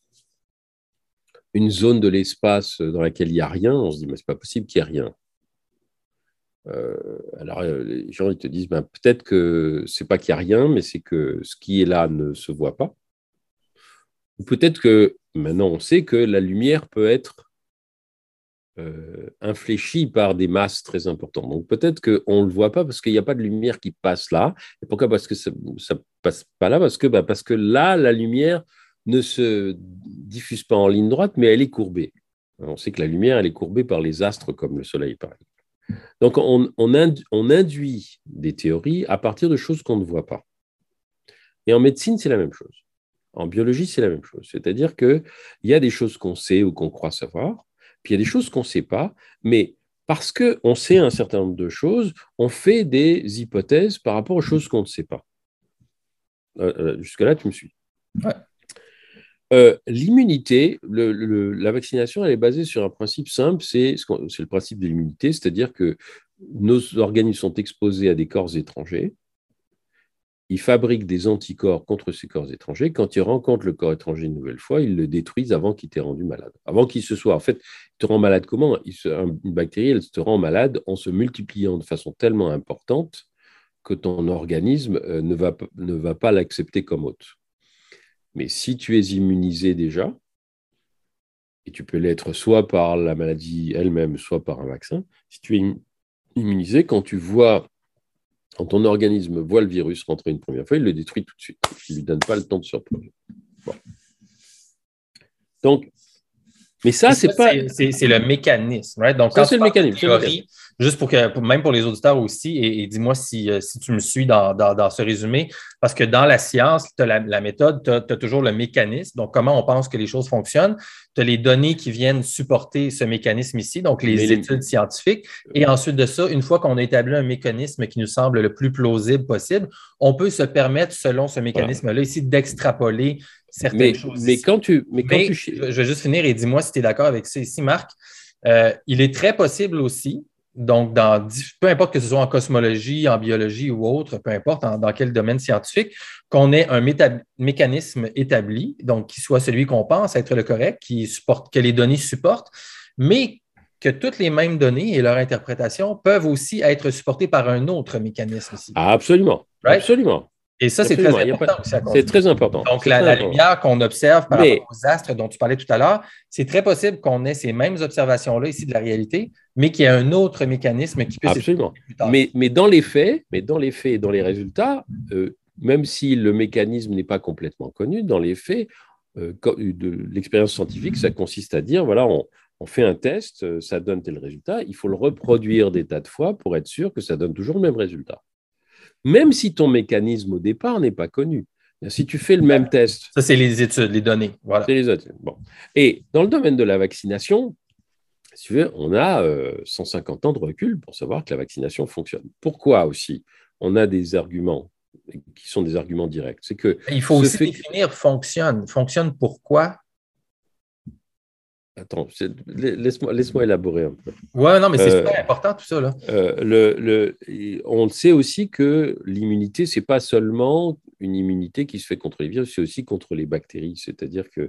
une zone de l'espace dans laquelle il n'y a rien, on se dit, mais c'est pas possible qu'il n'y ait rien. Euh, alors, euh, les gens ils te disent, ben, peut-être que c'est pas qu'il n'y a rien, mais c'est que ce qui est là ne se voit pas. Ou peut-être que maintenant on sait que la lumière peut être euh, infléchie par des masses très importantes. Donc peut-être qu'on ne le voit pas parce qu'il n'y a pas de lumière qui passe là. Et pourquoi? Parce que ça ne passe pas là, parce que, bah, parce que là, la lumière ne se diffuse pas en ligne droite, mais elle est courbée. On sait que la lumière, elle est courbée par les astres comme le Soleil, par exemple. Donc on, on, indu- on induit des théories à partir de choses qu'on ne voit pas. Et en médecine, c'est la même chose. En biologie, c'est la même chose. C'est-à-dire qu'il y a des choses qu'on sait ou qu'on croit savoir, puis il y a des choses qu'on ne sait pas, mais parce qu'on sait un certain nombre de choses, on fait des hypothèses par rapport aux choses qu'on ne sait pas. Euh, euh, jusque-là, tu me suis. Ouais. Euh, l'immunité, le, le, la vaccination, elle est basée sur un principe simple, c'est, c'est le principe de l'immunité, c'est-à-dire que nos organismes sont exposés à des corps étrangers, ils fabriquent des anticorps contre ces corps étrangers. Quand ils rencontrent le corps étranger une nouvelle fois, ils le détruisent avant qu'il t'ait rendu malade. Avant qu'il se soit. En fait, il te rend malade comment? Il se, Une bactérie, elle te rend malade en se multipliant de façon tellement importante que ton organisme euh, ne, va, ne va pas l'accepter comme hôte. Mais si tu es immunisé déjà, et tu peux l'être soit par la maladie elle-même, soit par un vaccin, si tu es immunisé, quand tu vois quand ton organisme voit le virus rentrer une première fois, il le détruit tout de suite. Il ne lui donne pas le temps de se reproduire. Bon. Donc, mais ça, Et ça, c'est pas. c'est, c'est, c'est le mécanisme. Right? Donc, Ça, quand tu c'est le parles de mécanisme. C'est le mécanisme. théorie, juste pour que, pour- même pour les auditeurs aussi, et, et dis-moi si, euh, si tu me suis dans, dans, dans ce résumé, parce que dans la science, tu as la, la méthode, tu as toujours le mécanisme, donc comment on pense que les choses fonctionnent, tu as les données qui viennent supporter ce mécanisme ici, donc les Mais les... études scientifiques, et ensuite de ça, une fois qu'on a établi un mécanisme qui nous semble le plus plausible possible, on peut se permettre, selon ce Voilà. mécanisme-là ici, d'extrapoler certaines Mais, choses mais ici. quand tu. Mais, quand Mais tu... je, je vais juste finir et dis-moi si tu es d'accord avec ça ici, Marc. Euh, il est très possible aussi, donc dans, peu importe que ce soit en cosmologie, en biologie ou autre, peu importe en- dans quel domaine scientifique, qu'on ait un méta- mécanisme établi, donc qui soit celui qu'on pense être le correct, qui supporte, que les données supportent, mais que toutes les mêmes données et leur interprétation peuvent aussi être supportées par un autre mécanisme ici. Ah, absolument. Right? Absolument. Et ça, c'est très Absolument. Il y a pas... important aussi à C'est considérer. très important. Donc, C'est la, très la important. lumière qu'on observe par rapport Mais, aux astres dont tu parlais tout à l'heure, c'est très possible qu'on ait ces mêmes observations-là ici de la réalité, mais qu'il y ait un autre mécanisme qui puisse être absolument. plus tard. Mais, mais dans les faits, mais dans les faits et dans les résultats, euh, même si le mécanisme n'est pas complètement connu, dans les faits, euh, de l'expérience scientifique, ça consiste à dire, voilà, on, on fait un test, euh, ça donne tel résultat, il faut le reproduire des tas de fois pour être sûr que ça donne toujours le même résultat. Même si ton mécanisme au départ n'est pas connu. Si tu fais le même test, Ça, c'est les études, les données. Voilà. c'est les autres. Bon. Et dans le domaine de la vaccination, si tu veux, on a euh, cent cinquante ans de recul pour savoir que la vaccination fonctionne. Pourquoi aussi? On a des arguments qui sont des arguments directs. C'est que Il faut ce aussi fait. définir fonctionne. Fonctionne pourquoi? Attends, laisse-moi laisse élaborer un peu. Oui, non, mais c'est Euh, super important tout ça. Là. euh, le, le, on sait aussi que l'immunité, ce n'est pas seulement une immunité qui se fait contre les virus, c'est aussi contre les bactéries. C'est-à-dire que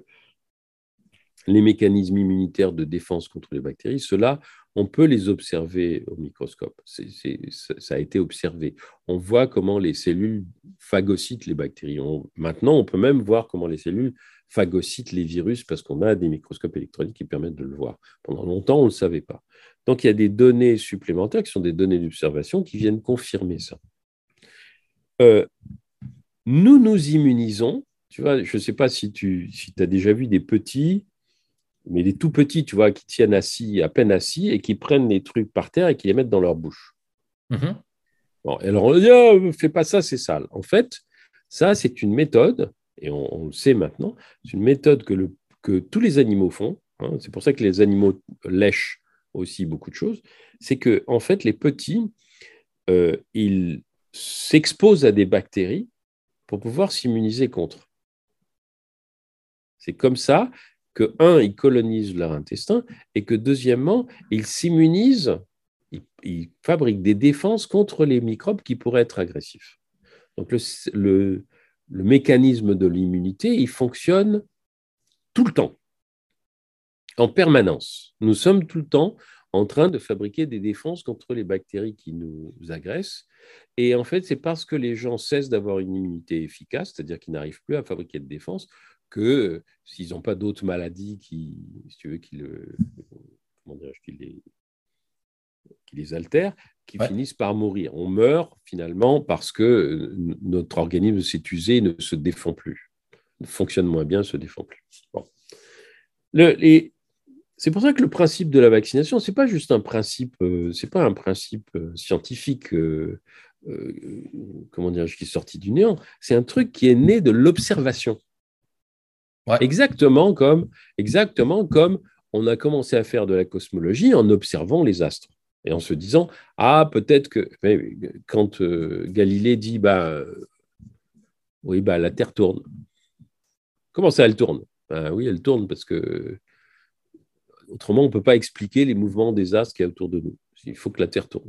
les mécanismes immunitaires de défense contre les bactéries, ceux-là, on peut les observer au microscope. C'est, c'est, ça a été observé. On voit comment les cellules phagocytent les bactéries. On, maintenant, on peut même voir comment les cellules phagocytent les virus parce qu'on a des microscopes électroniques qui permettent de le voir. Pendant longtemps, on ne le savait pas. Donc, il y a des données supplémentaires qui sont des données d'observation qui viennent confirmer ça. Euh, nous nous immunisons. Tu vois, je ne sais pas si tu si as déjà vu des petits mais les tout petits, tu vois, qui tiennent assis, à peine assis, et qui prennent les trucs par terre et qui les mettent dans leur bouche. Mm-hmm. Bon, alors on dit, oh, fais pas ça, c'est sale. En fait, ça, c'est une méthode, et on, on le sait maintenant, c'est une méthode que, le, que tous les animaux font. Hein, c'est pour ça que les animaux lèchent aussi beaucoup de choses. C'est que, en fait, les petits, euh, ils s'exposent à des bactéries pour pouvoir s'immuniser contre. C'est comme ça que, un, ils colonisent leur intestin et que, deuxièmement, ils s'immunisent, ils, ils fabriquent des défenses contre les microbes qui pourraient être agressifs. Donc, le, le, le mécanisme de l'immunité, il fonctionne tout le temps, en permanence. Nous sommes tout le temps en train de fabriquer des défenses contre les bactéries qui nous agressent. Et en fait, c'est parce que les gens cessent d'avoir une immunité efficace, c'est-à-dire qu'ils n'arrivent plus à fabriquer de défense, que s'ils n'ont pas d'autres maladies qui, si tu veux, qui, le, comment dirais-je, qui, les, qui les altèrent, qui ouais. finissent par mourir. On meurt finalement parce que notre organisme s'est usé et ne se défend plus. Ne fonctionne moins bien, ne se défend plus. Bon. Le, les, c'est pour ça que le principe de la vaccination, ce n'est pas juste un principe, euh, c'est pas un principe euh, scientifique, euh, euh, comment dirais-je, qui est sorti du néant. C'est un truc qui est né de l'observation. Ouais. Exactement comme, exactement comme on a commencé à faire de la cosmologie en observant les astres et en se disant ah peut-être que quand euh, Galilée dit bah euh, oui bah la Terre tourne. Comment ça elle tourne? Ben, oui elle tourne parce que autrement on ne peut pas expliquer les mouvements des astres qu'il y a autour de nous. Il faut que la Terre tourne.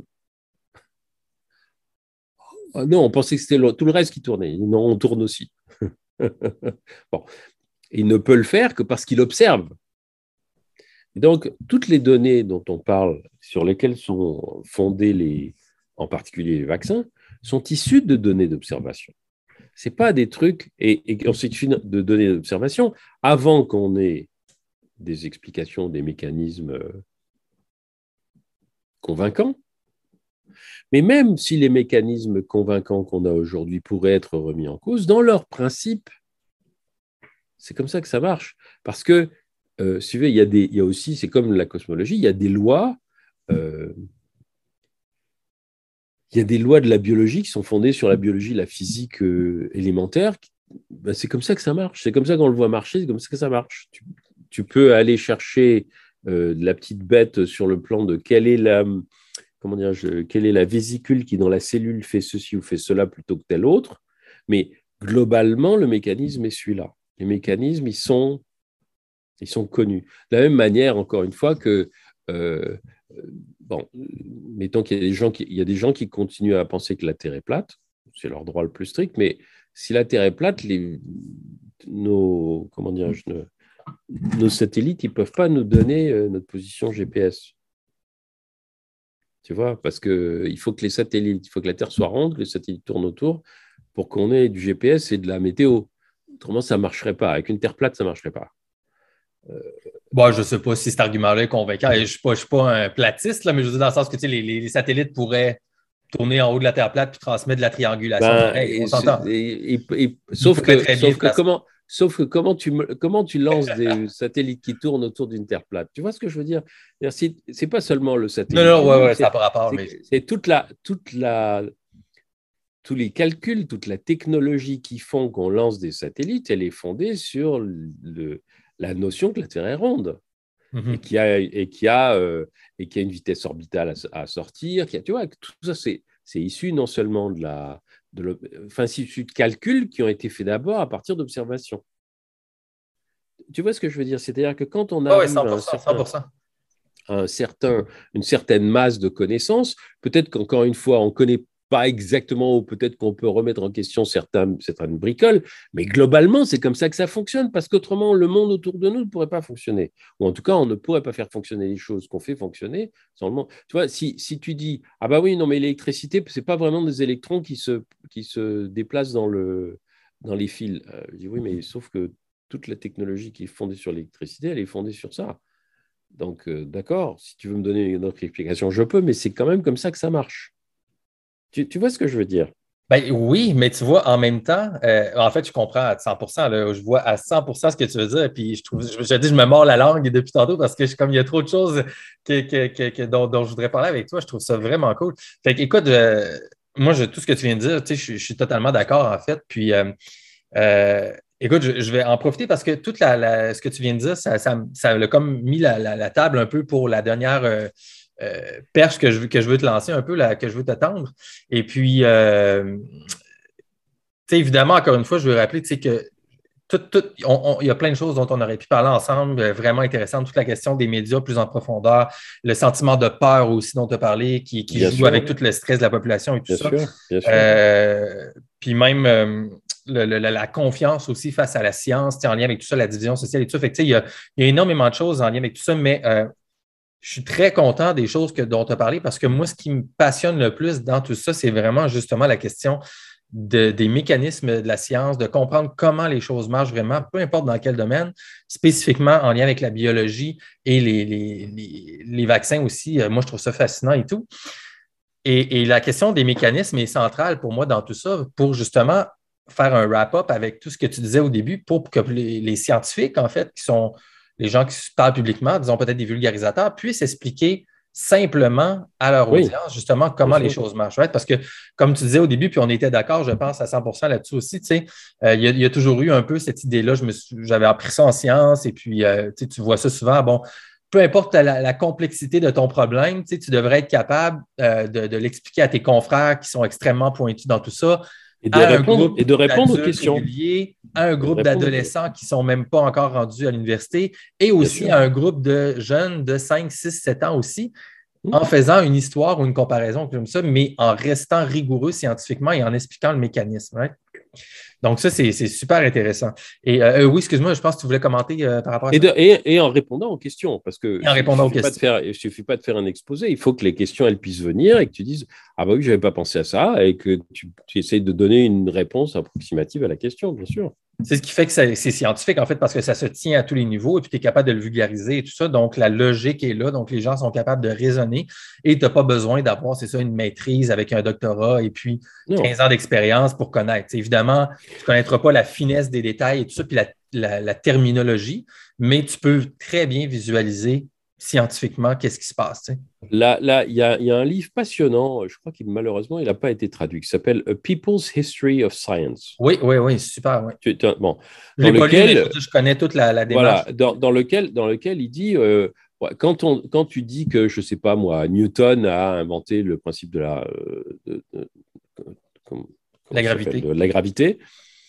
Ah non, on pensait que c'était le, tout le reste qui tournait. Non, on tourne aussi. Bon. Il ne peut le faire que parce qu'il observe. Donc, toutes les données dont on parle, sur lesquelles sont fondés les, en particulier les vaccins, sont issues de données d'observation. Ce n'est pas des trucs, et, et ensuite de données d'observation, avant qu'on ait des explications, des mécanismes convaincants. Mais même si les mécanismes convaincants qu'on a aujourd'hui pourraient être remis en cause, dans leur principe, c'est comme ça que ça marche. Parce que, euh, si vous voulez, il y a des, il y a aussi, c'est comme la cosmologie, il y a des lois, euh, il y a des lois de la biologie qui sont fondées sur la biologie, la physique euh, élémentaire. Ben, c'est comme ça que ça marche. C'est comme ça qu'on le voit marcher, c'est comme ça que ça marche. Tu, tu peux aller chercher euh, la petite bête sur le plan de quelle est la, comment dirais-je, quelle est la vésicule qui, dans la cellule, fait ceci ou fait cela plutôt que tel autre. Mais globalement, le mécanisme est celui-là. Les mécanismes, ils sont, ils sont connus. De la même manière, encore une fois, que, euh, bon, mettons qu'il y a des gens qui, il y a des gens qui continuent à penser que la Terre est plate, c'est leur droit le plus strict, mais si la Terre est plate, les, nos, comment dirais-je, nos, nos satellites, ils ne peuvent pas nous donner euh, notre position G P S. Tu vois, parce qu'il faut que les satellites, il faut que la Terre soit ronde, que les satellites tournent autour pour qu'on ait du G P S et de la météo. Autrement, ça ne marcherait pas. Avec une Terre plate, ça ne marcherait pas. Euh... Bon, je ne sais pas si cet argument-là est convaincant. Je ne suis, suis pas un platiste, là, mais je veux dire dans le sens que tu sais, les, les satellites pourraient tourner en haut de la Terre plate puis transmettre de la triangulation. Ben, pareil, on s'entend. Et, et, et, sauf que, sauf que comment, sauf que comment, tu, comment tu lances des satellites qui tournent autour d'une Terre plate? Tu vois ce que je veux dire? Ce n'est pas seulement le satellite. Non, non, ouais, ouais, ça n'a pas rapport. C'est mais... toute la... Toute la tous les calculs, toute la technologie qui font qu'on lance des satellites, elle est fondée sur le, la notion que la Terre est ronde mm-hmm. et qu'il y a, et qu'il y a, euh, et qu'il y a une vitesse orbitale à, à sortir. Qu'il y a, tu vois, tout ça, c'est, c'est issu non seulement de la... De enfin, c'est issu de calculs qui ont été faits d'abord à partir d'observations. Tu vois ce que je veux dire? C'est-à-dire que quand on arrive oh, ouais, cent pour cent, à, un certain, cent pour cent. à un certain, une certaine masse de connaissances, peut-être qu'encore une fois, on connaît pas exactement, ou peut-être qu'on peut remettre en question certains, certaines bricoles, mais globalement, c'est comme ça que ça fonctionne, parce qu'autrement, le monde autour de nous ne pourrait pas fonctionner. Ou en tout cas, on ne pourrait pas faire fonctionner les choses qu'on fait fonctionner sans le monde. Tu vois, si, si tu dis, ah bah oui, non, mais l'électricité, ce n'est pas vraiment des électrons qui se, qui se déplacent dans, le, dans les fils. Euh, je dis, oui, mais sauf que toute la technologie qui est fondée sur l'électricité, elle est fondée sur ça. Donc, euh, d'accord, si tu veux me donner une autre explication, je peux, mais c'est quand même comme ça que ça marche. Tu, tu vois ce que je veux dire? Ben, oui, mais tu vois, en même temps, euh, en fait, je comprends à cent pour cent. Là, je vois à cent pour cent ce que tu veux dire. Puis je trouve, je, je dis, je me mords la langue depuis tantôt parce que je, comme il y a trop de choses que, que, que, que, dont, dont je voudrais parler avec toi, je trouve ça vraiment cool. Fait que, écoute, euh, moi, je, tout ce que tu viens de dire, tu sais, je, je suis totalement d'accord, en fait. Puis, euh, euh, écoute, je, je vais en profiter parce que tout la, la- ce que tu viens de dire, ça, ça, ça a comme mis la, la- la table un peu pour la dernière euh, euh, perche que je, veux- que je veux te lancer un peu, là, que je veux t'attendre. Et puis, euh, tu sais, évidemment, encore une fois, je veux rappeler, tu sais, que tout, tout- on- on- il y a plein de choses dont on aurait pu parler ensemble, euh, vraiment intéressantes. Toute la question des médias plus en profondeur, le sentiment de peur aussi dont tu as parlé, qui, qui Bien joue avec sûr, tout le stress de la population et tout bien ça. sûr, bien sûr. Euh, puis même euh, le- le- la confiance aussi face à la science, tu sais, en lien avec tout ça, la division sociale et tout ça. Fait que, tu sais, il y a, il y a énormément de choses en lien avec tout ça, mais euh, je suis très content des choses que, dont tu as parlé parce que moi, ce qui me passionne le plus dans tout ça, c'est vraiment justement la question de- des mécanismes de la science, de comprendre comment les choses marchent vraiment, peu importe dans quel domaine, spécifiquement en lien avec la biologie et les, les- les- les vaccins aussi. Euh, Moi, je trouve ça fascinant et tout. Et, et la question des mécanismes est centrale pour moi dans tout ça, pour justement faire un wrap-up avec tout ce que tu disais au début, pour que les, les scientifiques, en fait, qui sont les gens qui se parlent publiquement, disons peut-être des vulgarisateurs, puissent expliquer simplement à leur Oui, audience, justement, bien comment les sûr. choses marchent. Right? Parce que, comme tu disais au début, puis on était d'accord, je pense, à cent pour cent là-dessus aussi, tu sais, euh, il y, a, il y a toujours eu un peu cette idée-là. Je me suis- j'avais appris ça en sciences et puis, euh, tu sais, tu vois ça souvent. Bon, peu importe la, la complexité de ton problème, tu sais, tu devrais être capable euh, de, de l'expliquer à tes confrères qui sont extrêmement pointus dans tout ça, Et de à un répondre, groupe et de répondre aux d'adultes questions. réguliers, à un Et de groupe répondre, d'adolescents qui ne sont même pas encore rendus à l'université et bien aussi sûr. à un groupe de jeunes de cinq, six, sept ans aussi, Hmm. en faisant une histoire ou une comparaison comme ça, mais en restant rigoureux scientifiquement et en expliquant le mécanisme. Right? Donc, ça, c'est c'est super intéressant. Et euh, euh, oui, excuse-moi, je pense que tu voulais commenter euh, par rapport à Et, ça. de- et- et en répondant aux questions, parce que Et en il répondant aux suffit pas de questions. faire, il suffit pas de faire un exposé, il faut que les questions elles puissent venir et que tu dises ah bah oui, je n'avais pas pensé à ça et que tu, tu essayes de donner une réponse approximative à la question, bien sûr. C'est ce qui fait que c'est scientifique, en fait, parce que ça se tient à tous les niveaux et puis tu es capable de le vulgariser et tout ça. Donc, la logique est là. Donc, les gens sont capables de raisonner et tu n'as pas besoin d'avoir, c'est ça, une maîtrise avec un doctorat et puis Non. quinze ans d'expérience pour connaître. T'sais, évidemment, tu ne connaîtras pas la finesse des détails et tout ça, puis la, la, la terminologie, mais tu peux très bien visualiser scientifiquement qu'est-ce qui se passe. T'sais. Là, là, il y a, il y a un livre passionnant, je crois qu'il malheureusement il n'a pas été traduit, qui s'appelle A People's History of Science. Oui, oui, oui, super. Oui. Tu- tu- bon, Je dans ne l'ai pas lu, mais je, veux lequel dire, je connais toute la, la démarche. voilà, dans, dans lequel, dans lequel il dit, euh, ouais, quand, on, quand tu dis que, je ne sais pas moi, Newton a inventé le principe de la, euh, de, de- comment, La comment ça s'appelle, gravité. de la gravité,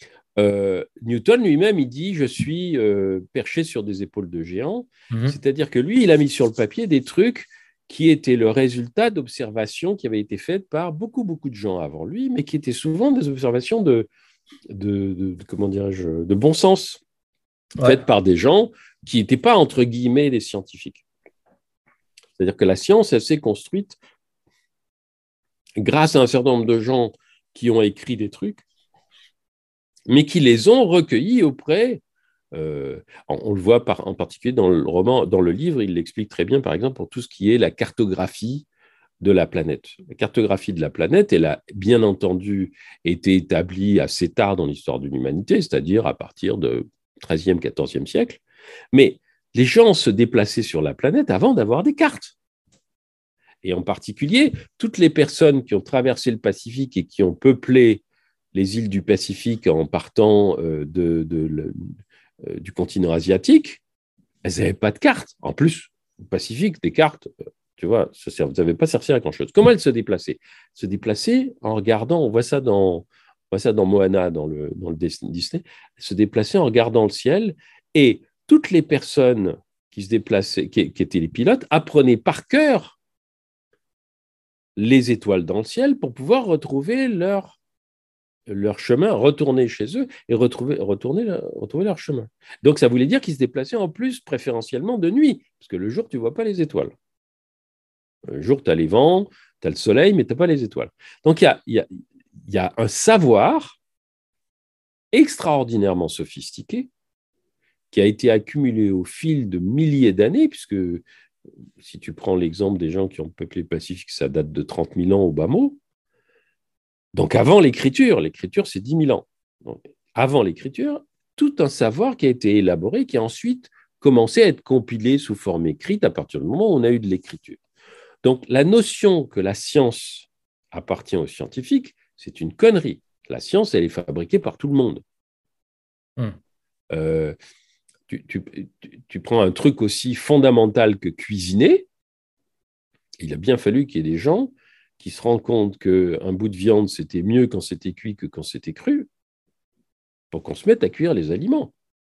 euh, Newton lui-même, il dit, je suis euh, perché sur des épaules de géant, Mhm. c'est-à-dire que lui, il a mis sur le papier des trucs qui étaient le résultat d'observations qui avaient été faites par beaucoup, beaucoup de gens avant lui, mais qui étaient souvent des observations de, de, de, de comment dirais-je, de bon sens, Ouais. faites par des gens qui n'étaient pas, entre guillemets, des scientifiques. C'est-à-dire que la science, elle s'est construite grâce à un certain nombre de gens qui ont écrit des trucs, mais qui les ont recueillis auprès. Euh, on le voit par, en particulier dans le roman, dans le livre, il l'explique très bien, par exemple, pour tout ce qui est la cartographie de la planète. La cartographie de la planète, elle a bien entendu été établie assez tard dans l'histoire de l'humanité, c'est-à-dire à partir du treizième, quatorzième siècle. Mais les gens se déplaçaient sur la planète avant d'avoir des cartes. Et en particulier, toutes les personnes qui ont traversé le Pacifique et qui ont peuplé les îles du Pacifique en partant euh, de, de, de, euh, du continent asiatique, elles n'avaient pas de cartes. En plus, au Pacifique, des cartes, tu vois, ça ne savait pas servir à grand-chose. Comment elles se déplaçaient? Se déplaçaient en regardant, on voit ça dans, on voit ça dans Moana, dans le, dans le Disney, elles se déplaçaient en regardant le ciel et toutes les personnes qui se déplaçaient, qui, qui étaient les pilotes, apprenaient par cœur les étoiles dans le ciel pour pouvoir retrouver leur, leur chemin, retourner chez eux et retrouver, retourner, retrouver leur chemin. Donc, ça voulait dire qu'ils se déplaçaient en plus préférentiellement de nuit, parce que le jour, tu ne vois pas les étoiles. Le jour, tu as les vents, tu as le soleil, mais tu n'as pas les étoiles. Donc, il y a, y, a, y a un savoir extraordinairement sophistiqué qui a été accumulé au fil de milliers d'années, puisque si tu prends l'exemple des gens qui ont peuplé le Pacifique, ça date de trente mille ans au bas mot. Donc avant l'écriture, l'écriture c'est dix mille ans. Donc, avant l'écriture, tout un savoir qui a été élaboré, qui a ensuite commencé à être compilé sous forme écrite à partir du moment où on a eu de l'écriture. Donc la notion que la science appartient aux scientifiques, c'est une connerie. La science, elle est fabriquée par tout le monde. Mm. Euh, tu, tu, tu, tu prends un truc aussi fondamental que cuisiner, il a bien fallu qu'il y ait des gens qui se rendent compte qu'un bout de viande, c'était mieux quand c'était cuit que quand c'était cru, pour qu'on se mette à cuire les aliments.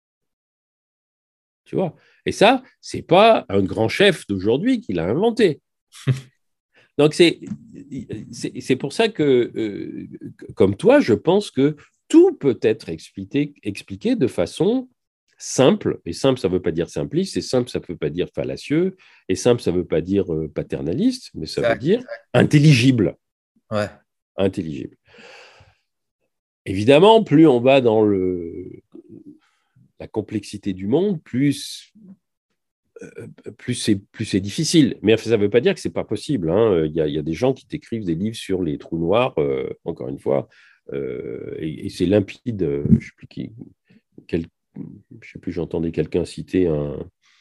Tu vois? Et ça, ce n'est pas un grand chef d'aujourd'hui qui l'a inventé. Donc, c'est, c'est, c'est pour ça que, euh, comme toi, je pense que tout peut être expliqué, expliqué de façon simple. Et simple, ça ne veut pas dire simpliste, et simple, ça ne veut pas dire fallacieux, et simple, ça ne veut pas dire euh, paternaliste, mais ça exact, veut dire exact. intelligible. Ouais. Intelligible. Évidemment, plus on va dans le, la complexité du monde, plus... plus c'est, plus c'est difficile. Mais ça ne veut pas dire que ce n'est pas possible. Hein. Il y a, il y a des gens qui t'écrivent des livres sur les trous noirs, euh, encore une fois, euh, et, et c'est limpide. Euh, je ne sais plus qui, quel, je sais plus, j'entendais quelqu'un citer un,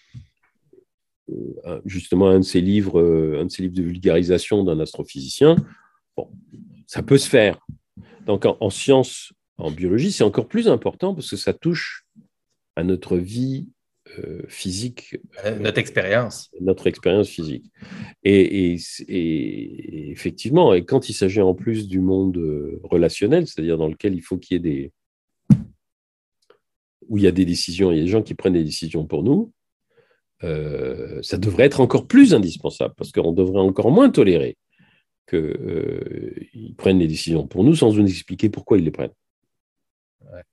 un, justement un de ces livres, euh, un de ces livres de vulgarisation d'un astrophysicien. Bon, ça peut se faire. Donc en, en sciences, en biologie, c'est encore plus important parce que ça touche à notre vie Euh, physique. Euh, notre expérience. Notre expérience physique. Et, et, et, effectivement, et quand il s'agit en plus du monde relationnel, c'est-à-dire dans lequel il faut qu'il y ait des... où il y a des décisions, il y a des gens qui prennent des décisions pour nous, euh, ça devrait être encore plus indispensable, parce qu'on devrait encore moins tolérer qu'ils euh, prennent des décisions pour nous sans nous expliquer pourquoi ils les prennent. Ouais.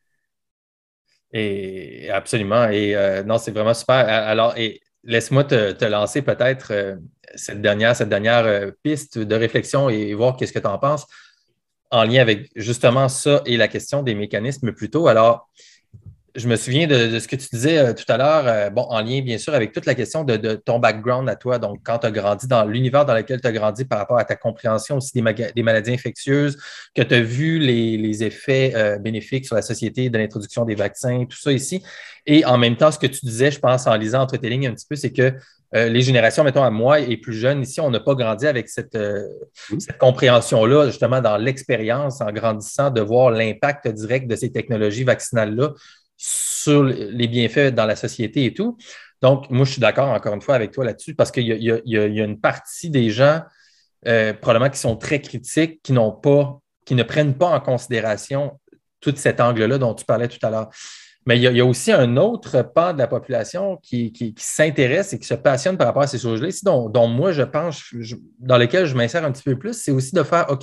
Et absolument. Et euh, non, c'est vraiment super. Alors, et laisse-moi te, te lancer peut-être euh, cette dernière, cette dernière euh, piste de réflexion et voir qu'est-ce que tu en penses en lien avec justement ça et la question des mécanismes plus tôt. Alors, je me souviens de, de ce que tu disais euh, tout à l'heure, euh, bon, en lien bien sûr avec toute la question de, de ton background à toi, donc quand tu as grandi dans l'univers dans lequel tu as grandi par rapport à ta compréhension aussi des, maga- des maladies infectieuses, que tu as vu les, les effets euh, bénéfiques sur la société de l'introduction des vaccins, tout ça ici. Et en même temps, ce que tu disais, je pense, en lisant entre tes lignes un petit peu, c'est que euh, les générations, mettons à moi et plus jeunes, ici, on n'a pas grandi avec cette, euh, mmh. cette compréhension-là, justement, dans l'expérience, en grandissant, de voir l'impact direct de ces technologies vaccinales-là sur les bienfaits dans la société et tout. Donc, moi, je suis d'accord encore une fois avec toi là-dessus parce qu'il y a, il y a, il y a une partie des gens euh, probablement qui sont très critiques, qui n'ont pas, qui ne prennent pas en considération tout cet angle-là dont tu parlais tout à l'heure. Mais il y a, il y a aussi un autre pan de la population qui, qui, qui s'intéresse et qui se passionne par rapport à ces choses-là, ici, dont, dont moi, je pense, je, dans lesquelles je m'insère un petit peu plus, c'est aussi de faire, OK,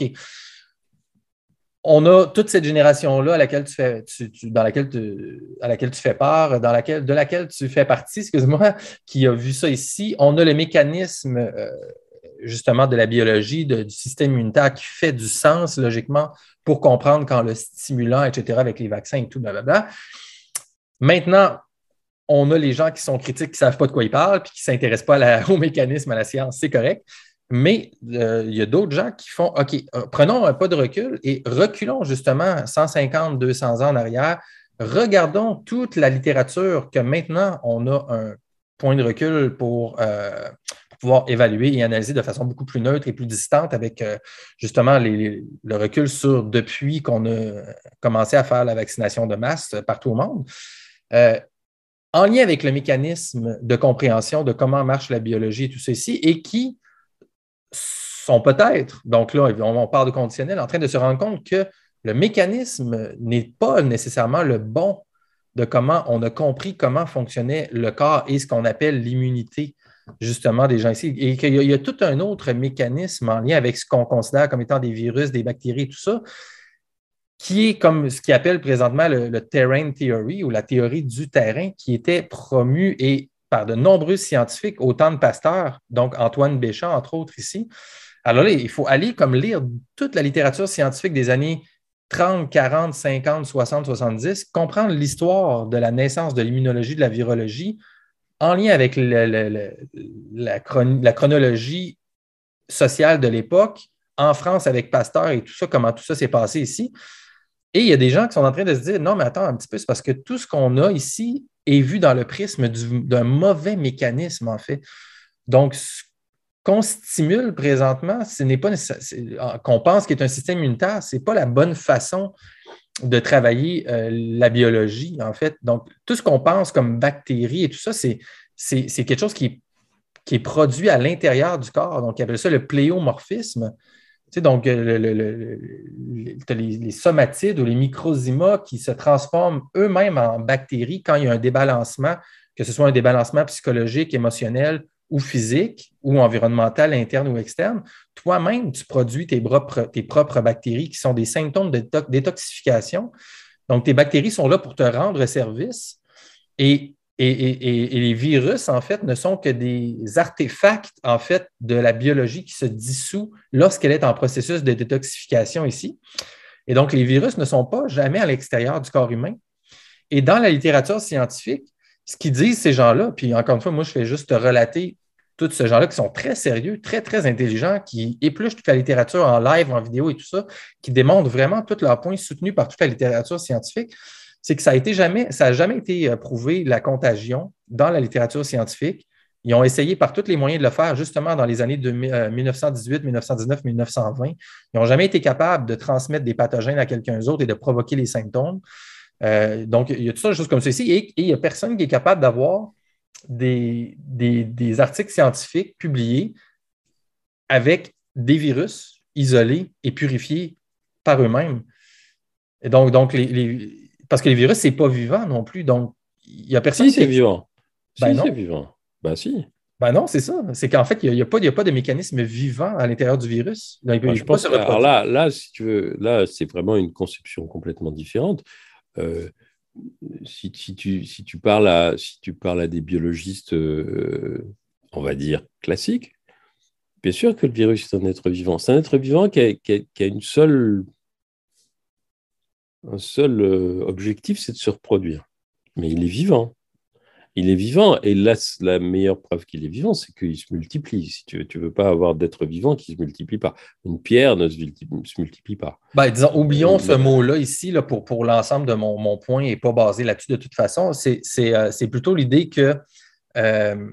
on a toute cette génération-là à laquelle tu fais, tu, tu, dans laquelle tu, à laquelle tu fais part, dans laquelle, de laquelle tu fais partie, excuse-moi, qui a vu ça ici. On a le mécanisme, euh, justement, de la biologie, de, du système immunitaire qui fait du sens, logiquement, pour comprendre quand le stimulant, et cetera, avec les vaccins et tout, blablabla. Maintenant, on a les gens qui sont critiques, qui ne savent pas de quoi ils parlent, puis qui ne s'intéressent pas à la, au mécanisme, à la science, c'est correct. Mais euh, il y a d'autres gens qui font, OK, euh, prenons un pas de recul et reculons justement cent cinquante, deux cents ans en arrière. Regardons toute la littérature que maintenant, on a un point de recul pour, euh, pour pouvoir évaluer et analyser de façon beaucoup plus neutre et plus distante avec euh, justement les, les, le recul sur depuis qu'on a commencé à faire la vaccination de masse partout au monde. Euh, en lien avec le mécanisme de compréhension de comment marche la biologie et tout ceci, et qui sont peut-être, donc là, on parle de conditionnel, en train de se rendre compte que le mécanisme n'est pas nécessairement le bon de comment on a compris comment fonctionnait le corps et ce qu'on appelle l'immunité, justement, des gens ici. Et qu'il y a, il y a tout un autre mécanisme en lien avec ce qu'on considère comme étant des virus, des bactéries, tout ça, qui est comme ce qu'ils appellent présentement le, le terrain theory ou la théorie du terrain, qui était promue et par de nombreux scientifiques au temps de Pasteur, donc Antoine Béchamp, entre autres ici. Alors là, il faut aller comme lire toute la littérature scientifique des années trente, quarante, cinquante, soixante, soixante-dix, comprendre l'histoire de la naissance de l'immunologie, de la virologie, en lien avec le, le, le, la, chron- la chronologie sociale de l'époque, en France avec Pasteur et tout ça, comment tout ça s'est passé ici. Et il y a des gens qui sont en train de se dire, non, mais attends un petit peu, c'est parce que tout ce qu'on a ici est vu dans le prisme du, d'un mauvais mécanisme, en fait. Donc, qu'on stimule présentement, ce n'est pas nécessaire, qu'on pense qu'il est un système immunitaire, ce n'est pas la bonne façon de travailler euh, la biologie, en fait. Donc, tout ce qu'on pense comme bactéries et tout ça, c'est, c'est, c'est quelque chose qui est, qui est produit à l'intérieur du corps. Donc, ils appellent ça le pléomorphisme. Tu sais, donc, le, le, le, le, les, les somatides ou les microzymas qui se transforment eux-mêmes en bactéries quand il y a un débalancement, que ce soit un débalancement psychologique, émotionnel ou physique ou environnemental, interne ou externe. Toi-même, tu produis tes propres, tes propres bactéries qui sont des symptômes de détoxification. Donc, tes bactéries sont là pour te rendre service et Et, et, et les virus, en fait, ne sont que des artefacts, en fait, de la biologie qui se dissout lorsqu'elle est en processus de détoxification ici. Et donc, les virus ne sont pas jamais à l'extérieur du corps humain. Et dans la littérature scientifique, ce qu'ils disent, ces gens-là, puis encore une fois, moi, je fais juste te relater tous ces gens-là qui sont très sérieux, très, très intelligents, qui épluchent toute la littérature en live, en vidéo et tout ça, qui démontrent vraiment tous leurs points soutenus par toute la littérature scientifique. C'est que ça n'a jamais, ça jamais été prouvé, la contagion, dans la littérature scientifique. Ils ont essayé par tous les moyens de le faire, justement, dans les années de mille neuf cent dix-huit, mille neuf cent dix-neuf, mille neuf cent vingt. Ils n'ont jamais été capables de transmettre des pathogènes à quelqu'un d'autre et de provoquer les symptômes. Euh, donc, il y a tout ça, des choses comme ceci. Et, et il n'y a personne qui est capable d'avoir des, des, des articles scientifiques publiés avec des virus isolés et purifiés par eux-mêmes. Et donc, donc les, les parce que les virus, ce n'est pas vivant non plus. Donc, il n'y a personne si, qui... c'est vivant. Ben si, non. c'est vivant. Ben si. Ben non, c'est ça. C'est qu'en fait, il n'y a, a, a pas de mécanisme vivant à l'intérieur du virus. Donc, ben, je pense que, alors là, là, si tu veux, là, c'est vraiment une conception complètement différente. Euh, si, si, tu, si, tu parles à, si tu parles à des biologistes, euh, on va dire, classiques, bien sûr que le virus est un être vivant. C'est un être vivant qui a, qui a, qui a une seule... Un seul euh, objectif, c'est de se reproduire. Mais il est vivant. Il est vivant. Et là, la meilleure preuve qu'il est vivant, c'est qu'il se multiplie. Si tu veux, tu veux pas avoir d'être vivant qui ne se multiplie pas. Une pierre ne se multiplie, se multiplie pas. Ben, disons, oublions euh, ce mais... mot-là ici là, pour, pour l'ensemble de mon, mon point et pas basé là-dessus de toute façon. C'est, c'est, euh, c'est plutôt l'idée que euh,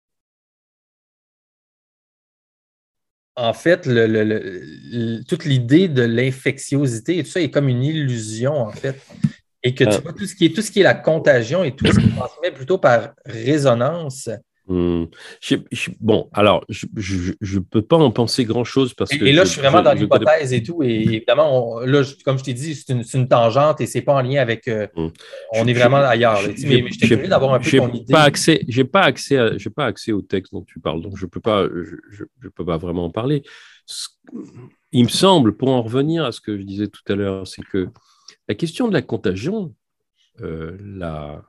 en fait, le, le, le, toute l'idée de l'infectiosité et tout ça est comme une illusion, en fait. Et que tu vois, tout ce qui est, tout ce qui est la contagion et tout ce qui se transmet plutôt par résonance. Hum. Je, je, bon, alors, je ne peux pas en penser grand-chose parce que... Et, et là, je, je suis vraiment je, dans je l'hypothèse connais... et tout. Et évidemment, on, là, je, comme je t'ai dit, c'est une, c'est une tangente et ce n'est pas en lien avec... Euh, hum. On je, est vraiment je, ailleurs. Là, mais, mais je t'ai curieux d'avoir un peu ton idée. Pas accès, je n'ai pas, pas accès au texte dont tu parles, donc je ne peux, je, peux pas vraiment en parler. Il me semble, pour en revenir à ce que je disais tout à l'heure, c'est que la question de la contagion, euh, la...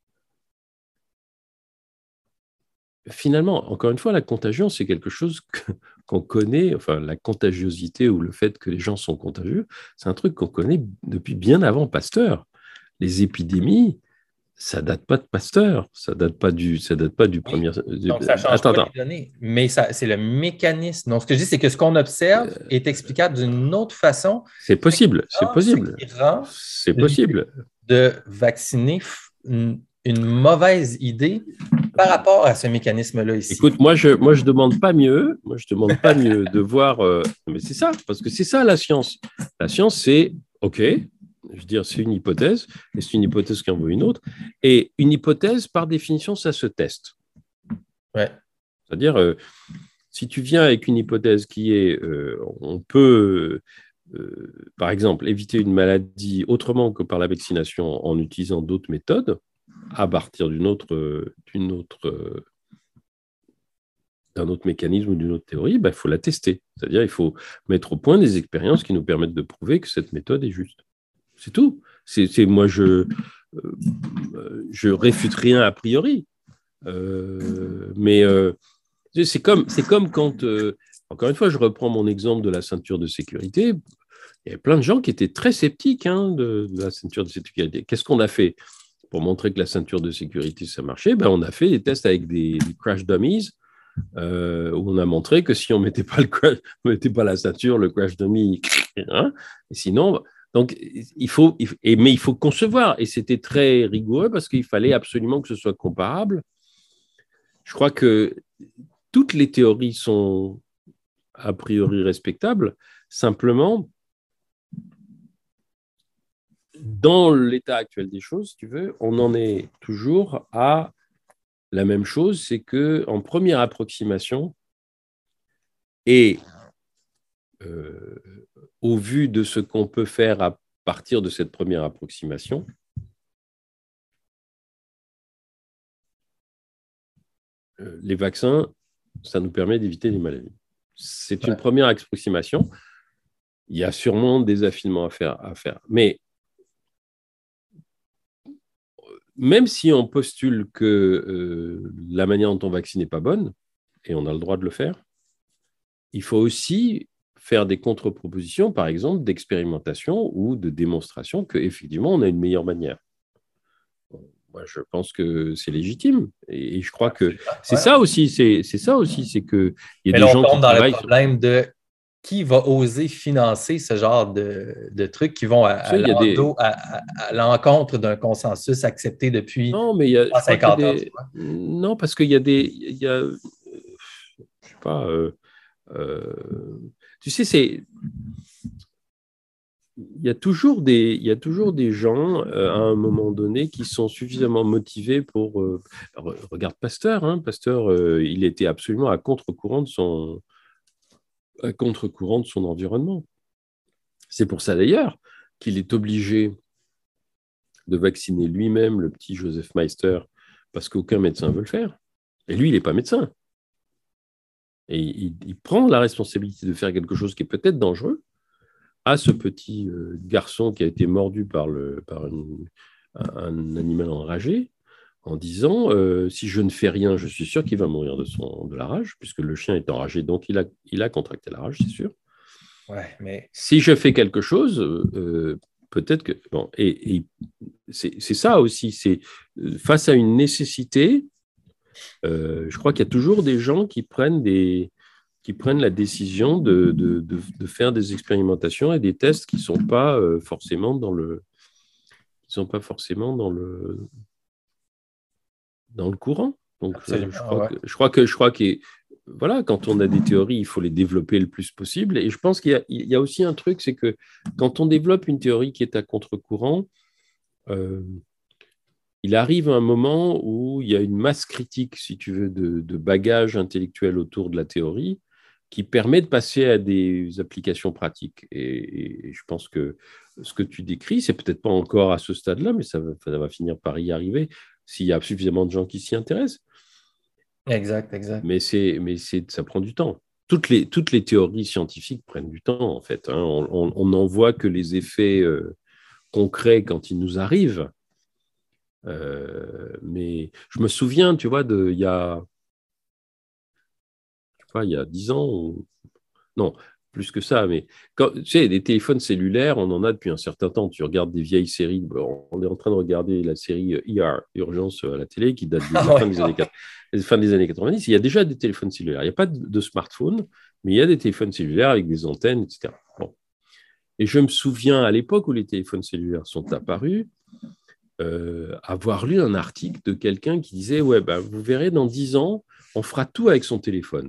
finalement, encore une fois, la contagion, c'est quelque chose que, qu'on connaît, enfin, la contagiosité ou le fait que les gens sont contagieux, c'est un truc qu'on connaît depuis bien avant Pasteur. Les épidémies, ça date pas de Pasteur, ça date pas du, ça date pas du oui. premier. Donc, ça change attends, pas attends. les données, mais ça, c'est le mécanisme. Donc, ce que je dis, c'est que ce qu'on observe euh, est explicable d'une autre façon. C'est possible, c'est possible. Ce qui rend c'est possible. De vacciner une, une mauvaise idée par rapport à ce mécanisme-là ici. Écoute, moi, je moi, je demande pas mieux. Moi, je demande pas mieux de voir. Euh... Mais c'est ça, parce que c'est ça la science. La science, c'est OK. Je veux dire, c'est une hypothèse, et c'est une hypothèse qui en vaut une autre. Et une hypothèse, par définition, ça se teste. Ouais. C'est-à-dire, euh, si tu viens avec une hypothèse qui est, euh, on peut, euh, par exemple, éviter une maladie autrement que par la vaccination en utilisant d'autres méthodes, à partir d'une autre, d'une autre, d'un autre mécanisme ou d'une autre théorie, ben, il faut la tester. C'est-à-dire, il faut mettre au point des expériences qui nous permettent de prouver que cette méthode est juste. C'est tout. C'est, c'est, moi, je euh, je réfute rien a priori. Euh, mais euh, c'est, comme, c'est comme quand, euh, encore une fois, je reprends mon exemple de la ceinture de sécurité. Il y avait plein de gens qui étaient très sceptiques hein, de, de la ceinture de sécurité. Qu'est-ce qu'on a fait pour montrer que la ceinture de sécurité, ça marchait? Ben, on a fait des tests avec des, des crash dummies euh, où on a montré que si on ne mettait pas, le crash, on mettait pas la ceinture, le crash dummy, hein, et sinon... Donc, il faut, il, mais il faut concevoir, et c'était très rigoureux parce qu'il fallait absolument que ce soit comparable. Je crois que toutes les théories sont a priori respectables, simplement, dans l'état actuel des choses, si tu veux, on en est toujours à la même chose, c'est qu'en première approximation, et euh, au vu de ce qu'on peut faire à partir de cette première approximation, euh, les vaccins, ça nous permet d'éviter les maladies. C'est une première approximation. Il y a sûrement des affinements à faire, à faire. Mais même si on postule que euh, la manière dont on vaccine n'est pas bonne, et on a le droit de le faire, il faut aussi faire des contre-propositions, par exemple, d'expérimentation ou de démonstration qu'effectivement, on a une meilleure manière. Moi, je pense que c'est légitime. Et je crois que c'est ouais. ça aussi, c'est, c'est ça aussi, c'est qu'il y a Mais des là, on gens qui tombe dans le travaillent problème sur... de qui va oser financer ce genre de, de trucs qui vont à, Tu à sais, il y a des... l'endos- à- à- à l'encontre d'un consensus accepté depuis Non, mais il y a, je crois qu'il y a cinquante ans, tu des... vois. Non, parce qu'il y a des... Il y a... Je sais pas... Euh, euh, tu sais, c'est... Il y a toujours des, il y a toujours des gens, euh, à un moment donné, qui sont suffisamment motivés pour... euh, re- regarde Pasteur, hein, Pasteur, euh, il était absolument à contre-courant de son, à contre-courant de son environnement. C'est pour ça d'ailleurs qu'il est obligé de vacciner lui-même le petit Joseph Meister, parce qu'aucun médecin ne veut le faire. Et lui, il n'est pas médecin. Et il, il prend la responsabilité de faire quelque chose qui est peut-être dangereux à ce petit euh, garçon qui a été mordu par, le, par une, un animal enragé, en disant euh, si je ne fais rien, je suis sûr qu'il va mourir de, son, de la rage, puisque le chien est enragé, donc il a, il a contracté la rage, c'est sûr. Ouais, mais... Si je fais quelque chose, euh, peut-être que... Bon, et, et c'est, c'est ça aussi, c'est face à une nécessité, euh, je crois qu'il y a toujours des gens qui prennent des qui prennent la décision de, de, de, de faire des expérimentations et des tests qui ne sont pas euh, forcément dans le qui sont pas forcément dans le dans le courant. Donc euh, je Absolument, crois ouais. que je crois que je crois que voilà, quand on a des théories, il faut les développer le plus possible. Et je pense qu'il y a, il y a aussi un truc, c'est que quand on développe une théorie qui est à contre-courant, euh, il arrive un moment où il y a une masse critique, si tu veux, de, de bagage intellectuel autour de la théorie qui permet de passer à des applications pratiques. Et, et je pense que ce que tu décris, c'est peut-être pas encore à ce stade-là, mais ça va, ça va finir par y arriver s'il y a suffisamment de gens qui s'y intéressent. Exact, exact. Mais, c'est, mais c'est, ça prend du temps. Toutes les, toutes les théories scientifiques prennent du temps, en fait. Hein. On n'en voit que les effets euh, concrets quand ils nous arrivent. Euh, mais je me souviens, tu vois, de, il y a, je sais pas, il y a dix ans, ou... non, plus que ça, mais quand, tu sais, des téléphones cellulaires, on en a depuis un certain temps. Tu regardes des vieilles séries, bon, on est en train de regarder la série E R, Urgence à la télé, qui date de Ah la fin ouais, des années, ouais. fin des années quatre-vingt-dix. Il y a déjà des téléphones cellulaires. Il n'y a pas de, de smartphone, mais il y a des téléphones cellulaires avec des antennes, et cetera. Bon. Et je me souviens, à l'époque où les téléphones cellulaires sont apparus, euh, avoir lu un article de quelqu'un qui disait ouais, ben, vous verrez, dans dix ans, on fera tout avec son téléphone.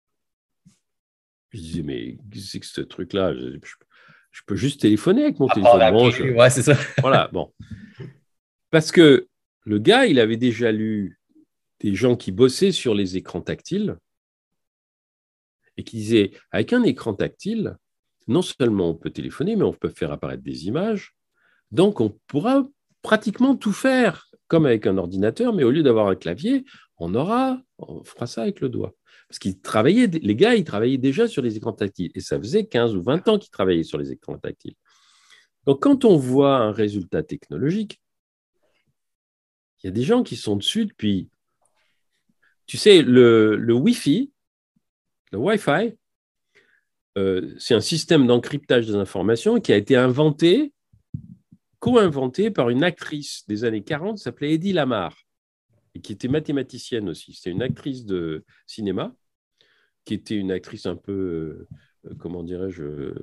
Je disais, mais qu'est-ce que c'est que ce truc-là? je, je, je peux juste téléphoner avec mon À part téléphone. Bon, je, appeler, ouais, c'est ça. voilà, bon. Parce que le gars, il avait déjà lu des gens qui bossaient sur les écrans tactiles et qui disaient avec un écran tactile, non seulement on peut téléphoner, mais on peut faire apparaître des images. Donc, on pourra pratiquement tout faire comme avec un ordinateur, mais au lieu d'avoir un clavier, on aura, on fera ça avec le doigt. Parce qu'ils travaillaient, les gars, ils travaillaient déjà sur les écrans tactiles. Et ça faisait quinze ou vingt ans qu'ils travaillaient sur les écrans tactiles. Donc, quand on voit un résultat technologique, il y a des gens qui sont dessus depuis. Tu sais, le, le Wi-Fi, le Wi-Fi, euh, c'est un système d'encryptage des informations qui a été inventé, co-inventé par une actrice des années quarante qui s'appelait Eddie Lamar, et qui était mathématicienne aussi. C'était une actrice de cinéma, qui était une actrice un peu, euh, comment dirais-je, euh,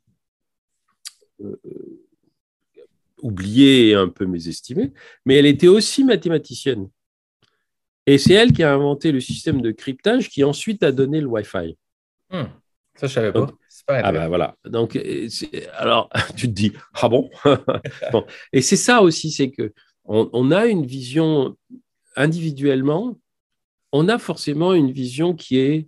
euh, oubliée et un peu mésestimée, mais elle était aussi mathématicienne. Et c'est elle qui a inventé le système de cryptage qui ensuite a donné le Wi-Fi. Hmm. Ça, je ne savais pas. Donc, Super ah ben intéressant. voilà. Donc, alors, tu te dis, ah bon, bon. Et c'est ça aussi, c'est que on, on a une vision individuellement, on a forcément une vision qui est,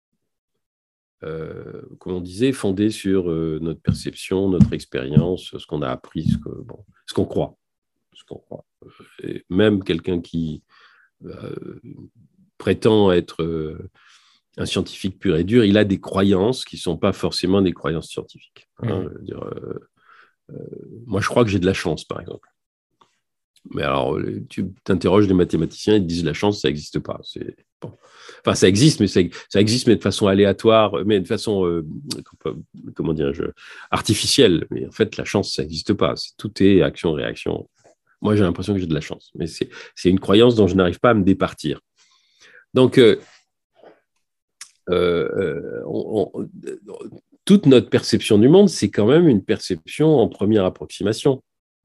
euh, comme on disait, fondée sur euh, notre perception, notre expérience, ce qu'on a appris, ce, que, bon, ce qu'on croit. Ce qu'on croit. Et même quelqu'un qui euh, prétend être euh, un scientifique pur et dur, il a des croyances qui ne sont pas forcément des croyances scientifiques. Hein, Mhm. je veux dire, euh, euh, moi, je crois que j'ai de la chance, par exemple. Mais alors, tu t'interroges les mathématiciens, ils te disent la chance, ça n'existe pas. C'est, bon. Enfin, ça existe, mais ça, ça, existe, mais de façon aléatoire, mais de façon, euh, comment dire, artificielle. Mais en fait, la chance, ça n'existe pas. C'est, tout est action-réaction. Moi, j'ai l'impression que j'ai de la chance, mais c'est, c'est une croyance dont je n'arrive pas à me départir. Donc, euh, euh, on, on, toute notre perception du monde, c'est quand même une perception en première approximation,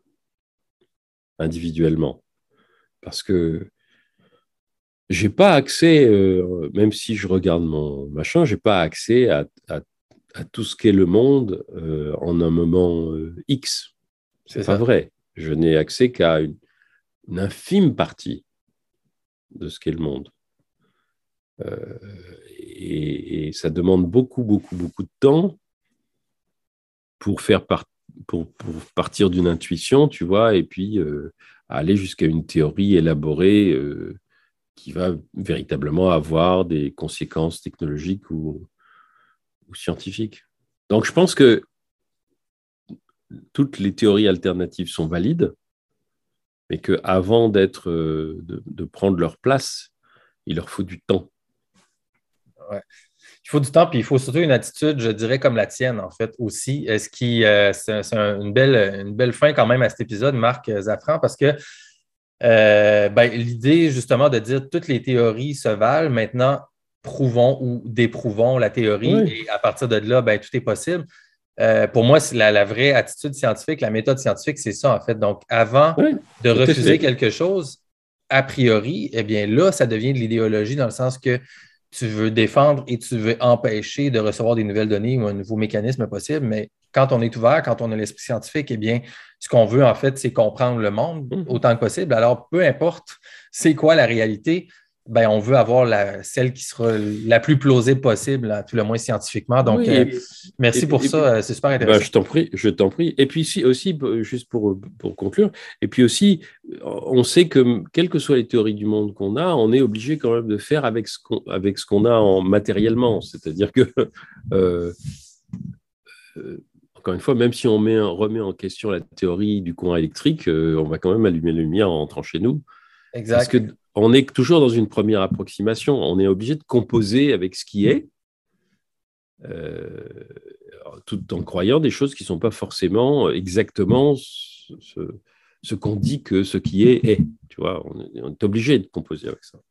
individuellement. Parce que j'ai pas accès, euh, même si je regarde mon machin, j'ai pas accès à, à, à tout ce qu'est le monde euh, en un moment euh, X. C'est C'est pas ça. vrai. Je n'ai accès qu'à une, une infime partie de ce qu'est le monde. Euh, et, et ça demande beaucoup, beaucoup, beaucoup de temps pour faire par- pour, pour partir d'une intuition, tu vois, et puis euh, aller jusqu'à une théorie élaborée euh, qui va véritablement avoir des conséquences technologiques ou, ou scientifiques. Donc, je pense que toutes les théories alternatives sont valides, mais qu'avant d'être, euh, de, de prendre leur place, il leur faut du temps. Ouais. Il faut du temps, puis il faut surtout une attitude, je dirais, comme la tienne, en fait, aussi. Euh, Ce qui, euh, c'est c'est un- une belle, une belle fin quand même à cet épisode, Marc Zafran, parce que euh, ben, l'idée, justement, de dire toutes les théories se valent, maintenant, prouvons ou déprouvons la théorie, Oui, et à partir de là, ben, tout est possible. Euh, pour moi, c'est la, la vraie attitude scientifique, la méthode scientifique, c'est ça, en fait. Donc, avant oui, de tout à refuser fait. quelque chose, a priori, eh bien là, ça devient de l'idéologie dans le sens que tu veux défendre et tu veux empêcher de recevoir des nouvelles données ou un nouveau mécanisme possible. Mais quand on est ouvert, quand on a l'esprit scientifique, eh bien, ce qu'on veut, en fait, c'est comprendre le monde Mhm. autant que possible. Alors, peu importe c'est quoi la réalité, ben, on veut avoir la, celle qui sera la plus plausible possible, à tout le moins scientifiquement. Donc, Oui, euh, et, merci et, pour et puis, ça, euh, c'est super bah, intéressant. je t'en prie, je t'en prie. Et puis si, aussi, juste pour, pour conclure, et puis aussi, on sait que quelles que soient les théories du monde qu'on a, on est obligé quand même de faire avec ce qu'on, avec ce qu'on a en, matériellement. C'est-à-dire que, euh, euh, encore une fois, même si on met, remet en question la théorie du courant électrique, euh, on va quand même allumer la lumière en rentrant chez nous. Parce que Exact. on est toujours dans une première approximation. On est obligé de composer avec ce qui est. Euh, tout en croyant des choses qui ne sont pas forcément exactement ce, ce, ce qu'on dit que ce qui est est. Tu vois, on est, on est obligé de composer avec ça.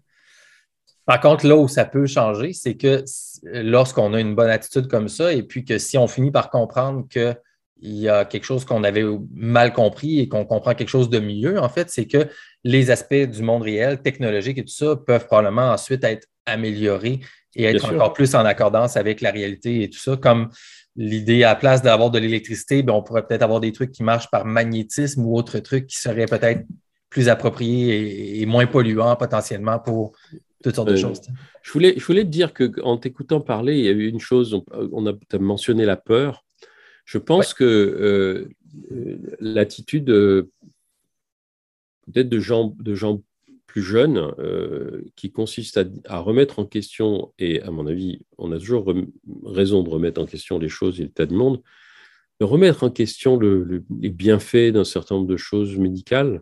Par contre, là où ça peut changer, c'est que lorsqu'on a une bonne attitude comme ça, et puis que si on finit par comprendre qu'il y a quelque chose qu'on avait mal compris et qu'on comprend quelque chose de mieux, en fait, c'est que les aspects du monde réel, technologique et tout ça, peuvent probablement ensuite être améliorés et Bien être sûr. encore plus en accordance avec la réalité et tout ça. Comme l'idée, à la place d'avoir de l'électricité, ben, on pourrait peut-être avoir des trucs qui marchent par magnétisme ou autres trucs qui seraient peut-être plus appropriés et, et moins polluants potentiellement pour toutes sortes de Euh, choses. je, voulais, je voulais te dire qu'en t'écoutant parler, il y a eu une chose, on, on a as mentionné la peur. Je Oui, pense que euh, l'attitude euh, peut-être de gens, de gens plus jeunes euh, qui consiste à, à, remettre en question, et à mon avis, on a toujours raison de remettre en question les choses et l'état du monde, de remettre en question le, le, les bienfaits d'un certain nombre de choses médicales,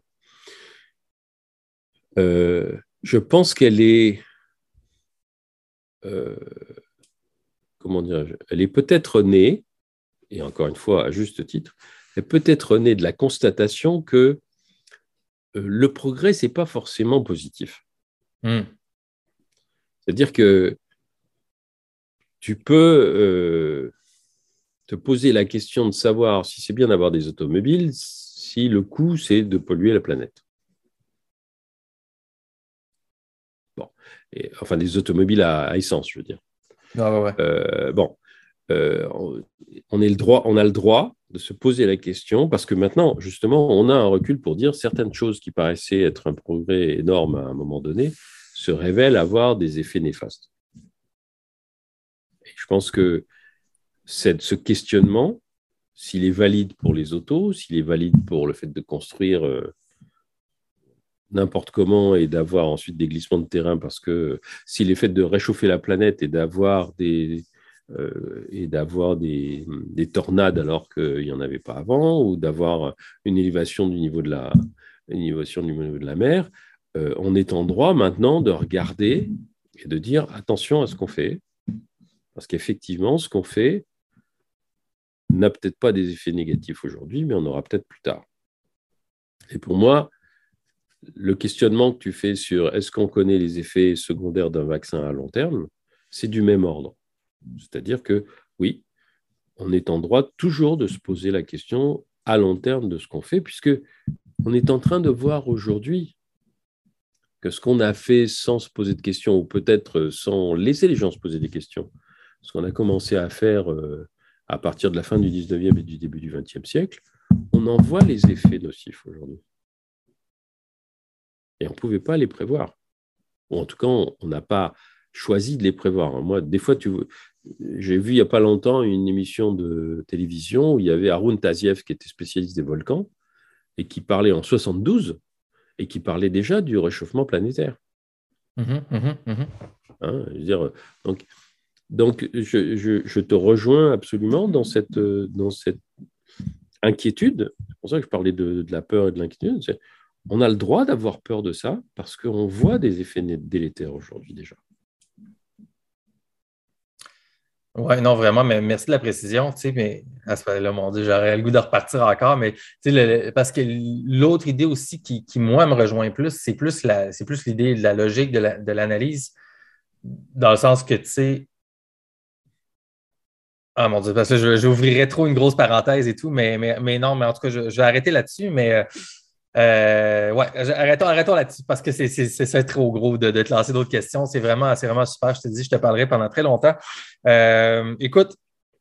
euh, je pense qu'elle est, euh, comment dirais-je, elle est peut-être née, et encore une fois à juste titre, elle peut être née de la constatation que euh, le progrès, ce n'est pas forcément positif. hmm, C'est-à-dire que tu peux euh, te poser la question de savoir si c'est bien d'avoir des automobiles, si le coût, c'est de polluer la planète. et, enfin des automobiles à, à essence, je veux dire. Ah, ouais, ouais. Euh, bon, euh, on, est le droit, on a le droit de se poser la question parce que maintenant, justement, on a un recul pour dire certaines choses qui paraissaient être un progrès énorme à un moment donné se révèlent avoir des effets néfastes. Et je pense que cette, ce questionnement, s'il est valide pour les autos, s'il est valide pour le fait de construire euh, n'importe comment et d'avoir ensuite des glissements de terrain, parce que s'il est fait de réchauffer la planète et d'avoir des, euh, et d'avoir des, des tornades alors qu'il n'y en avait pas avant, ou d'avoir une élévation du niveau de la, une élévation du niveau de la mer, euh, on est en droit maintenant de regarder et de dire attention à ce qu'on fait, parce qu'effectivement, ce qu'on fait n'a peut-être pas des effets négatifs aujourd'hui, mais on aura peut-être plus tard. Et pour moi, le questionnement que tu fais sur est-ce qu'on connaît les effets secondaires d'un vaccin à long terme, c'est du même ordre. C'est-à-dire que oui, on est en droit toujours de se poser la question à long terme de ce qu'on fait, puisque on est en train de voir aujourd'hui que ce qu'on a fait sans se poser de questions, ou peut-être sans laisser les gens se poser des questions, ce qu'on a commencé à faire euh, à partir de la fin du dix-neuvième et du début du vingtième siècle, on en voit les effets nocifs aujourd'hui. Et on ne pouvait pas les prévoir. Ou en tout cas, on n'a pas choisi de les prévoir. Moi, des fois, tu... j'ai vu il n'y a pas longtemps une émission de télévision où il y avait Haroun Taziev qui était spécialiste des volcans et qui parlait en soixante-douze et qui parlait déjà du réchauffement planétaire. Mmh, mmh, mmh. Hein, je veux dire, donc, donc je, je, je te rejoins absolument dans cette, dans cette inquiétude. C'est pour ça que je parlais de, de la peur et de l'inquiétude. C'est, on a le droit d'avoir peur de ça parce qu'on voit des effets délétères aujourd'hui déjà. Oui, non, vraiment, mais merci de la précision, tu sais, mais à ce moment-là, mon Dieu, j'aurais le goût de repartir encore, mais tu sais, le- parce que l'autre idée aussi qui, qui, moi, me rejoint plus, c'est plus la, c'est plus l'idée de la logique de la- de l'analyse, dans le sens que, tu sais, ah mon Dieu, parce que je- j'ouvrirais trop une grosse parenthèse et tout, mais, mais, mais non, mais en tout cas, je, je vais arrêter là-dessus, mais euh, euh, ouais, arrêtons, arrêtons là-dessus parce que c'est c'est- c'est- c'est trop gros de, de te lancer d'autres questions. C'est vraiment, c'est vraiment super. Je te dis, je te parlerai pendant très longtemps. Euh, écoute,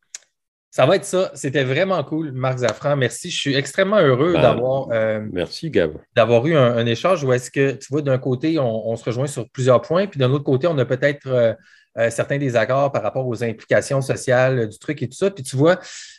ça va être ça. C'était vraiment cool, Marc Zaffran. Merci. Je suis extrêmement heureux Ben, d'avoir euh, merci, Gab. d'avoir eu un, un échange où est-ce que, tu vois, d'un côté, on, on se rejoint sur plusieurs points, puis d'un autre côté, on a peut-être euh, euh, certains désaccords par rapport aux implications sociales euh, du truc et tout ça. Puis tu vois,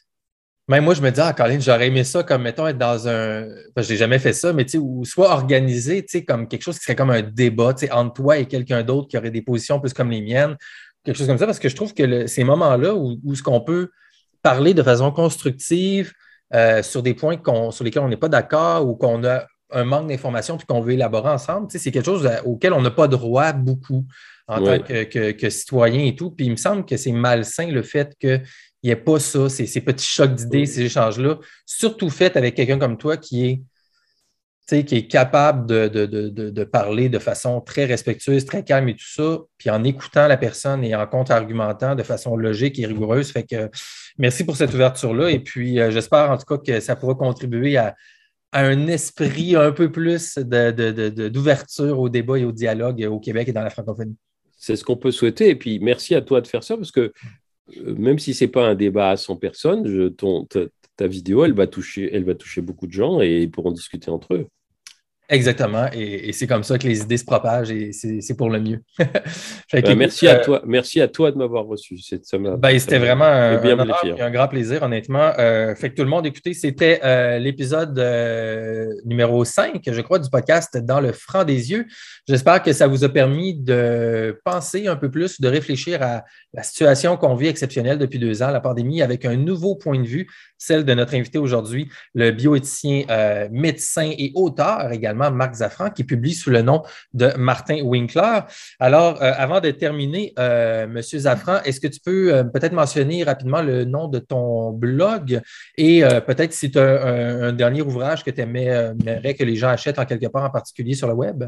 même moi, je me dis, ah, Colin, j'aurais aimé ça comme, mettons, être dans un. Enfin, je n'ai jamais fait ça, mais tu sais, ou soit organisé, tu sais, comme quelque chose qui serait comme un débat, tu sais, entre toi et quelqu'un d'autre qui aurait des positions plus comme les miennes, quelque chose comme ça, parce que je trouve que le- ces moments-là où, où ce qu'on peut parler de façon constructive euh, sur des points qu'on- sur lesquels on n'est pas d'accord ou qu'on a un manque d'informations puis qu'on veut élaborer ensemble, tu sais, c'est quelque chose à- auquel on n'a pas droit beaucoup en tant Ouais. que, que, que citoyen et tout. Puis il me semble que c'est malsain le fait qu'il n'y ait pas ça, ces, ces petits chocs d'idées, ces échanges-là, surtout fait avec quelqu'un comme toi qui est, tu sais, qui est capable de, de, de, de, de parler de façon très respectueuse, très calme et tout ça, puis en écoutant la personne et en contre-argumentant de façon logique et rigoureuse. Fait que merci pour cette ouverture-là. Et puis, euh, j'espère en tout cas que ça pourra contribuer à, à un esprit un peu plus de, de, de, de- d'ouverture au débat et au dialogue au Québec et dans la francophonie. C'est ce qu'on peut souhaiter. Et puis, merci à toi de faire ça parce que euh, même si ce n'est pas un débat à cent personnes, je, ton, ta, ta vidéo, elle va, toucher, elle va toucher beaucoup de gens et ils pourront discuter entre eux. Exactement. Et, et c'est comme ça que les idées se propagent et c'est, c'est pour le mieux. Fait Ben, qu'écoute, merci à euh, toi. Merci à toi de m'avoir reçu. C'est, ça m'a, ben, ça c'était m'a vraiment fait un, bien un honneur plaisir. et un grand plaisir, honnêtement. Euh, fait que tout le monde, écoutez, c'était euh, l'épisode euh, numéro cinq, je crois, du podcast Dans le franc des yeux. J'espère que ça vous a permis de penser un peu plus, de réfléchir à la situation qu'on vit exceptionnelle depuis deux ans, la pandémie, avec un nouveau point de vue, celle de notre invité aujourd'hui, le bioéthicien, euh, médecin et auteur également, Marc Zaffran, qui publie sous le nom de Martin Winkler. Alors, euh, avant de terminer, euh, M. Zaffran, est-ce que tu peux euh, peut-être mentionner rapidement le nom de ton blog et euh, peut-être si tu as un, un dernier ouvrage que tu aimerais que les gens achètent en quelque part en particulier sur le web?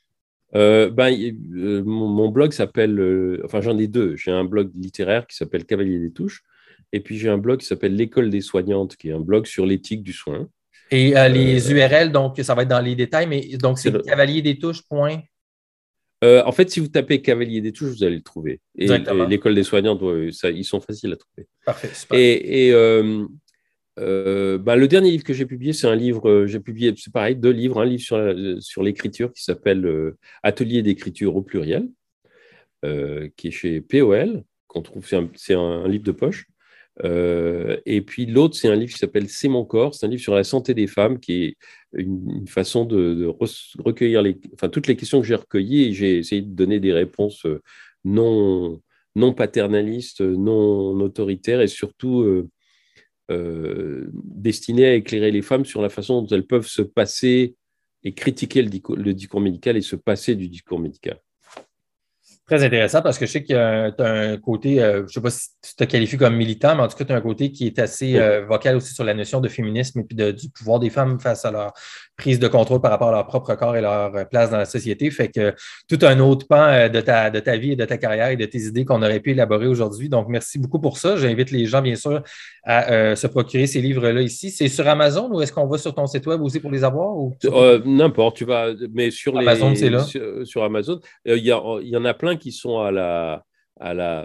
Euh, ben, euh, mon, mon blog s'appelle, euh, enfin j'en ai deux. J'ai un blog littéraire qui s'appelle Cavalier des Touches, et puis j'ai un blog qui s'appelle L'École des soignantes, qui est un blog sur l'éthique du soin. Et euh, les Euh, U R L, donc ça va être dans les détails, mais donc c'est c'est le- cavalier des touches. Point. Euh, en fait, si vous tapez Cavalier des Touches, vous allez le trouver. Et, et Directement. l'école des soignants, ça, ils sont faciles à trouver. Parfait, super. Et, et euh, euh, bah, le dernier livre que j'ai publié, c'est un livre, euh, j'ai publié, c'est pareil, deux livres. Un livre sur, la, sur l'écriture qui s'appelle euh, Atelier d'écriture au pluriel, euh, qui est chez P O L, qu'on trouve, c'est un, c'est un, un livre de poche. Euh, et puis l'autre, c'est un livre qui s'appelle C'est mon corps. C'est un livre sur la santé des femmes, qui est une, une façon de, de recueillir les, enfin, toutes les questions que j'ai recueillies, et j'ai essayé de donner des réponses non, non paternalistes, non autoritaires, et surtout euh, euh, destinées à éclairer les femmes sur la façon dont elles peuvent se passer et critiquer le discours, le discours médical et se passer du discours médical. Très intéressant parce que je sais que tu as un côté, euh, je ne sais pas si tu te qualifies comme militant, mais en tout cas, tu as un côté qui est assez euh, vocal aussi sur la notion de féminisme et puis de, du pouvoir des femmes face à leur prise de contrôle par rapport à leur propre corps et leur place dans la société. Fait que tout un autre pan de ta, de ta vie et de ta carrière et de tes idées qu'on aurait pu élaborer aujourd'hui. Donc, merci beaucoup pour ça. J'invite les gens, bien sûr, à euh, se procurer ces livres-là ici. C'est sur Amazon ou est-ce qu'on va sur ton site web aussi pour les avoir? Ou euh, n'importe, tu vas, mais sur, Amazon, les, c'est là. sur, sur Amazon, il euh, y, y en a plein qui sont à la, à la,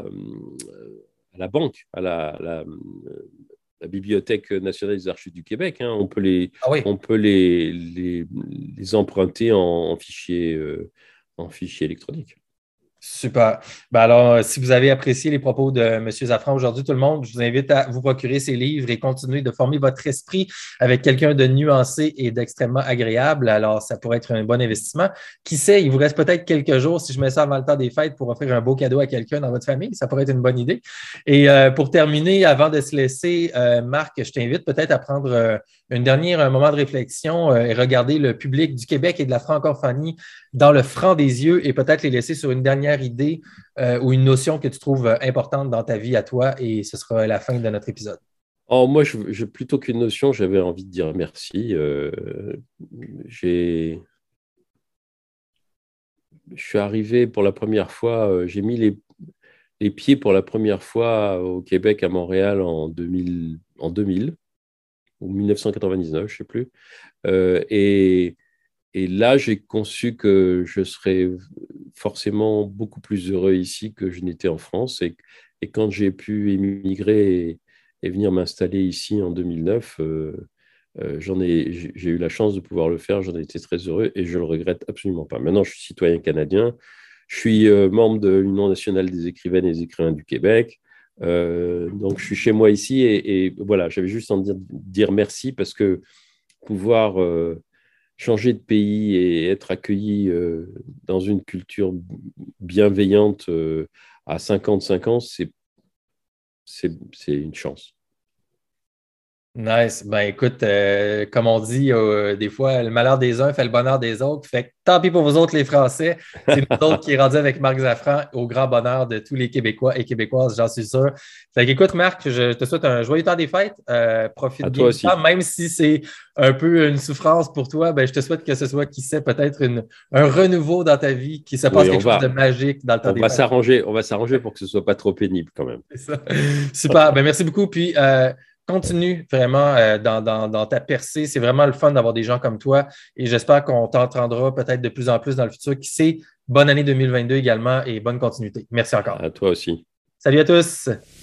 à la banque, à la, la, la Bibliothèque nationale des archives du Québec. Hein. On peut les, Ah oui. on peut les, les, les emprunter en, en, fichier, euh, en fichier électronique. Super. Ben alors, si vous avez apprécié les propos de M. Zafran aujourd'hui, tout le monde, je vous invite à vous procurer ces livres et continuer de former votre esprit avec quelqu'un de nuancé et d'extrêmement agréable. Alors, ça pourrait être un bon investissement. Qui sait, il vous reste peut-être quelques jours, si je mets ça avant le temps des fêtes, pour offrir un beau cadeau à quelqu'un dans votre famille. Ça pourrait être une bonne idée. Et euh, pour terminer, avant de se laisser, euh, Marc, je t'invite peut-être à prendre euh, une dernière, un moment de réflexion euh, et regarder le public du Québec et de la francophonie dans le franc des yeux et peut-être les laisser sur une dernière idée euh, ou une notion que tu trouves importante dans ta vie à toi, et ce sera la fin de notre épisode. Oh, moi, je, je, plutôt qu'une notion, j'avais envie de dire merci. Euh, j'ai, je suis arrivé pour la première fois, euh, j'ai mis les, les pieds pour la première fois au Québec, à Montréal, en deux mille, en deux mille ou mille neuf cent quatre-vingt-dix-neuf, je ne sais plus. Euh, et Et là, j'ai conçu que je serais forcément beaucoup plus heureux ici que je n'étais en France. Et, et quand j'ai pu émigrer et, et venir m'installer ici en deux mille neuf, euh, euh, j'en ai, j'ai eu la chance de pouvoir le faire. J'en ai été très heureux et je ne le regrette absolument pas. Maintenant, je suis citoyen canadien. Je suis euh, membre de l'Union nationale des écrivaines et des écrivains du Québec. Euh, donc, je suis chez moi ici. Et, et voilà, j'avais juste envie de dire, dire merci parce que pouvoir... Euh, changer de pays et être accueilli euh, dans une culture bienveillante euh, à cinquante-cinq ans, c'est, c'est, c'est une chance. Nice. Ben écoute, euh, comme on dit, euh, des fois, le malheur des uns fait le bonheur des autres. Fait que tant pis pour vous autres, les Français. C'est nous autres qui est rendu avec Marc Zafran au grand bonheur de tous les Québécois et Québécoises, j'en suis sûr. Fait que écoute, Marc, je te souhaite un joyeux temps des fêtes. Euh, profite À bien toi du temps, aussi. même si c'est un peu une souffrance pour toi. Ben, je te souhaite que ce soit, qui sait, peut-être une, un renouveau dans ta vie, qu'il se passe Oui, on quelque chose de va, magique dans le temps on des va fêtes. s'arranger, on va s'arranger pour que ce soit pas trop pénible quand même. C'est ça. Super. Ben, merci beaucoup. Puis, euh, continue vraiment euh, dans, dans, dans ta percée. C'est vraiment le fun d'avoir des gens comme toi et j'espère qu'on t'entendra peut-être de plus en plus dans le futur. Qui sait, bonne année deux mille vingt-deux également et bonne continuité. Merci encore. À toi aussi. Salut à tous.